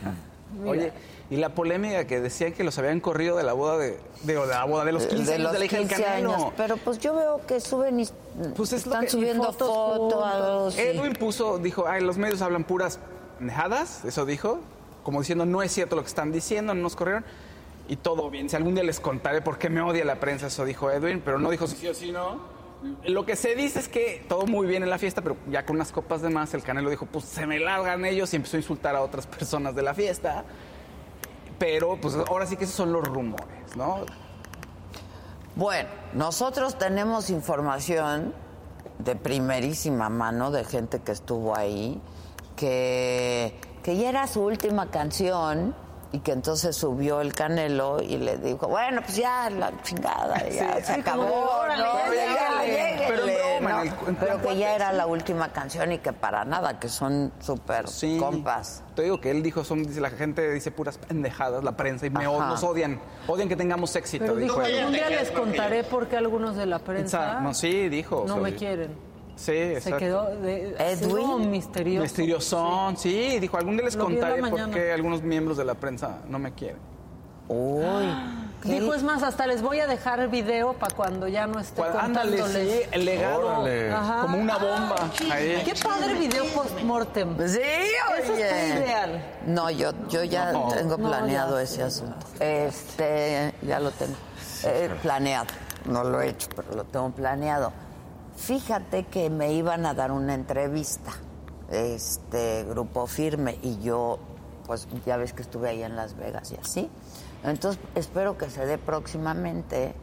Oye, y la polémica que decían que los habían corrido de la boda de, de, de la boda de los quince de años los de la hija del quince Canelo. años. Pero pues yo veo que suben y Pues es lo están que- subiendo y fotos fotos. sí. Edwin puso, dijo, ay, los medios hablan puras nejadas, eso dijo, como diciendo, no es cierto lo que están diciendo, no nos corrieron, y todo bien. Si algún día les contaré por qué me odia la prensa, eso dijo Edwin, pero no dijo si sí o si no. Lo que se dice es que todo muy bien en la fiesta, pero ya con unas copas de más, el Canelo dijo, pues se me largan ellos, y empezó a insultar a otras personas de la fiesta. Pero, pues ahora sí que esos son los rumores, ¿no? Bueno, nosotros tenemos información de primerísima mano de gente que estuvo ahí, que, que ya era su última canción y que entonces subió el Canelo y le dijo, bueno, pues ya, la chingada, ya Sí, se sí, acabó, como, órale, ¿no? ya, Ya, lléguenle. lléguenle, Pero en broma, ¿no? en el- en Pero plan que ya cuates. era la última canción y que para nada, que son súper Sí. compas. Te digo que él dijo, son, dice, la gente dice puras pendejadas, la prensa, y me, Ajá. nos odian. Odian que tengamos éxito, Pero dijo, él. algún día les contaré por qué algunos de la prensa Exacto, no, sí, dijo. no o sea, me quieren. Sí, Se exacto. quedó de, así como misterioso. Misteriosón, sí. Dijo, algún día les Lo vi en la contaré por mañana. qué algunos miembros de la prensa no me quieren. Uy. Dijo, es más, hasta les voy a dejar el video para cuando ya no esté Cuál- ándale, contándoles. sí, el legado. Órale. Ajá. Como una bomba. Ahí. Qué padre video post-mortem. Sí, oye. Eso está ideal. No, yo, yo ya No. tengo No, planeado ya ese sé. asunto. Este, ya lo tengo. Eh, planeado. No lo he hecho, pero lo tengo planeado. Fíjate que me iban a dar una entrevista, este Grupo Firme, y yo, pues ya ves que estuve ahí en Las Vegas y así. Entonces, espero que se dé próximamente.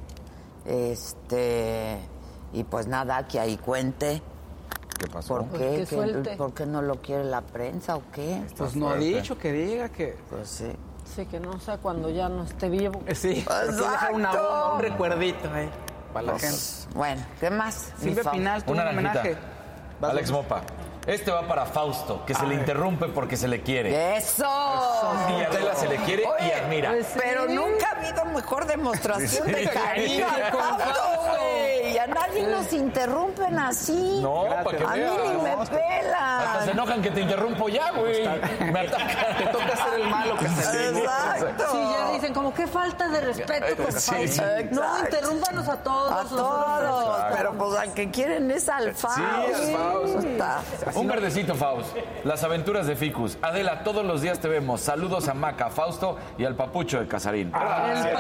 Este, y pues nada, que ahí cuente. ¿Qué pasó? ¿Por Pues qué? que ¿Que- suelte. ¿Por qué no lo quiere la prensa o qué? Pues no ha dicho que diga que... Pues sí. Sí, que no sea cuando ya no esté vivo. Eh, Sí, pero quiere dejar una ¡Exacto! bomba, un recuerdito ahí para la Pues, gente. bueno, ¿qué más? Silvia Mi fa- Pinal tuvo Una un naranjita. homenaje. Vas, Alex vas. Mopa. Este va para Fausto, que se le interrumpe porque se le quiere. ¡Eso! Y Adela se le quiere y Oye, admira. pues sí. Pero nunca ha habido mejor demostración Sí. de cariño al Con Fausto, Fausto. güey. A nadie nos interrumpen así. No, para que A mí veas. ni me Hasta se pelan. enojan que te interrumpo ya, güey. Me atacan. Te toca hacer el malo que se le Exacto. Sí, ya dicen como qué falta de respeto con Sí, Fausto. sí. No, Exacto. interrúmpanos a todos. A todos. Pero pues al que quieren es al Fausto. al Fausto. Está. Un verdecito, Faust. Las aventuras de Ficus. Adela, todos los días te vemos. Saludos a Maca, a Fausto y al papucho de Casarín. El papucho.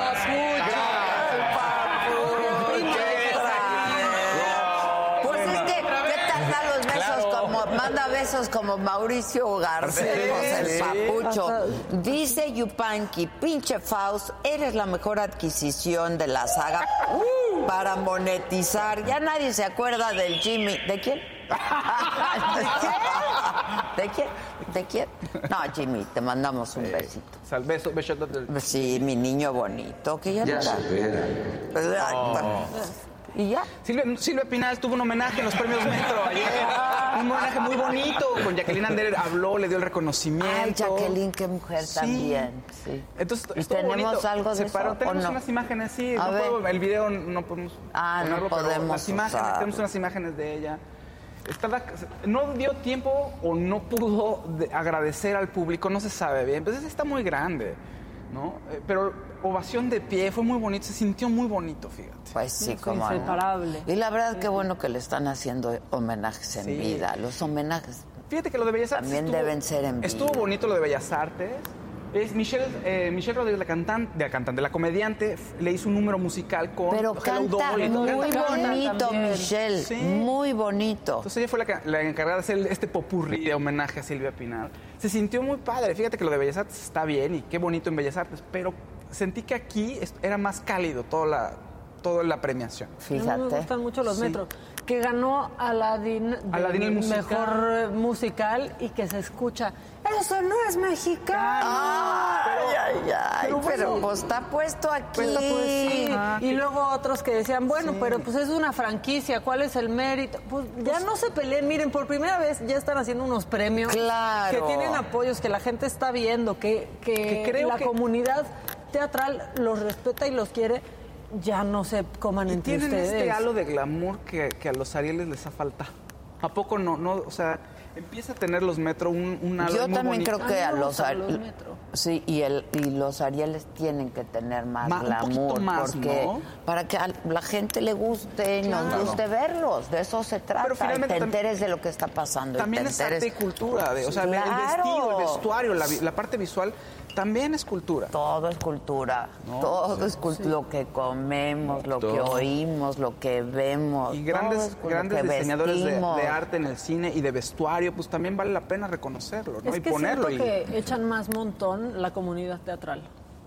Pues es que, ¿qué tal da los besos como, manda besos como Mauricio Garcés, el papucho? Dice Yupanqui, pinche Faust, eres la mejor adquisición de la saga para monetizar. Ya nadie se acuerda del Jimmy. ¿De quién? ¿De quién? ¿De quién? No, Jimmy, te mandamos un besito. Sal, beso, beso, beso. Sí, mi niño bonito, que ya, no era. Pues, ay, bueno. ¿Y ya? Silvia, Silvia Pinal tuvo un homenaje en los premios Metro ayer. Un homenaje muy bonito. Con Jacqueline Anderer habló, le dio el reconocimiento. Ay, Jacqueline, qué mujer Sí. también. Sí. Entonces, ¿Y estuvo tenemos bonito. algo de Se eso, paró, o tenemos no? unas imágenes, sí. A No ver. puedo- el video no podemos Ah, no ponerlo, pero podemos las imágenes, usarlo. tenemos unas imágenes de ella. Estaba, no dio tiempo o no pudo de- agradecer al público, no se sabe bien. Pues está muy grande, ¿no? Eh, Pero ovación de pie, fue muy bonito, se sintió muy bonito, fíjate. Pues sí, Fue como no. inseparable. Y la verdad, qué bueno que le están haciendo homenajes en Sí. vida. Los homenajes Fíjate que lo de Bellas Artes también estuvo- deben ser en vida. Estuvo bonito lo de Bellas Artes. Es Michelle, eh, Michelle Rodríguez, la cantante, de la cantante, la comediante, f- le hizo un número musical con Pero Hello canta Dolly. muy Canta, canta. bonito, también. Michelle. Sí. Muy bonito. Entonces ella fue la, que- la encargada de hacer este popurrí de homenaje a Silvia Pinal. Se sintió muy padre. Fíjate que lo de Bellas Artes está bien y qué bonito en Bellas Artes, pero sentí que aquí es- era más cálido toda la, toda la premiación. A mí me Fíjate. gustan mucho los Sí. metros. Que ganó Aladdin, del Aladdin el musical. mejor eh, musical y que se escucha. Eso no es mexicano. Ay, ay, ay. Pero Pero, bueno, pues está puesto aquí. Pues, pues, sí. Ah, y qué- luego otros que decían, bueno, pero pues es una franquicia, ¿cuál es el mérito? Pues ya no se peleen, miren, por primera vez ya están haciendo unos premios Claro. que tienen apoyos, que la gente está viendo, que, que, Que creo la que- comunidad teatral los respeta y los quiere, ya no se coman Y entre tienen ustedes. este halo de glamour que, que a los Arieles les ha faltado. ¿A poco no? no o sea, empieza a tener los Metro un, un halo Yo muy también bonito. creo que A a mí me los, gustan Ar- los Metro. sí y el y los Arieles tienen que tener más Ma- un glamour poquito más, porque ¿no? para que a la gente le guste y nos guste verlos, de eso se trata, Pero finalmente te tam- enteres de lo que está pasando y También te es enteres- arte y cultura. De, o sea, el- Claro. el vestido, el vestuario, la, vi- la parte visual también es cultura. Todo es cultura, todo es cultura, lo que comemos, lo que Todo. oímos, lo que vemos. Y todo grandes, es lo grandes que diseñadores de, vestimos. de arte en el cine y de vestuario, pues también vale la pena reconocerlo, ¿no? Es y que ponerlo. siento y- que echan más montón la comunidad teatral.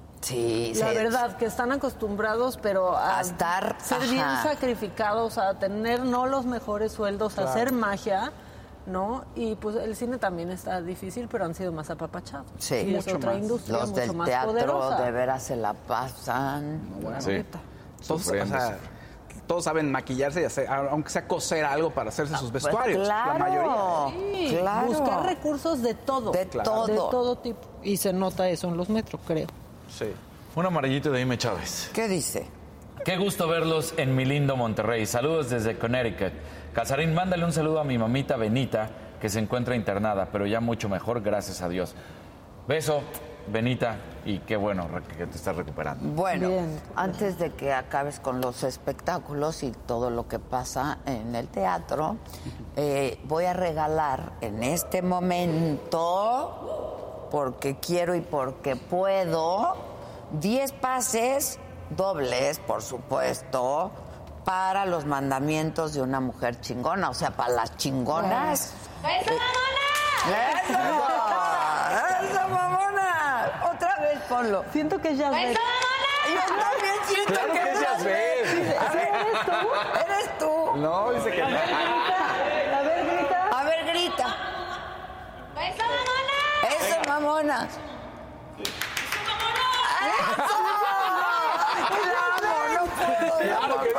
Sí, La sí. verdad, que están acostumbrados, pero a, A estar, ser bien ajá. sacrificados, a tener no los mejores sueldos, a hacer magia. ¿no? Y pues el cine también está difícil, pero han sido más apapachados. Sí, y es mucho otra más. industria Los mucho del más teatro poderosa. de veras se la pasan. Bueno, Sí. todos, o sea, todos saben maquillarse y hacer, aunque sea coser algo para hacerse sus Pues vestuarios. claro, la mayoría. Sí, claro. buscar recursos de todo. De Claro. todo. De todo tipo. Y se nota eso en los metros, creo. Sí. Un amarillito de Ime Chávez. ¿Qué dice? Qué gusto verlos en mi lindo Monterrey. Saludos desde Connecticut. Casarín, mándale un saludo a mi mamita Benita, que se encuentra internada, pero ya mucho mejor, gracias a Dios. Beso, Benita, y qué bueno que te estás recuperando. Bueno, Bien. antes de que acabes con los espectáculos y todo lo que pasa en el teatro, eh, voy a regalar en este momento, porque quiero y porque puedo, diez pases dobles, por supuesto, para los mandamientos de una mujer chingona, o sea, para las chingonas. ¡Eso, mamona! ¡Eso! ¡Eso, mamona! Otra vez ponlo. Siento que ya ¡Eso, mamona! Yo también siento Claro que, que es es Yasmín. Yasmín. A ver, ¿eres tú? ¿Eres tú? No, dice que no. A ver, grita. A ver, grita. ¡Eso, mamona! ¡Eso, mamona! ¡Eso! ¡Ay, la amo! No puedo. Claro que es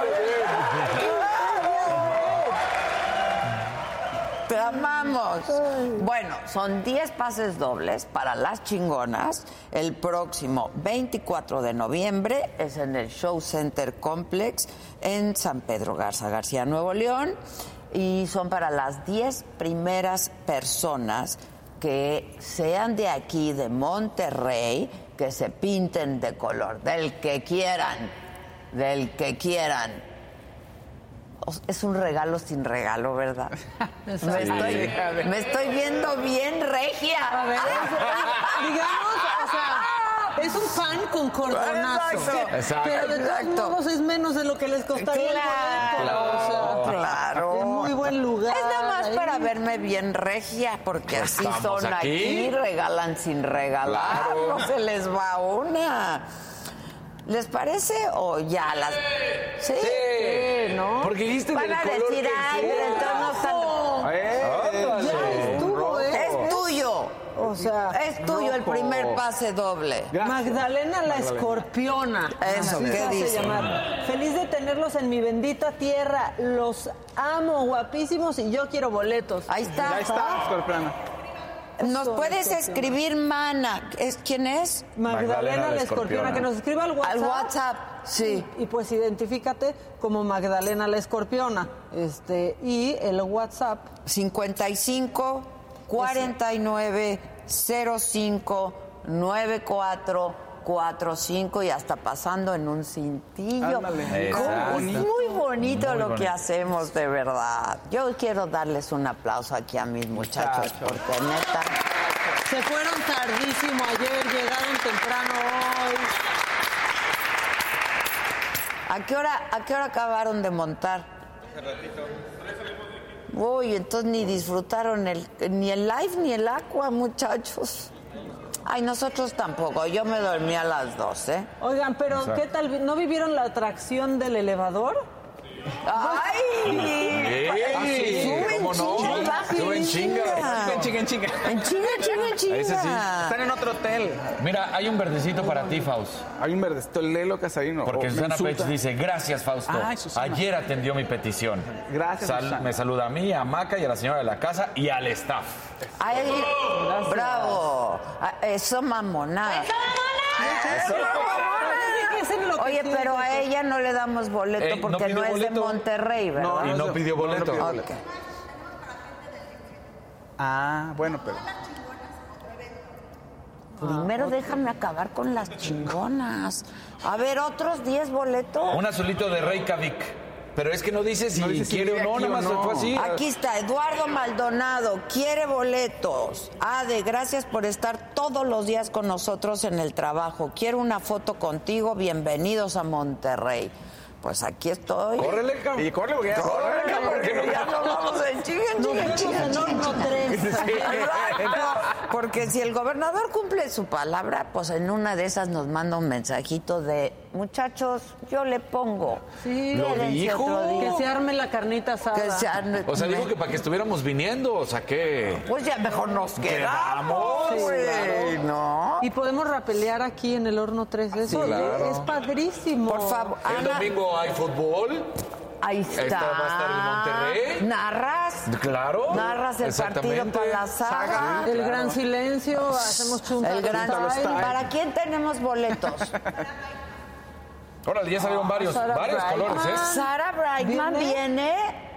Te amamos. Bueno, son diez pases dobles para las chingonas. El próximo veinticuatro de noviembre es en el Show Center Complex en San Pedro Garza García, Nuevo León. Y son para las diez primeras personas que sean de aquí, de Monterrey, que se pinten de color, del que quieran, del que quieran. Es un regalo sin regalo, ¿verdad? Me estoy, me estoy viendo bien regia. A ver, digamos, o sea, es un pan con cordonazo. Exacto. Exacto. Pero de todos Exacto. modos es menos de lo que les costaría Claro, el boleto. O sea, claro. es muy buen lugar. Es nada más ahí. para verme bien regia, porque así Estamos son aquí. aquí. regalan sin regalar, Claro. no se les va una. ¿Les parece o ya las...? ¿Sí? Sí, ¿no? Porque dijiste Van del a color decir, que ay, sí. pero entonces no están... Ya estuvo, ¿eh? Es tuyo. O sea, Es tuyo el primer pase doble. Magdalena la Escorpiona. Eso, Así ¿qué se hace dice? llamar. Feliz de tenerlos en mi bendita tierra. Los amo, guapísimos, y yo quiero boletos. Ahí está. Ya está, Escorpiana. Nos Eso, puedes Escorpiona. escribir, mana. ¿Es, ¿Quién es? Magdalena, Magdalena la la Escorpiona, Escorpiona. que nos escriba al WhatsApp. Al WhatsApp, sí. Y pues identifícate como Magdalena la Escorpiona. Este, y el WhatsApp. cincuenta y cinco, cuarenta y nueve, cero cinco, noventa y cuatro, cuarenta y cinco y hasta pasando en un cintillo. Ándale. ¿Cómo? Exacto. Es muy bonito Muy lo que bonito. hacemos, de verdad. Yo quiero darles un aplauso aquí a mis muchachos, Muchachos. porque neta... Se fueron tardísimo ayer, llegaron temprano hoy. ¿A qué hora, a qué hora acabaron de montar? Uy, entonces ni disfrutaron el, ni el live ni el aqua, muchachos. Ay, nosotros tampoco. Yo me dormí a las doce. Oigan, pero Exacto. ¿qué tal? ¿No vivieron la atracción del elevador? ¡Ay! Sí, Sube en ¿cómo no? chinga, baja Sube en chinga. En chinga, en chinga. En chinga, chinga, en chinga. Ese sí. Están en otro hotel. Mira, hay un verdecito para ti, Faust. Hay un verdecito, Lelo Casarino. Porque Oh, me Susana insulta. Pech dice, gracias, Fausto. Ay, Susana. Ayer atendió mi petición. Gracias, Susana. Me saluda a mí, a Maca y a la señora de la casa y al staff. Ay, bravo. Ah, Eso, mamona. Eso, mamona. Oye, pero a ella no le damos boleto Ey, no porque no, pidió es de boleto. Monterrey, ¿verdad? No, Y es no de- pidió no, no boleto. pidió boleto. Ok. Ah, bueno, pero... Primero déjame acabar con las chingonas. A ver, otros diez boletos. Un azulito de Reykjavik. Pero es que no dice si No dice si quiere vive o no, aquí nada o más no. fue así. Aquí está, Eduardo Maldonado, quiere boletos. Ade, gracias por estar todos los días con nosotros en el trabajo. Quiero una foto contigo, bienvenidos a Monterrey. Pues aquí estoy. Córrele, cabrón. Y corre porque ya... Córrele, Córrele, porque porque ya no- nos vamos en chinga, en Nos chinga, en vemos chinga, en en horno chinga. tres. Exacto. Porque si el gobernador cumple su palabra, pues en una de esas nos manda un mensajito de, muchachos, yo le pongo. Sí, lo dijo. Que se arme la carnita asada. Que se arme- O sea, dijo que para que estuviéramos viniendo, o sea, que... Pues ya mejor nos quedamos, Quedamos, güey, claro. ¿no? Y podemos rapelear aquí en el horno tres. Eso Sí, claro. es padrísimo. Por favor, El Ana, domingo hay fútbol. ahí está. Esta va a estar en Monterrey. ¿Narras? Claro. Narras el exactamente. partido para la saga. Saga, El claro. gran silencio, hacemos chunta. El gran style. ¿Para quién tenemos boletos? Órale, ya salieron varios, Sarah varios Brightman. colores, ¿eh? Sara Brightman ¿Viene? viene.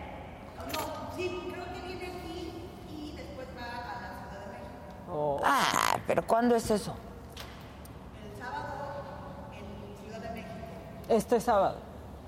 Sí, creo que viene aquí y después va a la Ciudad de México. Oh. Ah, pero ¿cuándo es eso? El sábado en Ciudad de México. Este sábado.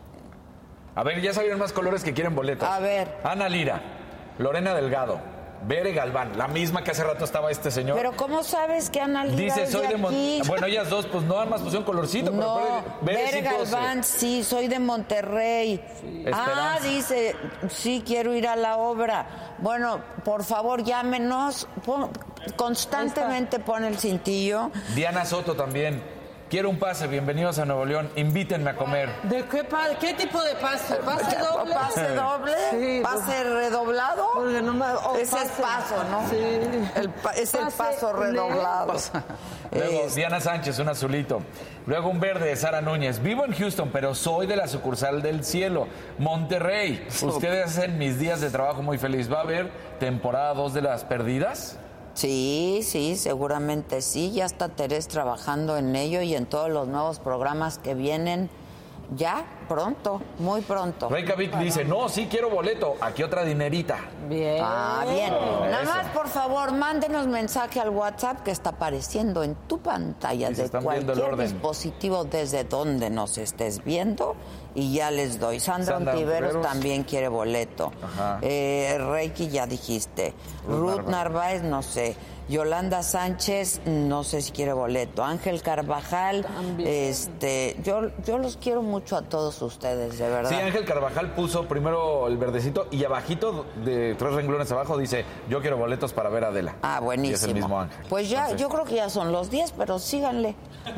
A ver, ya salieron más colores que quieren boletos. A ver. Ana Lira, Lorena Delgado, Bere Galván, la misma que hace rato estaba este señor. Pero ¿cómo sabes que Ana Lira Dice, es soy de de Mon- aquí? Bueno, ellas dos, pues no, más pusieron colorcito, No, pero Bere, Bere sí, doce. Galván, sí, soy de Monterrey. Ah, Esperanza. dice, sí, quiero ir a la obra. Bueno, por favor, llámenos. Pon- constantemente pone el cintillo. Diana Soto también. Quiero un pase, bienvenidos a Nuevo León, invítenme a comer. ¿De qué, pa- qué tipo de pase? ¿Pase doble? ¿Pase doble? Sí, ¿Pase redoblado? Porque no me- o Ese es pase. paso, ¿no? Sí. El pa- es el Pase paso de- redoblado. Luego, Es- Diana Sánchez, un azulito. Luego un verde, Sara Núñez. Vivo en Houston, pero soy de la sucursal del cielo, Monterrey. Ustedes hacen mis días de trabajo muy feliz. ¿Va a haber temporada dos de Las Perdidas? Sí, sí, seguramente sí. Ya está Terés trabajando en ello y en todos los nuevos programas que vienen ya pronto, muy pronto. Reika Vic dice, no, sí quiero boleto. Aquí otra dinerita. Bien. Ah, bien. Nada Eso. más, por favor, mándenos mensaje al WhatsApp que está apareciendo en tu pantalla Y se de están viendo el cualquier orden. dispositivo desde donde nos estés viendo y ya les doy. Sandra Sandra Ontiveros Ontiveros. también quiere boleto. Ajá. Eh, Reiki ya dijiste. Ruth Ruth Narváez, no sé. Yolanda Sánchez, no sé si quiere boleto. Ángel Carvajal, También. este, yo, yo los quiero mucho a todos ustedes, de verdad. Sí, Ángel Carvajal puso primero el verdecito y abajito, de tres renglones abajo, dice, yo quiero boletos para ver a Adela. Ah, buenísimo. Y es el mismo Ángel. Pues ya, Entonces- yo creo que ya son los diez, pero síganle.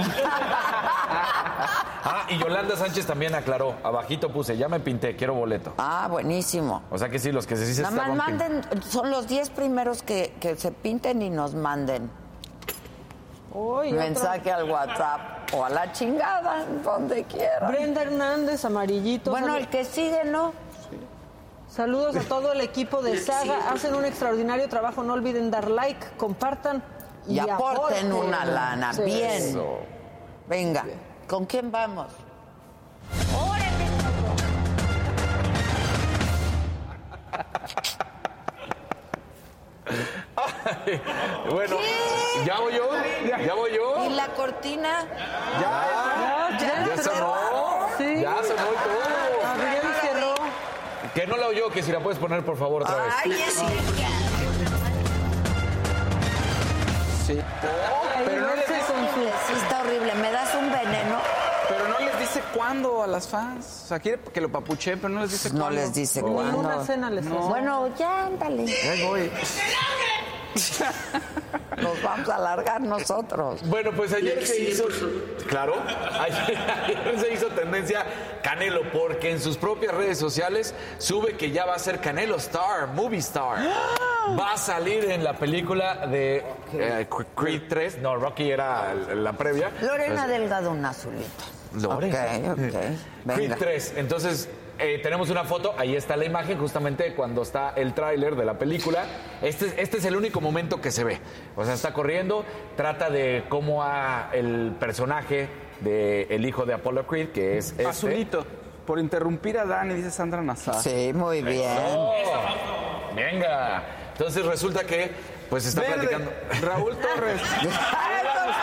Ah, y Yolanda Sánchez también aclaró. Abajito puse, ya me pinté, quiero boleto. Ah, buenísimo. O sea que sí, los que sí se Nada más estaban pin- manden, son los diez primeros que, que se pinten y nos manden Uy, mensaje al WhatsApp o a la chingada, donde quieran. Brenda Hernández, amarillito. Bueno, Sal- el que sigue, ¿no? Saludos a todo el equipo de Saga. Hacen un extraordinario trabajo. No olviden dar like, compartan y, Y aporten una lana. Sí. Bien. Eso. Venga, ¿con quién vamos? Bueno, ¿ya voy yo? ¿Ya voy yo? ¿Y la cortina? Ya, ya, ya sonó. Sí. Ya sonó y todo. Adrián cerró. Que no la oyó, que si la puedes poner por favor otra vez. Ay, es Sí. Pero no les dice, Sí, está horrible. ¿Me das un veneno? pero no les dice cuándo a las fans. O sea, quiere que lo papuche, pero no les dice No cuándo. les dice Ni cuándo. una cena les hace. Bueno, ya, ándale. Ahí voy. Nos vamos a alargar nosotros. Bueno, pues ayer se hizo, claro, ayer, ayer se hizo tendencia Canelo porque en sus propias redes sociales sube que ya va a ser Canelo Star, Movie Star. Va a salir en la película de eh, Creed tres, no, Rocky era la previa. Lorena Delgado, un azulito. Lorena. Ok, ok. Creed Venga. tres, entonces eh, tenemos una foto, ahí está la imagen, justamente cuando está el tráiler de la película. Este, este es el único momento que se ve. O sea, está corriendo, trata de cómo a el personaje del hijo de Apollo Creed, que es este. Azulito. Por interrumpir a Dani, dice Sandra Nazar. Sí, muy bien. Oh, venga. Entonces resulta que, pues está Verde. platicando. Raúl Torres.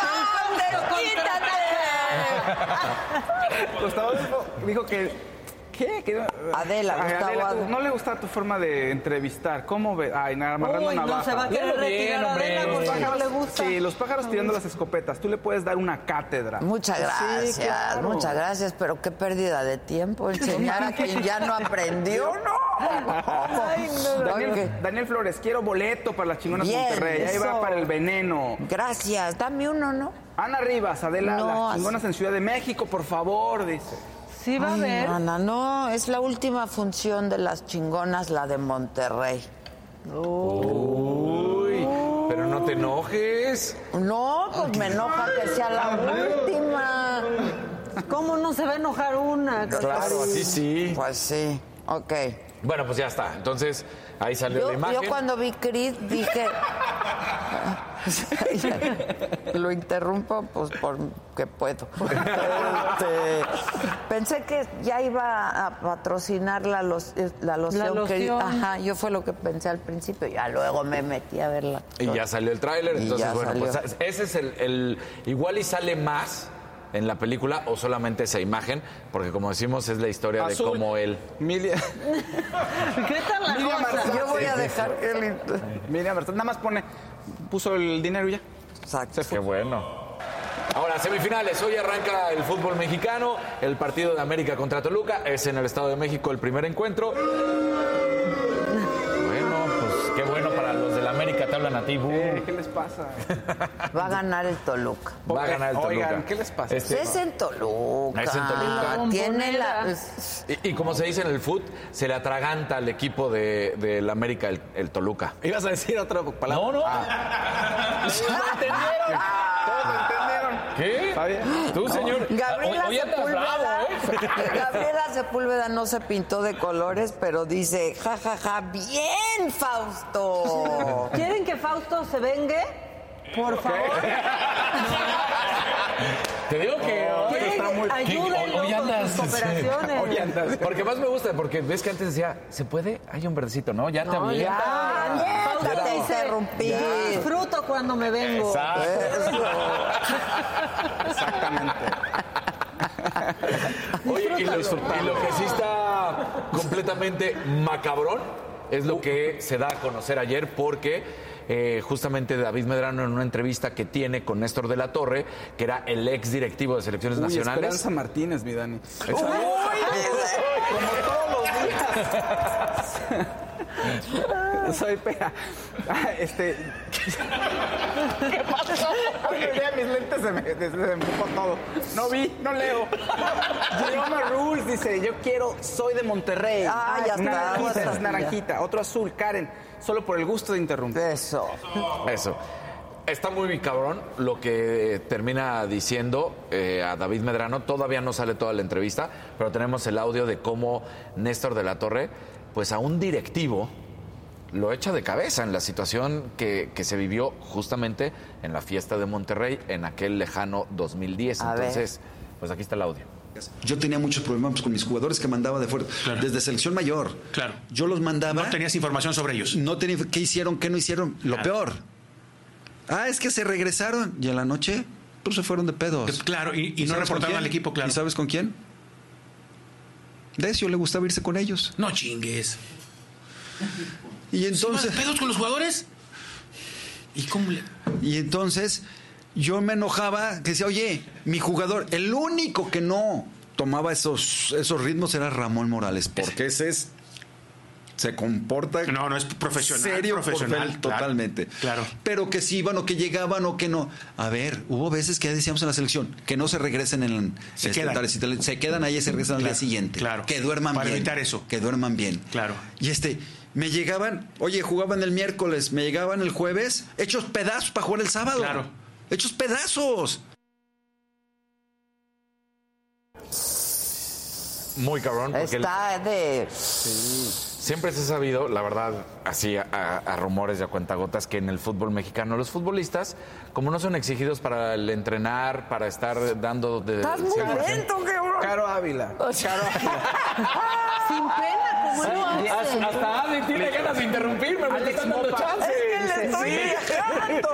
¡Quítate! Gustavo dijo, dijo que, ¿Qué? ¿Qué? Adela, Ay, Gustavo Adela, Adela. tú- no le gusta tu forma de entrevistar. ¿Cómo ve? Ay, nada, amarrando Uy, no, navaja. se va a querer Dilo bien, retirar a hombre. Adela porque no le gusta. Sí, los pájaros tirando las escopetas. Tú le puedes dar una cátedra. Muchas gracias, Sí, claro. muchas gracias, pero qué pérdida de tiempo enseñar a quien ya no aprendió, ¿no? Ay, no, Daniel, Ok. Daniel Flores, quiero boleto para las chingonas de Bien, Monterrey. Ahí eso. va para el veneno. Gracias, dame uno, ¿no? Ana Rivas, Adela, No, las chingonas en Ciudad de México, por favor, dice. Sí va a Ay, haber. Ana, no, es la última función de las chingonas, la de Monterrey. Uy, pero no te enojes. No, pues me enoja que sea la última. ¿Cómo no se va a enojar una? Claro, así sí. Pues sí, ok. Bueno, pues ya está. Entonces, ahí salió Yo, la imagen. yo cuando vi Creed dije... Lo interrumpo pues porque puedo. Este, pensé que ya iba a patrocinar la, los- la loción. La Creed. loción. Ajá, yo fue lo que pensé al principio. Ya luego me metí a verla. Y ya salió el tráiler, Y entonces ya bueno, salió. pues ese es el, el- igual y sale más en la película o solamente esa imagen, porque como decimos es la historia Azul. de cómo él. Milia. ¿Qué tal la Miriam cosa? Marzán. Yo voy a dejar que él... Miriam Marzán, nada más pone, puso el dinero y ya. Exacto. Qué bueno. Ahora, semifinales. Hoy arranca el fútbol mexicano. El partido de América contra Toluca. Es en el Estado de México el primer encuentro. Bueno, pues qué bueno para los del América. Te hablan a ti, Bu. Eh, ¿Qué les pasa? Va a ganar el Toluca. Va a ganar el Toluca. Oigan, ¿qué les pasa? Este- Es en Toluca. Es en Toluca. Tiene la... y, y como se dice en el fútbol, se le atraganta al equipo de, del América el, el Toluca. ¿Ibas a decir otra palabra? No, no. ¿Entendieron? Todos lo entendieron. ¿Qué? ¿Está bien? Tú, señor. Gabriela Hoy- hoy andas Sepúlveda, bravo, ¿eh? Gabriela Sepúlveda no se pintó de colores, pero dice, ja, ja, ja, bien, Fausto. ¿Quieren que Fausto se vengue? Por favor. Te digo que hoy, está muy- que Ayúdenlo hoy con andas. sus operaciones. Hoy andas. Porque más me gusta, porque ves que antes decía, ¿se puede? Hay un verdecito, ¿no? Ya te No, avienta. ya. Fausto, Ya te dice, interrumpí. disfruto cuando me vengo. Exacto. Exactamente. Oye, y lo, y lo que sí está completamente macabrón es lo que se da a conocer ayer porque eh, justamente David Medrano en una entrevista que tiene con Néstor de la Torre, que era el ex directivo de selecciones Uy, nacionales. Esperanza Martínez, mi Dani. Uy, Como todos los días. Soy pea. Ah, Este. ¿Qué pasó? Oye, ya mis lentes se me, se me empujó todo. No vi, no leo. Gioma Rules dice: yo quiero, soy de Monterrey. Ah, ya está. Naranjita, Ya. es naranjita. Otro azul, Karen. Solo por el gusto de interrumpir. Eso. Eso. Está muy cabrón lo que termina diciendo eh, a David Medrano. Todavía no sale toda la entrevista, pero tenemos el audio de cómo Néstor de la Torre, pues a un directivo, lo echa de cabeza en la situación que, que se vivió justamente en la fiesta de Monterrey en aquel lejano dos mil diez. A ver. Entonces, pues aquí está el audio. Yo tenía muchos problemas con mis jugadores que mandaba de fuera, desde selección mayor. Claro. Yo los mandaba. No tenías información sobre ellos. No tenía qué hicieron, qué no hicieron. Lo Nada. peor. Ah, es que se regresaron y en la noche pues se fueron de pedos. Claro, y, y no sabes con reportaron quién? al equipo, claro. ¿Y sabes con quién? Decio le gustaba irse con ellos. No chingues. Y entonces. ¿Sí, pedos con los jugadores? ¿Y cómo le.? Y entonces yo me enojaba, que decía, oye, mi jugador, el único que no tomaba esos, esos ritmos era Ramón Morales, porque ese es, se comporta No, no es profesional. serio, profesional, por- claro, totalmente. Claro. Pero que sí iban o que llegaban o que no. A ver, hubo veces que ya decíamos en la selección que no se regresen en Se este, quedan. tales y tales, se quedan ahí y se regresan al Claro, día siguiente. claro. Que duerman Para bien. evitar eso. Que duerman bien. Claro. Y este, me llegaban, oye, jugaban el miércoles, me llegaban el jueves, hechos pedazos para jugar el sábado. Claro. Hechos pedazos. Muy cabrón. Porque el- Está de... Siempre se ha sabido, la verdad, así a, a rumores y a cuentagotas, que en el fútbol mexicano los futbolistas, como no son exigidos para el entrenar, para estar dando de... Estás muy cien por ciento, lento, cabrón. Caro Ávila. Caro Ávila. Sin pena, como no hace. Hasta Adi tiene ganas de interrumpirme, me Alex están dando Mopa. chance. Es que le estoy Sí. dejando.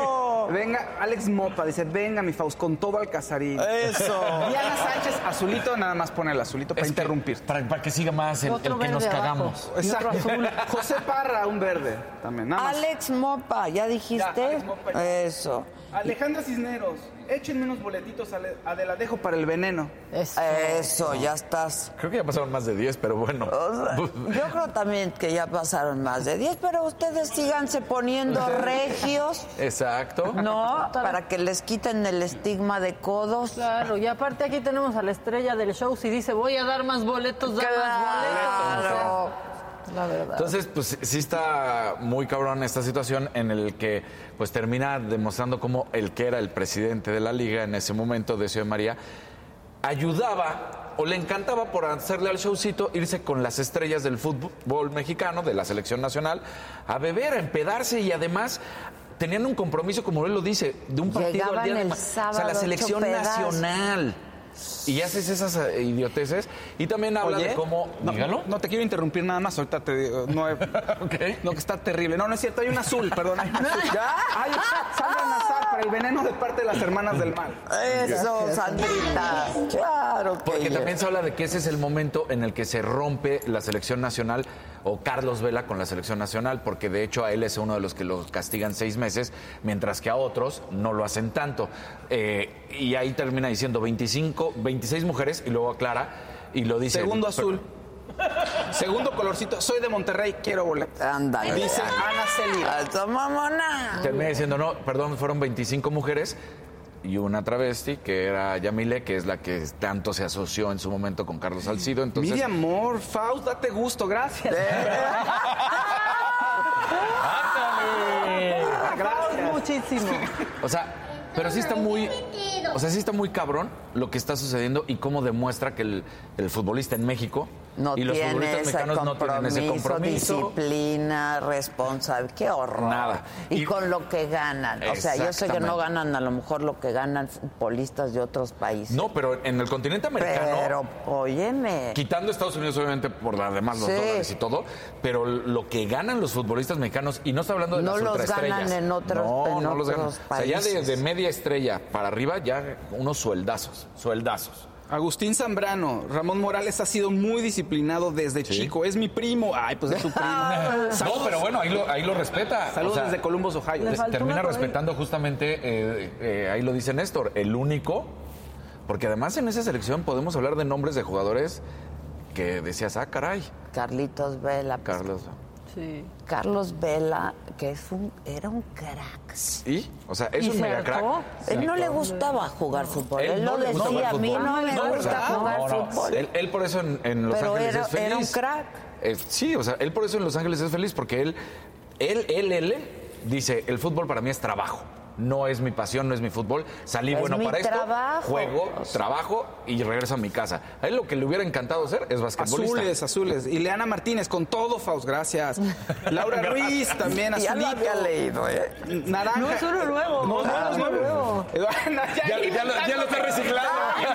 Eso. Venga, Alex Mopa dice, venga, mi Faust, con todo al casarín. Eso. Diana Sánchez, azulito, nada más pone el azulito para interrumpir. Para, para que siga más el, el que nos cagamos. Exacto. Azul. José Parra, un verde también, nada más. Alex Mopa, ¿ya dijiste? Ya, Alex Mopa, ya. Eso. Alejandra Cisneros, échenme unos boletitos, Ale- Adela, dejo para el veneno. Eso. Eso, ya estás. Creo que ya pasaron más de diez, pero bueno. O sea, yo creo también que ya pasaron más de diez, pero ustedes síganse poniendo regios. Exacto. No, para que les quiten el estigma de codos. Claro, y aparte aquí tenemos a la estrella del show. Si dice, voy a dar más boletos, da más boletos. Claro. La verdad. Entonces, pues sí está muy cabrón esta situación en el que pues termina demostrando cómo el que era el presidente de la liga en ese momento, Decio de María, ayudaba o le encantaba por hacerle al showcito irse con las estrellas del fútbol mexicano, de la selección nacional, a beber, a empedarse y además tenían un compromiso, como él lo dice, de un partido Llegaban al día de el ma- sábado, o sea, la selección ocho pedazos. nacional. Y haces esas eh, idioteces. Y también habla Oye, de cómo... No, Dígalo. no te quiero interrumpir nada más, ahorita te digo, no, he- no, que está terrible. No, no es cierto, hay un azul, perdón, hay un azul. ¿Ya? Hay Sandra Nazar para el veneno de parte de las hermanas del mal. Eso, Sandrita. Claro que Porque yes. también se habla de que ese es el momento en el que se rompe la selección nacional o Carlos Vela con la selección nacional, porque de hecho a él es uno de los que lo castigan seis meses, mientras que a otros no lo hacen tanto. Eh, y ahí termina diciendo veinticinco, veintiséis mujeres y luego aclara y lo dice... Segundo azul. Segundo colorcito, soy de Monterrey, quiero boleto. Ándale. Dice Ana Celia. ¡Alto mamona! Termina diciendo, no, perdón, fueron veinticinco mujeres y una travesti, que era Yamile, que es la que tanto se asoció en su momento con Carlos Salcido. Entonces, Miriam Moore, Faust, date gusto, gracias. Gracias. Muchísimo. o sea, pero sí está muy... O sea, sí está muy cabrón lo que está sucediendo y cómo demuestra que el, el futbolista en México No y los tiene futbolistas ese mexicanos no tienen ese compromiso. disciplina, responsabilidad. Qué horror. Nada. Y, Y- con lo que ganan. O sea, yo sé que no Exactamente. ganan a lo mejor lo que ganan futbolistas de otros países. No, pero en el continente americano... Pero, óyeme. Quitando Estados Unidos, obviamente, por además los Sí. dólares y todo, pero lo que ganan los futbolistas mexicanos, y no estoy hablando de No las los ultraestrellas. ganan en otros- No, en no los ganan. otros O sea, ya de, países. de media estrella para arriba, ya unos sueldazos, sueldazos. Agustín Zambrano, Ramón Morales ha sido muy disciplinado desde chico. Es mi primo. Ay, pues es su primo. No, pero bueno, ahí lo, ahí lo respeta. Saludos O sea, desde Columbus, Ohio. des- termina respetando justamente, eh, eh, ahí lo dice Néstor, el único, porque además en esa selección podemos hablar de nombres de jugadores que decías, ah, caray. Carlitos Vela. pues, Carlos. Sí. Carlos Vela, que es un, era un crack. ¿Y? O sea, es ¿Y un se mega hartó? crack. Él no le gustaba jugar fútbol. Él, Él no lo le gusta decía, jugar a mí fútbol. no me No, gusta ¿verdad? jugar No, no. fútbol. Él, él por eso en, en Los Pero Ángeles era, es feliz. era un crack. Eh, sí, o sea, él por eso en Los Ángeles es feliz, porque él, él, él, él, dice, el fútbol para mí es trabajo. No es mi pasión, no es mi fútbol. Salí Es bueno mi para esto, trabajo. juego, trabajo y regreso a mi casa. A él lo que le hubiera encantado ser es basquetbolista. Azules, azules. Y Leana Martínez, con todo, Faust, gracias. Laura Ruiz, también Ya lo azulito. había leído, ¿eh? Naranja. No es uno nuevo. No, no, Ah, es nuevo. Eduardo, Ya- ya lo- ya lo está reciclando.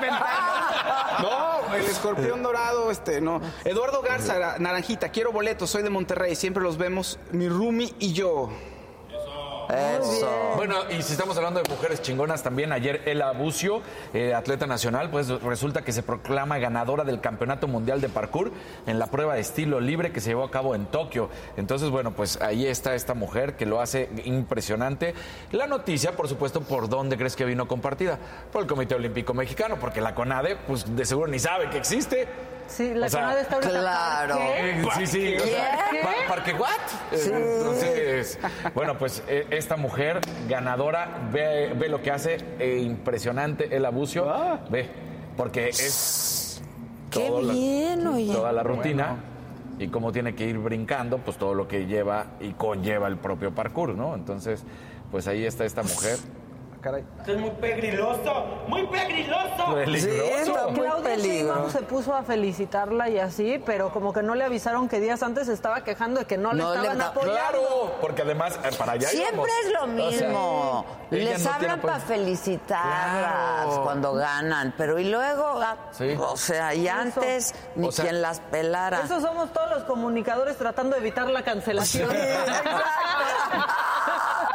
No, el escorpión dorado, este, no. Eduardo Garza, Naranjita, quiero boletos, soy de Monterrey, siempre los vemos, mi roomie y yo. Eso. Bueno, y si estamos hablando de mujeres chingonas, también ayer Ela Bucio, eh, atleta nacional, pues resulta que se proclama ganadora del Campeonato Mundial de Parkour en la prueba de estilo libre que se llevó a cabo en Tokio. Entonces, bueno, pues ahí está esta mujer que lo hace impresionante. La noticia, por supuesto, ¿por dónde crees que vino compartida? Por el Comité Olímpico Mexicano, porque la CONADE, pues de seguro ni sabe que existe. Sí, la O sea, CONADE está ahorita. claro. ¿Qué? Eh, Sí, sí. o sea, ¿Qué? ¿pa- ¿Parque what? Sí. Entonces, bueno, pues eh, esta mujer ganadora, ve, ve lo que hace, eh, impresionante el abuso. Ve, porque es Qué todo la- bien, oye. toda la rutina y cómo tiene que ir brincando, pues todo lo que lleva y conlleva el propio parkour, ¿no? Entonces, pues ahí está esta mujer. Caray. Esto es muy pegriloso, muy pegriloso. Peligroso. Claudia Sheinbaum se puso a felicitarla y así, pero como que no le avisaron que días antes se estaba quejando de que no le No le estaban da- apoyando. Claro, porque además eh, para allá Siempre íbamos. es lo O sea, mismo. ella Les no hablan tiene para apoyo. felicitarlas Claro. cuando ganan, pero y luego, ah, Sí. o sea, y antes ni O sea, quien las pelara. Eso somos todos los comunicadores tratando de evitar la cancelación.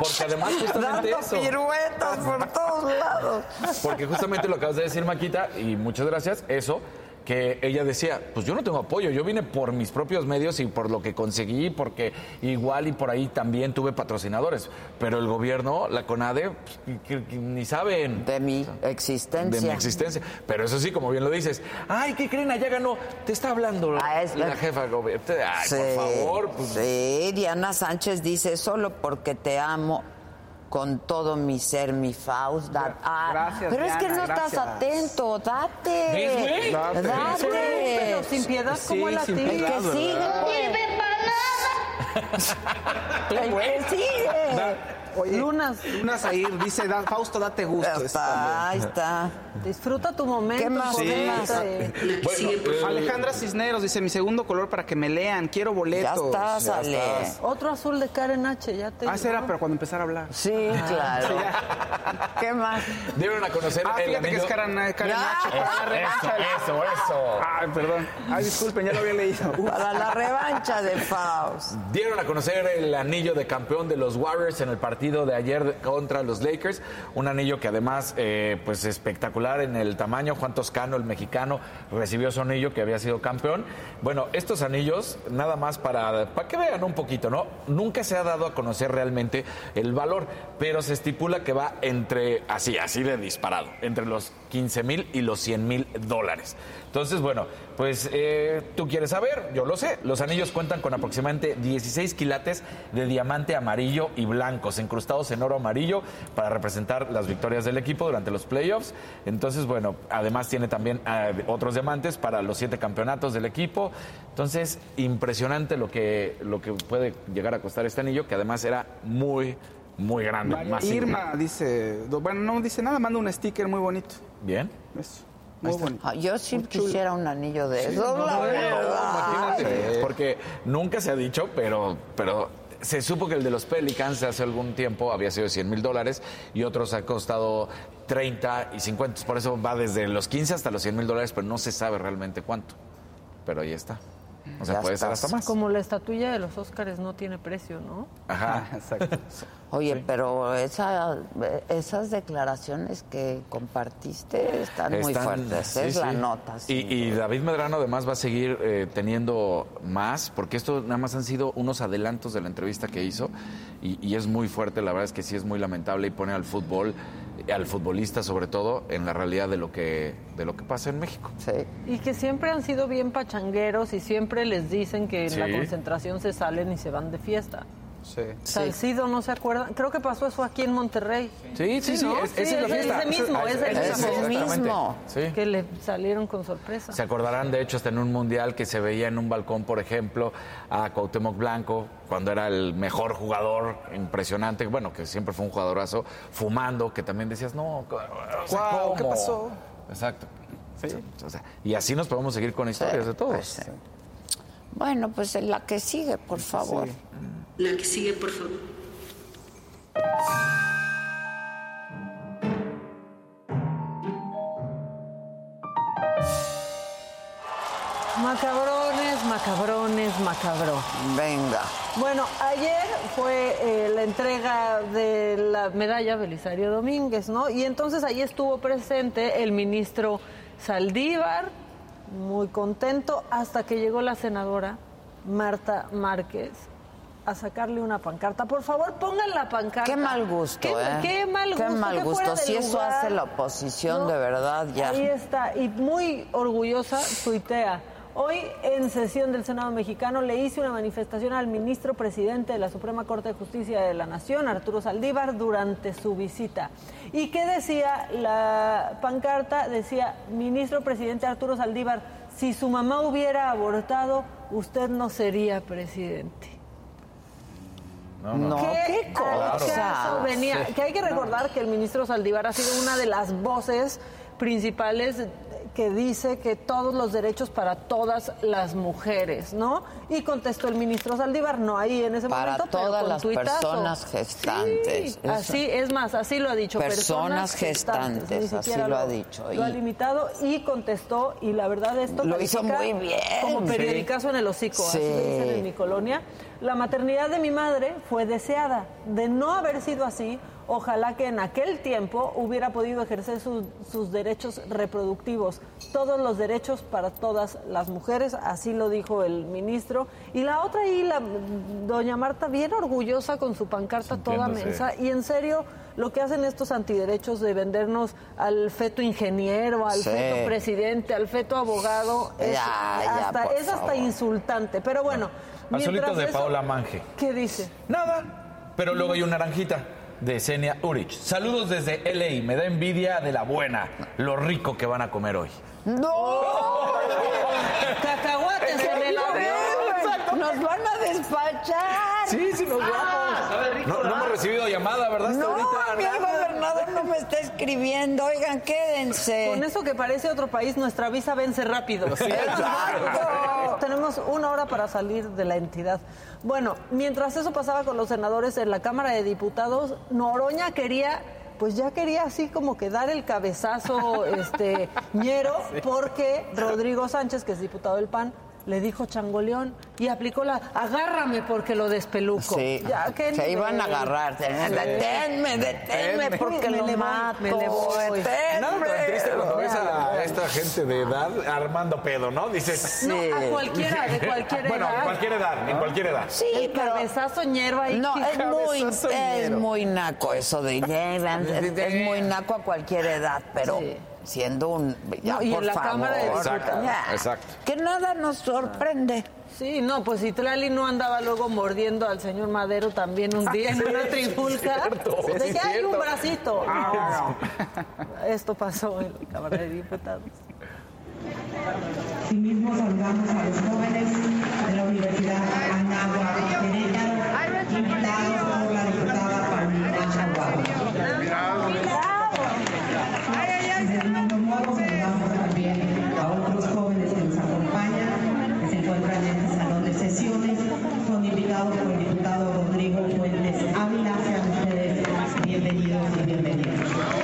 Porque además justamente Dando eso. piruetas por todos lados. Porque justamente lo acabas de decir, Maquita, y muchas gracias, eso, que ella decía, pues yo no tengo apoyo, yo vine por mis propios medios y por lo que conseguí, porque igual y por ahí también tuve patrocinadores, pero el gobierno, la CONADE, pues, que, que ni saben. De mi existencia. De mi existencia. Pero eso sí, como bien lo dices, ay, ¿qué creen? Allá ganó, te está hablando Ah, es la la- jefa de gobierno. Ay, Sí, por favor. Pues, sí, Diana Sánchez dice, solo porque te amo con todo mi ser, mi Faust. da- ah, Gracias, pero es que Diana, no estás gracias. atento, date. ¿Ves, güey? Date. Date. Pero sin piedad Sí, como el sin latín. El que Claro, sigue. El que sigue. Oye, Lunas. Luna Zahir dice, da, Fausto, date gusto. Ahí Eso está, ahí también. está. Disfruta tu momento. ¿Qué más? José. ¿Qué más? Eh, bueno, eh, Alejandra Cisneros dice, mi segundo color para que me lean, quiero boletos. Ya estás, Ale. Otro azul de Karen H, ya te Ah, ese era, llegó. pero cuando empezara a hablar. Sí, claro. ¿Qué más? dieron a conocer Ah, el fíjate que anillo. es Karen, Karen Ya. H. Para la revancha. Eso, eso, eso. Ay, perdón. Ay, disculpen, ya lo había leído. Ups. Para la revancha de Faust. Dieron a conocer el anillo de campeón de los Warriors en el partido de ayer de- contra los Lakers. Un anillo que además, eh, pues espectacular en el tamaño. Juan Toscano, el mexicano, recibió su anillo que había sido campeón. Bueno, estos anillos, nada más para, para que vean un poquito, ¿no? Nunca se ha dado a conocer realmente el valor, pero se estipula que va entre, así, así de disparado, entre los quince mil y los cien mil dólares. Entonces, bueno, pues eh, tú quieres saber, yo lo sé. Los anillos cuentan con aproximadamente dieciséis quilates de diamante amarillo y blancos, incrustados en oro amarillo para representar las victorias del equipo durante los playoffs. Entonces, bueno, además tiene también eh, otros diamantes para los siete campeonatos del equipo. Entonces, impresionante lo que, lo que puede llegar a costar este anillo, que además era muy, muy grande. María masivo. Irma dice, bueno, no dice nada, manda un sticker muy bonito. Bien. Eso, muy bonito. Ah, yo sí Muy chulo. quisiera un anillo de Sí, esos, no, la no, verdad. Imagínate, porque nunca se ha dicho, pero, pero se supo que el de los Pelicans hace algún tiempo había sido de cien mil dólares y otros ha costado treinta y cincuenta. Por eso va desde los quince hasta los cien mil dólares, pero no se sabe realmente cuánto. Pero ahí está. O sea, Ya puede ser estás. hasta más. Como la estatuilla de los Óscares no tiene precio, ¿no? Ajá. Exacto. Oye, pero esa, esas declaraciones que compartiste están, muy Están- fuertes. sí, es la sí. nota. Y, y David Medrano además va a seguir eh, teniendo más, porque esto nada más han sido unos adelantos de la entrevista que hizo y, y es muy fuerte, la verdad es que sí es muy lamentable y pone al fútbol, al futbolista sobre todo, en la realidad de lo que, de lo que pasa en México. Sí. Y que siempre han sido bien pachangueros y siempre les dicen que en Sí. la concentración se salen y se van de fiesta. Sí. Salcido, ¿no se acuerdan? Creo que pasó eso aquí en Monterrey. Sí, sí, sí, ¿no? es- esa es la fiesta. ese mismo, Ah, es el ese mismo. exactamente. Sí. Que le salieron con sorpresa. Se acordarán, de hecho, hasta en un mundial que se veía en un balcón, por ejemplo, a Cuauhtémoc Blanco, cuando era el mejor jugador, impresionante, bueno, que siempre fue un jugadorazo, fumando, que también decías, no, o sea, Guau, ¿cómo? ¿qué pasó? Exacto. Sí. O sea, y así nos podemos seguir con historias de todos. Pues, sí. Bueno, pues en la que sigue, por favor. La que sigue, por favor. Macabrones, macabrones, macabrón. Venga. Bueno, ayer fue eh, la entrega de la medalla Belisario Domínguez, ¿no? Y entonces ahí estuvo presente el ministro Saldívar, muy contento, hasta que llegó la senadora Marta Márquez a sacarle una pancarta. Por favor, pongan la pancarta. Qué mal gusto, Qué, ¿eh? qué mal gusto. Qué mal qué gusto. fuera de Si eso lugar. hace la oposición, No, de verdad, ya. Ahí está. Y muy orgullosa, tuitea. Hoy, en sesión del Senado mexicano, le hice una manifestación al ministro presidente de la Suprema Corte de Justicia de la Nación, Arturo Saldívar, durante su visita. ¿Y qué decía la pancarta? Decía, ministro presidente Arturo Saldívar, si su mamá hubiera abortado, usted no sería presidente. No, no. No, ¿Qué qué al cosa. caso venía? Sí. Que hay que recordar que el ministro Saldívar ha sido una de las voces principales que dice que todos los derechos para todas las mujeres, ¿no? Y contestó el ministro Saldívar, no ahí en ese Para momento, pero todas con las tuitazo. personas gestantes. Sí, Eso. así, es más, así lo ha dicho. Personas gestantes, ni así siquiera lo ha dicho. Lo ha Y- limitado y contestó, y la verdad esto Lo hizo califica muy bien. como Sí. periodicazo en el hocico, así Sí. le dicen en mi colonia. La maternidad de mi madre fue deseada. De no haber sido así, ojalá que en aquel tiempo hubiera podido ejercer sus, sus derechos reproductivos, todos los derechos para todas las mujeres, así lo dijo el ministro. Y la otra ahí, la doña Marta, bien orgullosa con su pancarta toda mensa, y en serio, lo que hacen estos antiderechos de vendernos al feto ingeniero, al Sí. feto presidente, al feto abogado, es, Ya, ya, hasta, por es hasta favor. insultante. Pero bueno, Azulito mientras de eso- Paola Mange. ¿Qué dice? Nada. Pero luego hay una naranjita de Senia Urich. Saludos desde L A. Me da envidia de la buena, lo rico que van a comer hoy. ¡No! Cacahuates en el avión. Nos van a despachar. Sí, sí, nos vamos. No, no hemos recibido llamada, ¿verdad? Hasta No, ahorita. a mí el gobernador no me está escribiendo. Oigan, quédense. Con eso que parece otro país, nuestra visa vence rápido. Sí, exacto. Tenemos una hora para salir de la entidad. Bueno, mientras eso pasaba con los senadores en la Cámara de Diputados, Noroña quería, pues ya quería así como que dar el cabezazo este ñero, porque Rodrigo Sánchez, que es diputado del P A N, le dijo changoleón y aplicó la agárrame porque lo despeluco. Sí, Ya, ¿qué se nivel? iban a agarrar. Deténme, deténme, porque Me lo le voy, mato. me le voy. Deténme. Nada tan triste cuando ves a esta gente de edad armando pedo, ¿no? Dices. No, a cualquiera, de cualquier Bueno, edad. en cualquier edad, en cualquier edad. Sí, el pero... cabezazo ñero ahí. No, es muy, cabezazo es ñero. muy naco eso de es, es muy naco a cualquier edad, pero Sí. siendo un ya, No, y en por la favor, Cámara de Diputados. ya, Exacto. que nada nos sorprende. Sí, no, pues Itlali no andaba luego mordiendo al señor Madero también un día en una trifulca. cierto, de sí, que hay cierto. un bracito. No. Esto pasó en la Cámara de Diputados. Asimismo, saludamos a los jóvenes de la Universidad Anáhuac Querétaro, invitados por la diputada Paulina Aguado. Desde el Mundo Nuevo saludamos también a otros jóvenes que nos acompañan, que se encuentran en el salón de sesiones. Son invitados por el diputado Rodrigo Fuentes Ávila. Sean ustedes bienvenidos y bienvenidos.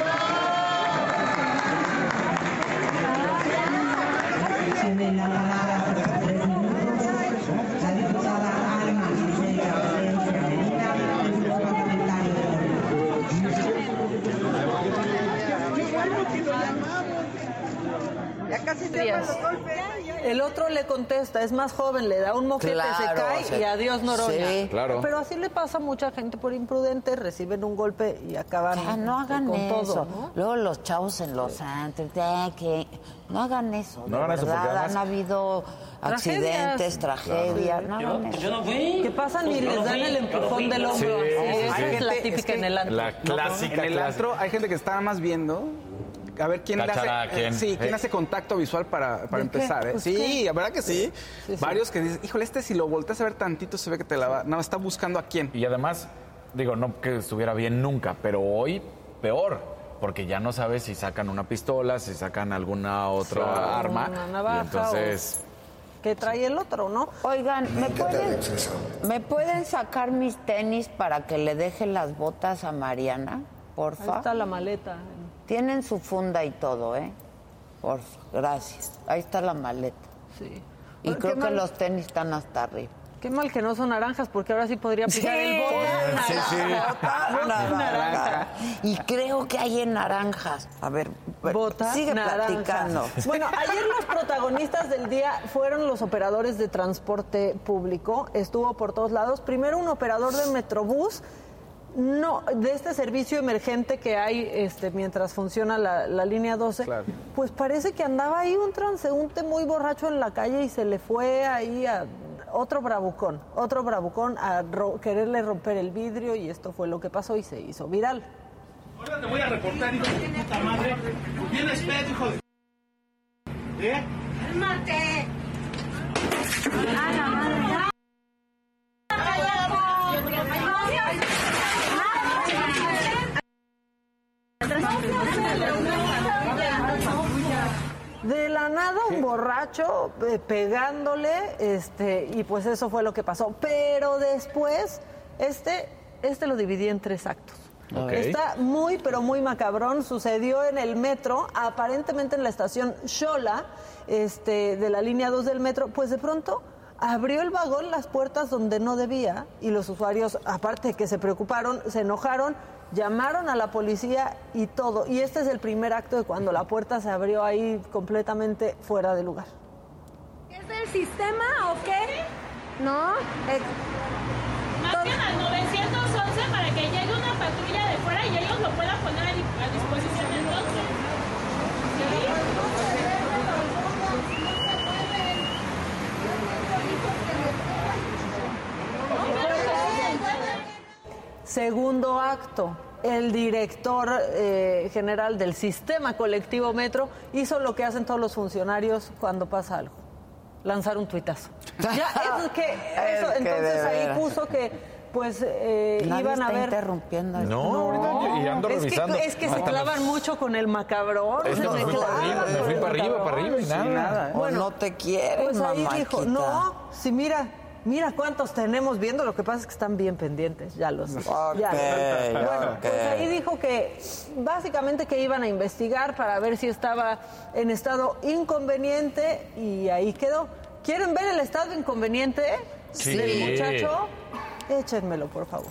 Tiene la palabra por tres minutos la diputada Alma Gisela Valencia Medina, del Grupo Parlamentario de Ya casi días. El otro le contesta, es más joven, le da un moquete, Claro, se cae sí. y adiós Noroña. Sí. Claro. Pero así le pasa a mucha gente por imprudente, reciben un golpe y acaban Ya, no hagan con eso. todo, ¿no? Luego los chavos en los antros, de que no hagan eso. No de hagan eso, porque verdad, además- han habido accidentes, tragedias. No hagan eso. Yo no fui. ¿Qué pasan? Y les dan el empujón del hombro. Sí, así. sí, Esa sí. es la Gente- típica es que en el antro. La clásica, En el clásica. antro hay gente que está nada más viendo a ver quién le Cachar hace, a quién. sí, quién Eh. hace contacto visual para, para ¿De qué? empezar. ¿eh? Pues, Sí, ¿qué? la verdad que sí. Sí, sí. Varios que dicen, híjole, este si lo volteas a ver tantito se ve que te la va. No, está buscando a quién. Y además, digo, no que estuviera bien nunca, pero hoy peor, porque ya no sabes si sacan una pistola, si sacan alguna otra Sí. arma. Una navaja y entonces, que trae el otro, ¿no? Oigan, ¿me pueden, ¿me pueden sacar mis tenis para que le deje las botas a Mariana? Ahí Porfa. está la maleta. Tienen su funda y todo, ¿eh? Porfa, gracias. Ahí está la maleta. Sí. Y Ay, creo qué que mal- los tenis están hasta arriba. Qué mal que no son naranjas, porque ahora sí podría aplicar Sí, el bota. sí, sí. Bota Naranja. naranja. Y creo que hay en naranjas. A ver, Bota sigue naranja. platicando. Bueno, ayer los protagonistas del día fueron los operadores de transporte público. Estuvo por todos lados. Primero un operador de Metrobús, no, de este servicio emergente que hay este, mientras funciona la, la línea doce. Claro. Pues parece que andaba ahí un transeúnte muy borracho en la calle y se le fue ahí a otro bravucón, otro bravucón a ro- quererle romper el vidrio, y esto fue lo que pasó y se hizo viral. Ahora te voy a reportar, hijo de puta madre. Tienes pedo, hijo de... ¿Eh? ¡Cálmate! ¡A la madre! De la nada un borracho eh, pegándole, este, y pues eso fue lo que pasó. Pero después, este, este lo dividí en tres actos. Ok. Está muy, pero muy macabrón. Sucedió en el metro, aparentemente en la estación Xola, este, de la línea dos del metro. Pues de pronto abrió el vagón las puertas donde no debía y los usuarios, aparte de que se preocuparon, se enojaron, llamaron a la policía y todo. Y este es el primer acto de cuando la puerta se abrió ahí completamente fuera de lugar. ¿Es del sistema o qué? No. Eh, Marquen al nueve once para que llegue una patrulla de fuera y ellos lo puedan poner a, di- a disposición entonces. Segundo acto, el director eh, general del sistema colectivo Metro hizo lo que hacen todos los funcionarios cuando pasa algo, lanzar un tuitazo. Ya, es que eso, Es que entonces de ahí veras. puso que pues eh, Nadie iban a está ver. interrumpiendo. No, ahorita y ando es revisando. Que, es que se Hasta clavan los- mucho con el macabrón. Es que se me me fui para clavan arriba, me con fui el para arriba, para arriba y macabrón. nada. O no te quieren, Pues ahí mamáquita. dijo, no, sí, mira, mira cuántos tenemos viendo, lo que pasa es que están bien pendientes, ya los sé. Ya. Bueno, ok. pues ahí dijo que básicamente que iban a investigar para ver si estaba en estado inconveniente y ahí quedó. ¿Quieren ver el estado inconveniente Sí. del muchacho? Échenmelo, por favor.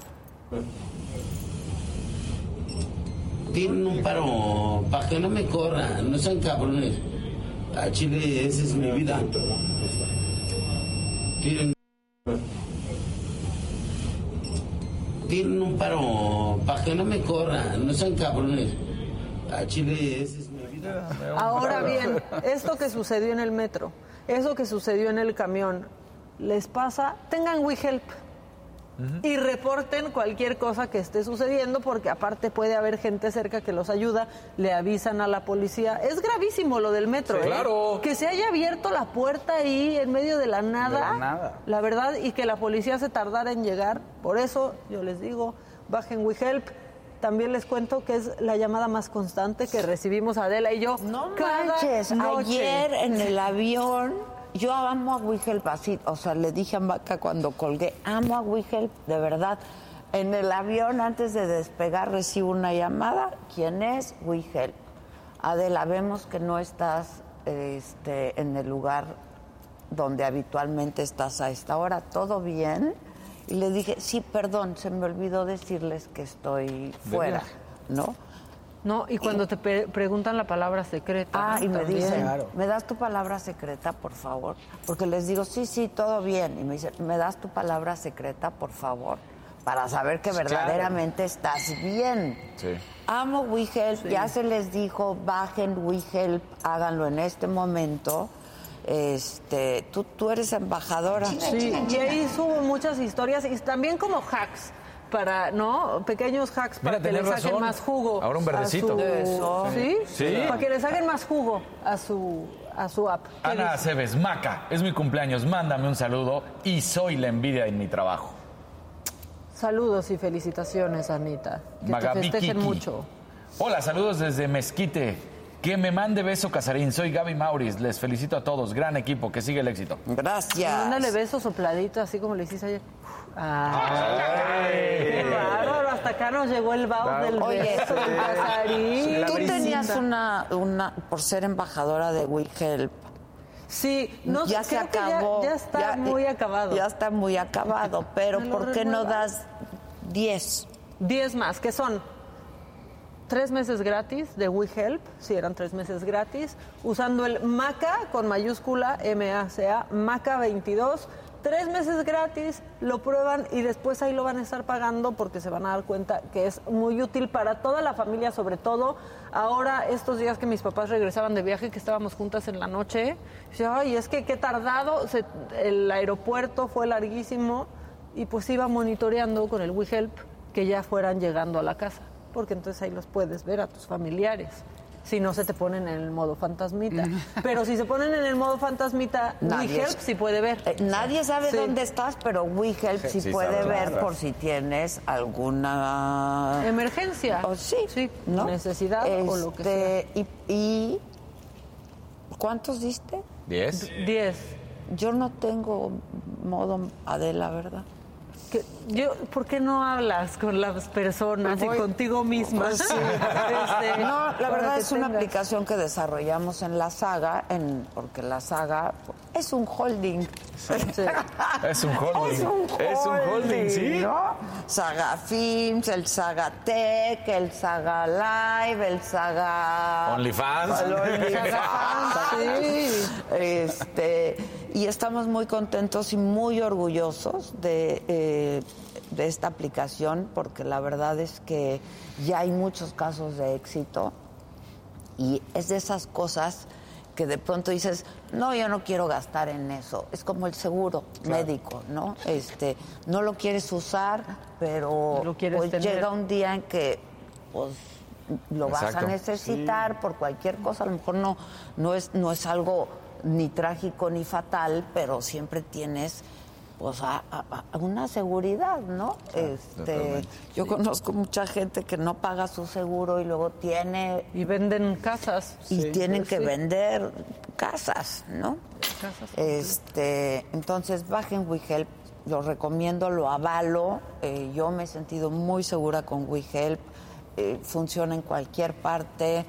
Tienen un paro para que no me corran, no sean cabrones. A Chile, esa es mi vida. Tienen, tienen un paro para que no me corran, no sean cabrones. A Chile, esa es mi vida. Ahora bien, esto que sucedió en el metro, eso que sucedió en el camión, les pasa, tengan WeHelp. Y reporten cualquier cosa que esté sucediendo, porque aparte puede haber gente cerca que los ayuda, le avisan a la policía. Es gravísimo lo del metro, Sí, ¿eh? claro. Que se haya abierto la puerta ahí en medio de la nada, De la nada. la verdad, y que la policía se tardara en llegar. Por eso, yo les digo, bajen WeHelp. También les cuento que es la llamada más constante que recibimos Adela y yo. No cada manches, noche. ayer en el avión, yo amo a WeHelp así, o sea, le dije a Maca cuando colgué, amo a WeHelp, de verdad. En el avión, antes de despegar, recibo una llamada. ¿Quién es? WeHelp. Adela, vemos que no estás este, en el lugar donde habitualmente estás a esta hora. ¿Todo bien? Y le dije, sí, perdón, se me olvidó decirles que estoy fuera, ¿no? No, y cuando te pe- preguntan la palabra secreta. Ah, ¿no? y me También. dicen, ¿me das tu palabra secreta, por favor? Porque les digo, sí, sí, todo bien. Y me dicen, ¿me das tu palabra secreta, por favor? Para saber que Sí, verdaderamente estás bien. Sí. Amo WeHelp, Sí. ya se les dijo, bajen WeHelp, háganlo en este momento. Este, tú, tú eres embajadora. Sí, y ahí subo muchas historias y también como hacks para, ¿no? Pequeños hacks para Mira, que le tenés saquen razón. más jugo. Ahora un a verdecito. su- Eso. ¿Sí? Sí. Para que le saquen más jugo a su a su app. ¿Qué Ana dice? Aceves, Maca, es mi cumpleaños, mándame un saludo y soy la envidia en mi trabajo. Saludos y felicitaciones, Anita. Que Magabi te festejen Kiki. mucho. Hola, saludos desde Mezquite. Que me mande beso, Casarín. Soy Gaby Mauris. Les felicito a todos. Gran equipo. Que sigue el éxito. Gracias. Mándale besos sopladitos, así como le hiciste ayer. Ay, qué bárbaro. Hasta acá nos llegó el vaho del Oye, beso del Casarín. tú tenías una, una, por ser embajadora de WeHelp. Sí, no ya creo se que ya- acabó. ya está muy acabado. Ya está muy acabado, pero ¿Me lo ¿por qué no renuevas? das diez? Diez más, que son tres meses gratis de WeHelp, si eran tres meses gratis, usando el MACA con mayúscula M A C A, MACA veintidós. Tres meses gratis, lo prueban y después ahí lo van a estar pagando porque se van a dar cuenta que es muy útil para toda la familia, sobre todo ahora estos días que mis papás regresaban de viaje, que estábamos juntas en la noche. Decía, ay, es que qué tardado, se- el aeropuerto fue larguísimo y pues iba monitoreando con el WeHelp que ya fueran llegando a la casa, porque entonces ahí los puedes ver a tus familiares. Si no se te ponen en el modo fantasmita. Pero si se ponen en el modo fantasmita, Nadie WeHelp es- sí puede ver. Eh, nadie sabe Sí. dónde estás, pero WeHelp sí, Sí, puede sabe, ver claro. por si tienes alguna Emergencia. O sí, Sí, ¿no? necesidad o lo que Este, y, y ¿cuántos diste? ¿Diez? Diez. Yo no tengo modo Adela, ¿verdad? Que yo, ¿por qué no hablas con las personas Voy- y contigo misma? Pues sí. Este, No, la para verdad que es una tengas- aplicación que desarrollamos en La Saga, en, porque La Saga es un holding. Es un holding. Es un holding, Es un holding, sí. ¿no? Saga Films, el Saga Tech, el Saga Live, el Saga... OnlyFans. El OnlyFans, sí. Este, y estamos muy contentos y muy orgullosos de, eh, de esta aplicación, porque la verdad es que ya hay muchos casos de éxito y es de esas cosas que de pronto dices, no, yo no quiero gastar en eso. Es como el seguro médico, ¿no? Este, no lo quieres usar, pero Lo quieres pues tener. llega un día en que pues lo vas a Exacto. necesitar por cualquier cosa. A lo mejor no, no es, no es algo ni trágico ni fatal, pero siempre tienes pues a, a- a una seguridad, ¿no? este, totalmente. yo conozco mucha gente que no paga su seguro y luego tiene Y venden casas. y Sí, tienen sí, que sí. vender casas, ¿no? Casas. Este, entonces bajen WeHelp, lo recomiendo, lo avalo. Eh, yo me he sentido muy segura con WeHelp, eh, funciona en cualquier parte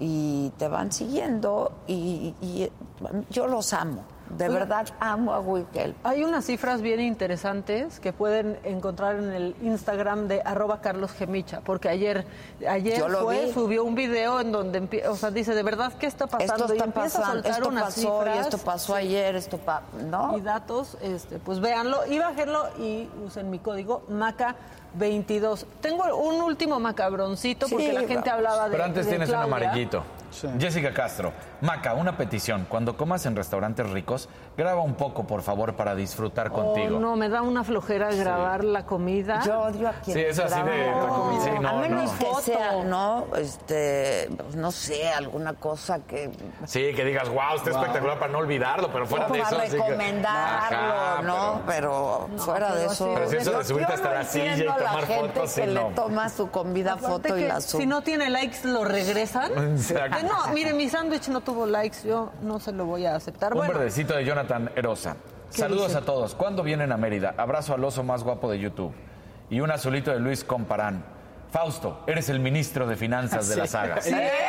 y te van siguiendo y, y, eh, yo los amo. De Oiga, verdad amo a WeHelp. Hay unas cifras bien interesantes que pueden encontrar en el Instagram de arroba Carlos Gemicha, porque ayer, ayer Yo lo fue, vi. subió un video en donde, empie- o sea, dice, ¿de verdad qué está pasando? Esto Y está empieza a pasando, soltar esto unas pasó y cifras, esto pasó sí, ayer, esto pa, ¿no? y datos, este, pues véanlo y bájenlo y usen mi código Maca veintidós. Tengo un último macabroncito porque Sí, la gente vamos. hablaba de Pero antes de tienes un Claudia. amarillito. Jessica Castro. Maca, una petición. Cuando comas en restaurantes ricos, graba un poco, por favor, para disfrutar contigo. Oh, no, me da una flojera grabar la comida. Yo odio a quien Sí, es así de- graba. sí, no, a menos no. que Foto. sea, ¿no? Este, pues, no sé, alguna cosa que Sí, que digas, wow, está espectacular para no olvidarlo, pero fuera de para eso. así que- recomendarlo, Ajá, ¿no? Pero, fuera de pero eso. así- Pero si eso de yo- subirte yo hasta no la silla y entiendo a la tomar gente fotos, que sí, le no. toma su comida Aparte foto y que la sube. si no tiene likes, lo regresan. Exacto. Que no, mire, mi sándwich no tuvo likes, yo no se lo voy a aceptar. Un Bueno, verdecito de Jonathan Erosa. Saludos dice? a todos. ¿Cuándo vienen a Mérida? Abrazo al oso más guapo de YouTube. Y un azulito de Luis Comparán. Fausto, eres el ministro de Finanzas de la saga. Sí. ¡Eh!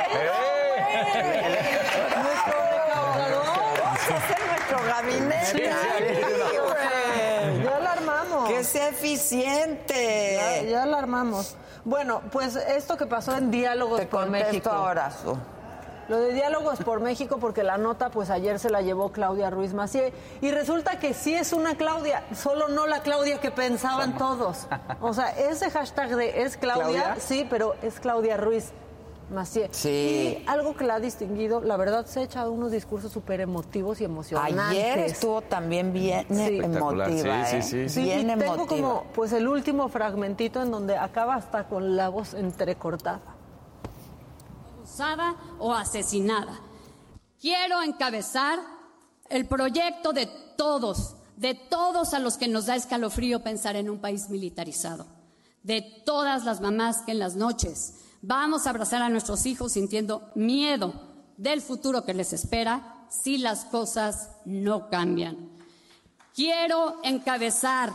nuestro recaudador. Ese es nuestro gabinete. Sí, sí, aquí, güey. Ya la armamos. Que sea eficiente. Ya, ya la armamos. Bueno, pues esto que pasó en Diálogos Te por contesto México. ahora, Su. Lo de Diálogos por México, porque la nota, pues ayer se la llevó Claudia Ruiz Massieu. Y resulta que sí es una Claudia, solo no la Claudia que pensaban todos. O sea, ese hashtag de es Claudia, ¿Claudia? sí, pero es Claudia Ruiz Massieu. Sí. Y algo que la ha distinguido, la verdad, se ha echado unos discursos súper emotivos y emocionantes. Ayer estuvo también bien Sí. emotiva, Sí, ¿eh? sí, sí, Sí, Bien y tengo emotiva. como pues el último fragmentito en donde acaba hasta con la voz entrecortada. Abusada o asesinada. Quiero encabezar el proyecto de todos, de todos a los que nos da escalofrío pensar en un país militarizado, de todas las mamás que en las noches vamos a abrazar a nuestros hijos sintiendo miedo del futuro que les espera si las cosas no cambian. Quiero encabezar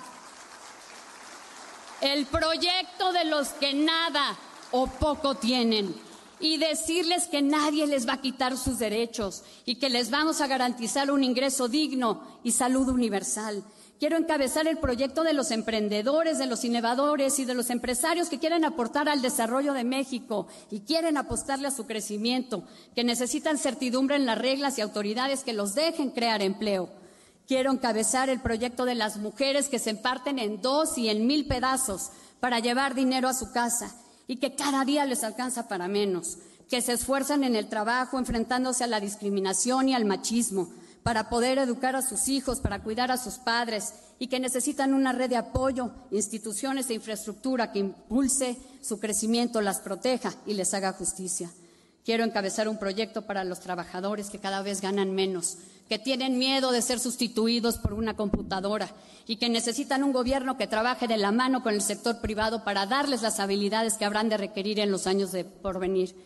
el proyecto de los que nada o poco tienen y decirles que nadie les va a quitar sus derechos y que les vamos a garantizar un ingreso digno y salud universal. Quiero encabezar el proyecto de los emprendedores, de los innovadores y de los empresarios que quieren aportar al desarrollo de México y quieren apostarle a su crecimiento, que necesitan certidumbre en las reglas y autoridades que los dejen crear empleo. Quiero encabezar el proyecto de las mujeres que se parten en dos y en mil pedazos para llevar dinero a su casa y que cada día les alcanza para menos, que se esfuerzan en el trabajo enfrentándose a la discriminación y al machismo para poder educar a sus hijos, para cuidar a sus padres y que necesitan una red de apoyo, instituciones e infraestructura que impulse su crecimiento, las proteja y les haga justicia. Quiero encabezar un proyecto para los trabajadores que cada vez ganan menos, que tienen miedo de ser sustituidos por una computadora y que necesitan un gobierno que trabaje de la mano con el sector privado para darles las habilidades que habrán de requerir en los años de porvenir.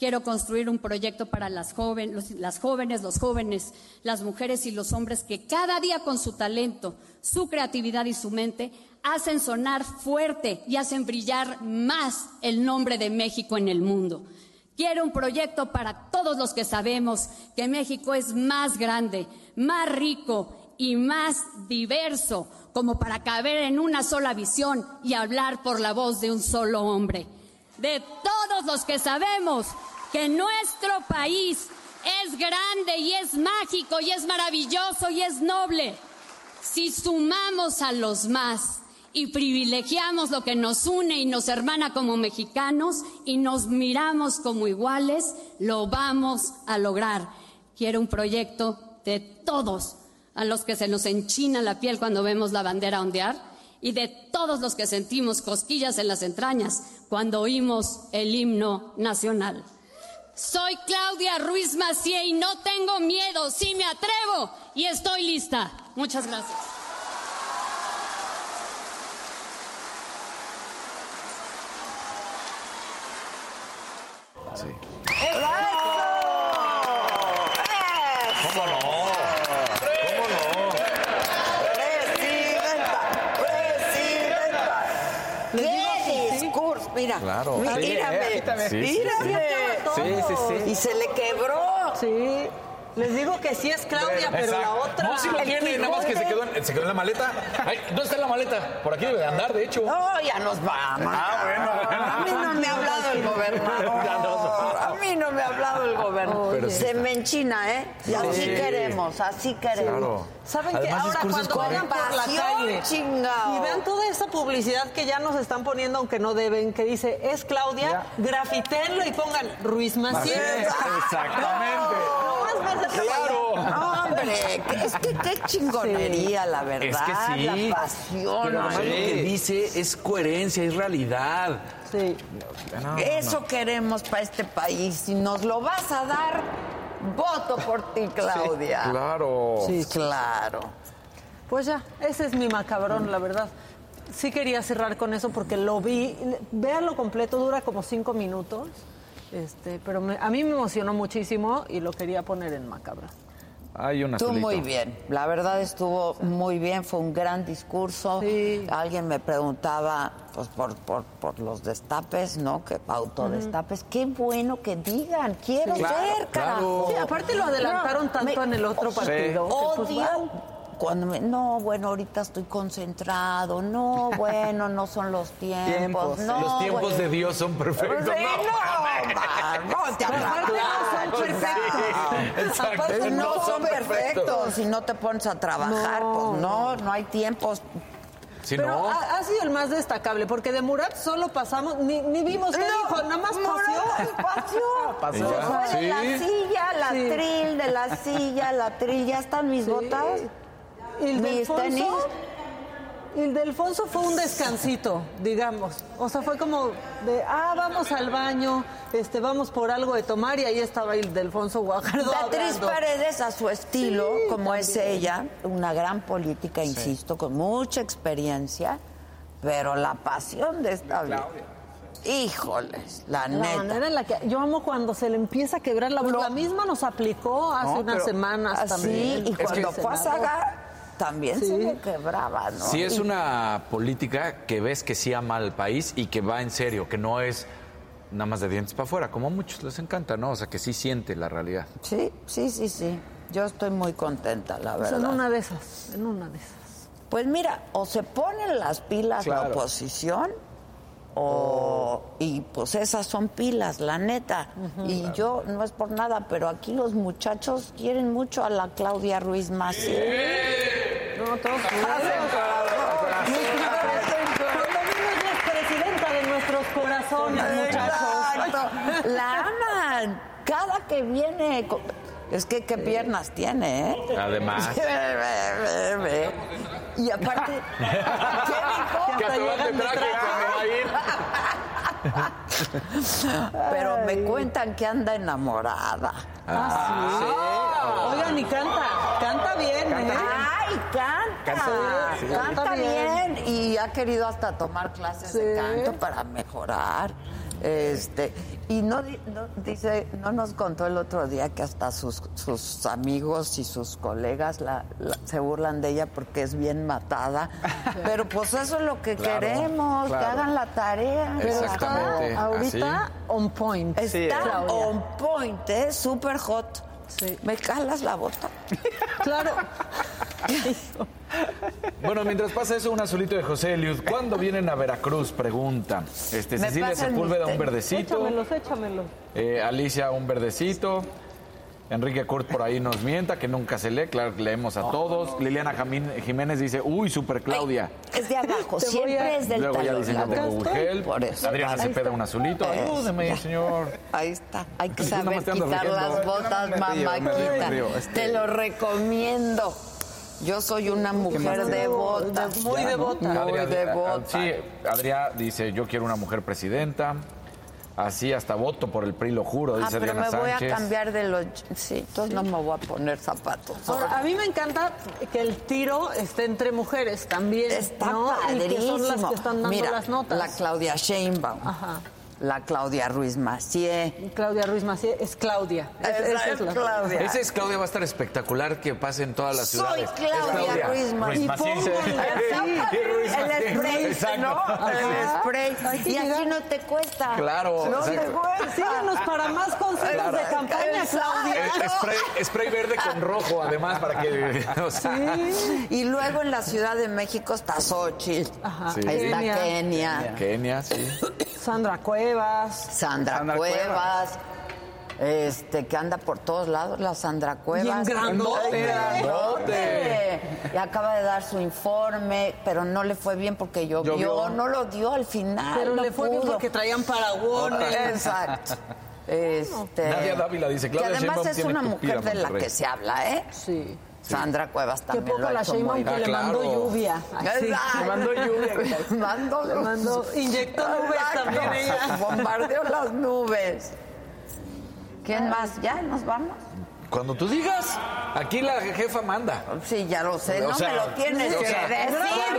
Quiero construir un proyecto para las, joven, los, las jóvenes, los jóvenes, las mujeres y los hombres que cada día con su talento, su creatividad y su mente hacen sonar fuerte y hacen brillar más el nombre de México en el mundo. Quiero un proyecto para todos los que sabemos que México es más grande, más rico y más diverso, como para caber en una sola visión y hablar por la voz de un solo hombre. De todos los que sabemos que nuestro país es grande y es mágico y es maravilloso y es noble. Si sumamos a los más y privilegiamos lo que nos une y nos hermana como mexicanos y nos miramos como iguales, lo vamos a lograr. Quiero un proyecto de todos a los que se nos enchina la piel cuando vemos la bandera ondear y de todos los que sentimos cosquillas en las entrañas cuando oímos el himno nacional. Soy Claudia Ruiz Massieu y no tengo miedo, sí me atrevo y estoy lista. Muchas gracias. Sí. ¿Cómo no? ¿Cómo no? Presidenta, presidenta. ¿Qué discurso? Mira, Claro. mírame, Sí, sí, mírame. sí. Sí, sí, sí. Y se le quebró. Sí. Les digo que sí es Claudia, pero la Exacto. otra... No, sí lo El tiene, nada más que se quedó, en, se quedó en la maleta. Ay, ¿dónde está la maleta? Por aquí debe de andar, de hecho. No, ya nos vamos. Ah, bueno. A mí no me ha hablado el gobernador. Ya nos vamos. A mí no me ha hablado el gobernador. Pero sí se está. me enchina, ¿eh? Y Sí. así queremos, así queremos. Claro. ¿Saben qué? Además, Ahora discursos cuando vayan por la Pasión, calle chingao. y vean toda esa publicidad que ya nos están poniendo, aunque no deben, que dice, es Claudia, grafitenlo y pongan Ruiz Massieu. Exactamente. No más vas a Claro. No, hombre, que- es que qué chingonería, la verdad. Es que sí. La pasión. Pero además ay. lo que dice es coherencia, es realidad. Sí. No, no, Eso no. queremos para este país. Si nos lo vas a dar, voto por ti, Claudia. Sí, claro. Sí, claro. Pues ya, ese es mi macabrón, la verdad. Sí quería cerrar con eso porque lo vi. Véanlo completo, dura como cinco minutos. Este, pero me- a mí me emocionó muchísimo y lo quería poner en macabra. Hay una Tú muy bien, la verdad estuvo muy bien, fue un gran discurso. Alguien me preguntaba pues por, por, por los destapes, ¿no? Que autodestapes. Qué bueno que digan, quiero Sí. ver, Claro, carajo. Sí, aparte lo adelantaron tanto en el otro partido. que, pues, Odio va. cuando me, no, bueno, ahorita estoy concentrado, no, bueno, no son los tiempos, Tiempos. no, Los tiempos bueno. de Dios son perfectos. Sí, no, man, no te Aparte no son perfectos. Exacto. Aparte no, No son son perfectos. perfectos. Si no te pones a trabajar, No. pues no, no hay tiempos. Si Pero no, ha, ha sido el más destacable, porque de Murat solo pasamos, ni, ni vimos qué dijo, nada más Murat paseó. paseó. Y ya. Se fue de la Sí. silla, la Sí. tril, de la silla, la tril. ¿Ya están mis Sí. botas? Y el de ¿Mis tenis? Alfonso, y el de Alfonso fue un descansito, digamos. O sea, fue como de, ah, vamos al baño, este, vamos por algo de tomar, y ahí estaba el de Alfonso Guajardo Beatriz hablando. Paredes a su estilo, Sí, como es también. ella, una gran política, insisto, con mucha experiencia, pero la pasión de esta vida. Híjoles, la, La neta. manera en la que yo amo cuando se le empieza a quebrar la voz. La misma nos aplicó hace No, unas pero semanas Así, también. y Es cuando que- fue a Saga, también Sí. se le quebraba, ¿no? si es Y- una política que ves que sí ama al país y que va en serio, que no es nada más de dientes para afuera, como a muchos les encanta, ¿no? O sea, que sí siente la realidad. Sí, sí, sí, sí. Yo estoy muy contenta, la Pues verdad. en una de esas, en una de esas. Pues mira, o se ponen las pilas la Claro. oposición, o y pues esas son pilas, la neta. Y yo, no es por nada, pero aquí los muchachos quieren mucho a la Claudia Ruiz Massieu. No, todos Por lo menos ella es presidenta de nuestros corazones, muchachos. Exacto. La aman. Cada que viene... co- Es que qué piernas tiene, ¿eh? Además. Ve, ve, ve, ve. Y aparte, ¿qué dijo? Que hasta van de traje cuando va a ir. Pero me cuentan que anda enamorada. Ah, sí. Oigan, y canta, canta bien, ¿eh? ¡Ay, canta! Canta, sí, Canta canta bien. bien. Y ha querido hasta tomar clases de Sí. canto para mejorar. Este, y no, no dice, no nos contó el otro día que hasta sus, sus amigos y sus colegas la, la, se burlan de ella porque es bien matada. Pero pues eso es lo que claro, queremos, claro. que hagan la tarea. Pero está ahorita ¿así? On point. Está sí, on point, ¿eh? Súper hot. Sí. ¿Me calas la bota? Claro. Bueno, mientras pasa eso, un azulito de José Eliud. ¿Cuándo vienen a Veracruz? Pregunta. Este, Cecilia Sepúlveda, un verdecito. Échamelos, échamelos. Eh, Alicia, un verdecito. Enrique Kurt por ahí nos mienta, que nunca se lee, claro que leemos a todos. Liliana Jamín, Jiménez dice, uy, super Claudia. Ay, es de abajo, siempre a... es del Luego talón. ya dicen que tengo Bugel. Adriana Cepeda, un azulito. Ayúdeme, ya. señor. Ahí está, hay que saber quitar las botas, mamáquita. Te lo recomiendo. Yo soy una mujer devota. Muy devota. Muy devota. Sí, Adrián dice, yo quiero una mujer presidenta. Así hasta voto por el P R I, lo juro, dice ah, pero Diana me voy Sánchez. a cambiar de los... Sí, entonces no me voy a poner zapatos. Ahora, a mí me encanta que el tiro esté entre mujeres también. Está ¿no? padrísimo. Y que son las que están dando Mira, las notas. la Claudia Sheinbaum. Ajá. La Claudia Ruiz Massieu. Claudia Ruiz Massieu es Claudia. Esa, esa es, es Claudia. Esa es Claudia, va a estar espectacular que pase en todas las ciudades. Soy Claudia, Claudia. Ruiz Massieu. El spray, exacto. ¿no? El spray. Y así no te cuesta. Claro. No exacto. te cuesta. Síganos para más consejos claro. de campaña, Claudia. El spray, spray verde con rojo, además, para que... O sea. Sí. Y luego en la Ciudad de México está Xochitl. Ajá. Sí. Está Kenia. Kenia. Kenia, sí. Sandra Cuevas. Sandra, Sandra Cuevas. Cuevas. Este, que anda por todos lados, la Sandra Cuevas. Bien grandote. grandote. Y acaba de dar su informe, pero no le fue bien porque llovió. llovió. No lo dio al final. Pero no le fue pudo. bien porque traían paraguones. Exacto. Este, Nadia Dávila dice, Claudia que además Sheinbaum es una mujer de la Monterrey. que se habla, ¿eh? Sí. Sandra Cuevas también Qué poco lo ha la hecho Sheinbaum muy que bien. le claro. mandó lluvia. Así. Le mandó lluvia. mandó, le mandó, inyectó nubes también ella. Bombardeó las nubes. ¿Quién más? ¿Ya nos vamos? Cuando tú digas, aquí la jefa manda. Sí, ya lo sé, o no sea, me lo tienes o que sea, decir.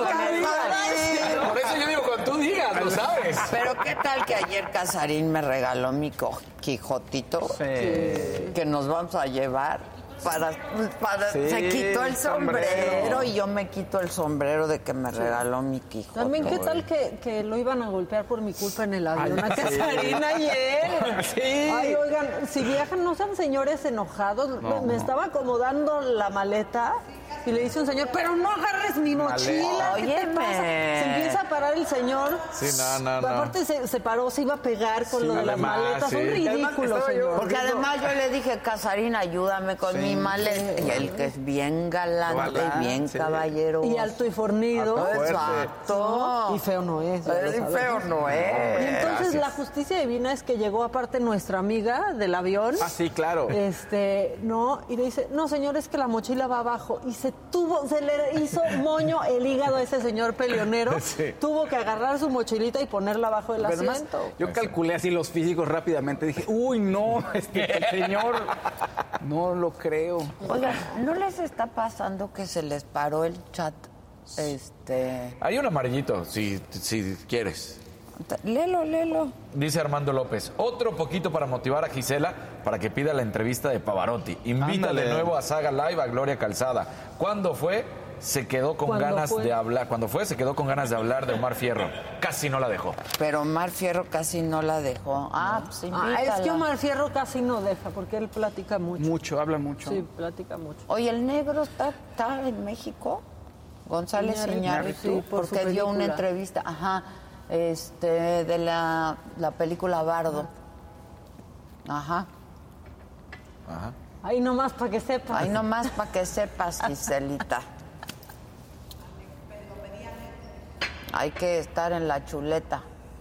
Por, por eso yo digo, cuando tú digas, lo sabes. Pero qué tal que ayer Casarín me regaló mi Quijotito, sí. que nos vamos a llevar. Para, para sí, se quitó el sombrero, sombrero y yo me quito el sombrero de que me sí. regaló mi Quijote. También qué tal que, que lo iban a golpear por mi culpa en el avión a Casarín ayer. Sí. Ay, oigan, si viajan no sean señores enojados. No, me, me estaba acomodando la maleta y le dice un señor, pero no agarres mi mochila. ¿Qué te pasa? Se empieza a parar el señor. Sí, no, no, no. Aparte se, se paró, se iba a pegar con sí, lo de además, las maletas. Sí. Son ridículos, señor. Porque además yo le dije, Casarín, ayúdame con sí. mi maleta. Y él que es bien galante y bien sí. caballero. Y alto y fornido. Exacto. Y feo no es. Y feo no es. Y entonces Gracias. la justicia divina es que llegó aparte nuestra amiga del avión. Ah, sí, claro. Este, no, y le dice, no, señor, es que la mochila va abajo. Y se tuvo, se le hizo moño el hígado a ese señor peleonero. Sí. Tuvo que agarrar su mochilita y ponerla abajo del Pero asiento. Más, yo calculé así los físicos rápidamente. Dije, uy, no, este, el señor, no lo creo. Oiga, ¿no les está pasando que se les paró el chat? Este... Hay un amarillito, si, si quieres. Léelo, léelo. Dice Armando López, otro poquito para motivar a Gisela para que pida la entrevista de Pavarotti. Invita Ándale. de nuevo a Saga Live a Gloria Calzada. ¿Cuándo fue? Se quedó con ganas fue? de hablar. Cuando fue, se quedó con ganas de hablar de Omar Fierro. Casi no la dejó. Pero Omar Fierro casi no la dejó. Ah, pues invítala. Ah, es que Omar Fierro casi no deja, porque él platica mucho. Mucho, habla mucho. Sí, platica mucho. Oye, ¿el negro está, está en México? González Iñárritu, sí, por porque dio una entrevista, ajá, este, de la, la película Bardo. Ajá. Ajá. Ahí nomás para que sepas. Ahí nomás para que sepas, Giselita. Hay que estar en la chuleta.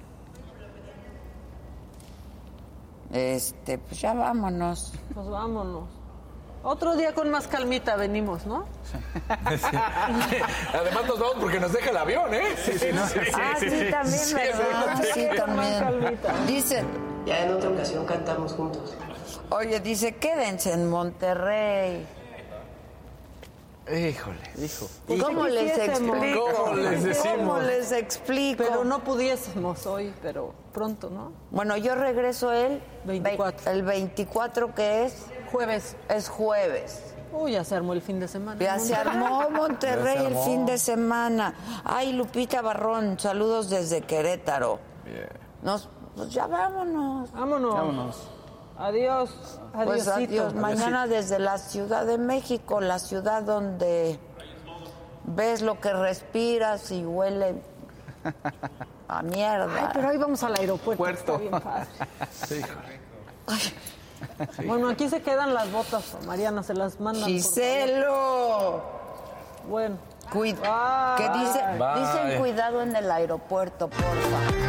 Este, pues ya vámonos. Pues vámonos. Otro día con más calmita venimos, ¿no? Sí. Además nos vamos porque nos deja el avión, ¿eh? Sí, sí, no. sí, ah, sí, sí también, sí, ¿verdad? Sí, sí también. Dice... Ya en otra ocasión cantamos juntos. Oye, dice, quédense en Monterrey. Híjole, hijo. ¿Cómo les explico? ¿Cómo les decimos? ¿Cómo les explico? Pero no pudiésemos hoy, pero pronto, ¿no? Bueno, yo regreso el veinticuatro. El veinticuatro, ¿qué es? Jueves. Es jueves. Uy, ya se armó el fin de semana. Ya se armó Monterrey Ya se armó. el fin de semana. Ay, Lupita Barrón, saludos desde Querétaro. Bien. Nos, pues ya vámonos. Vámonos. Vámonos. Adiós. Pues Adiósito. adiós. Mañana desde la Ciudad de México, la ciudad donde ves lo que respiras y huele a mierda. Ay, pero hoy vamos al aeropuerto. Puerto. Está bien padre. Sí, híjole. Sí. Bueno, aquí se quedan las botas, Mariana, se las mandan. Giselo. Bueno. Cuid Bye. que dice, Bye. dicen cuidado en el aeropuerto, porfa.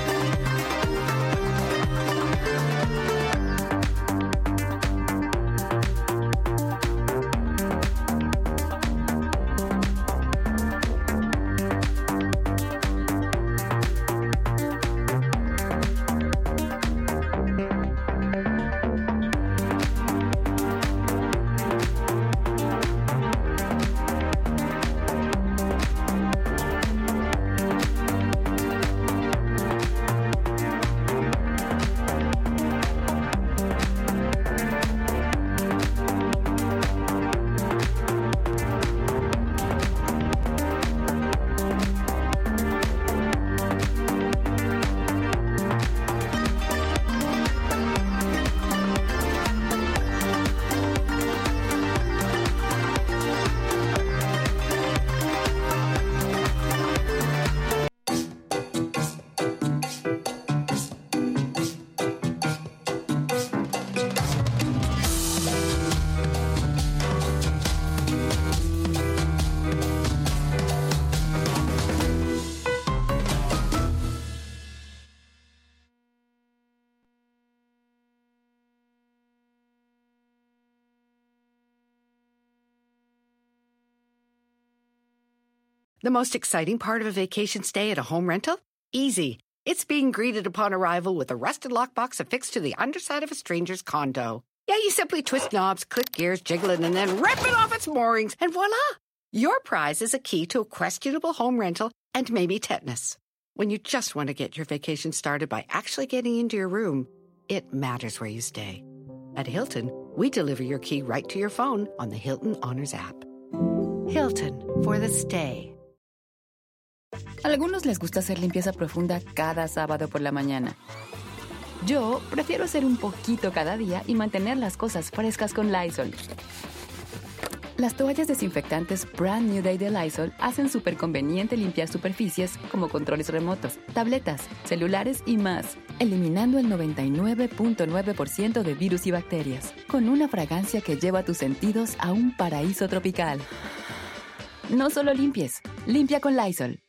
The most exciting part of a vacation stay at a home rental? Easy. It's being greeted upon arrival with a rusted lockbox affixed to the underside of a stranger's condo. Yeah, you simply twist knobs, click gears, jiggle it, and then rip it off its moorings, and voila! Your prize is a key to a questionable home rental and maybe tetanus. When you just want to get your vacation started by actually getting into your room, it matters where you stay. At Hilton, we deliver your key right to your phone on the Hilton Honors app. Hilton, for the stay. A algunos les gusta hacer limpieza profunda cada sábado por la mañana. Yo prefiero hacer un poquito cada día y mantener las cosas frescas con Lysol. Las toallas desinfectantes Brand New Day de Lysol hacen súper conveniente limpiar superficies como controles remotos, tabletas, celulares y más, eliminando el noventa y nueve punto nueve por ciento de virus y bacterias, con una fragancia que lleva tus sentidos a un paraíso tropical. No solo limpies, limpia con Lysol.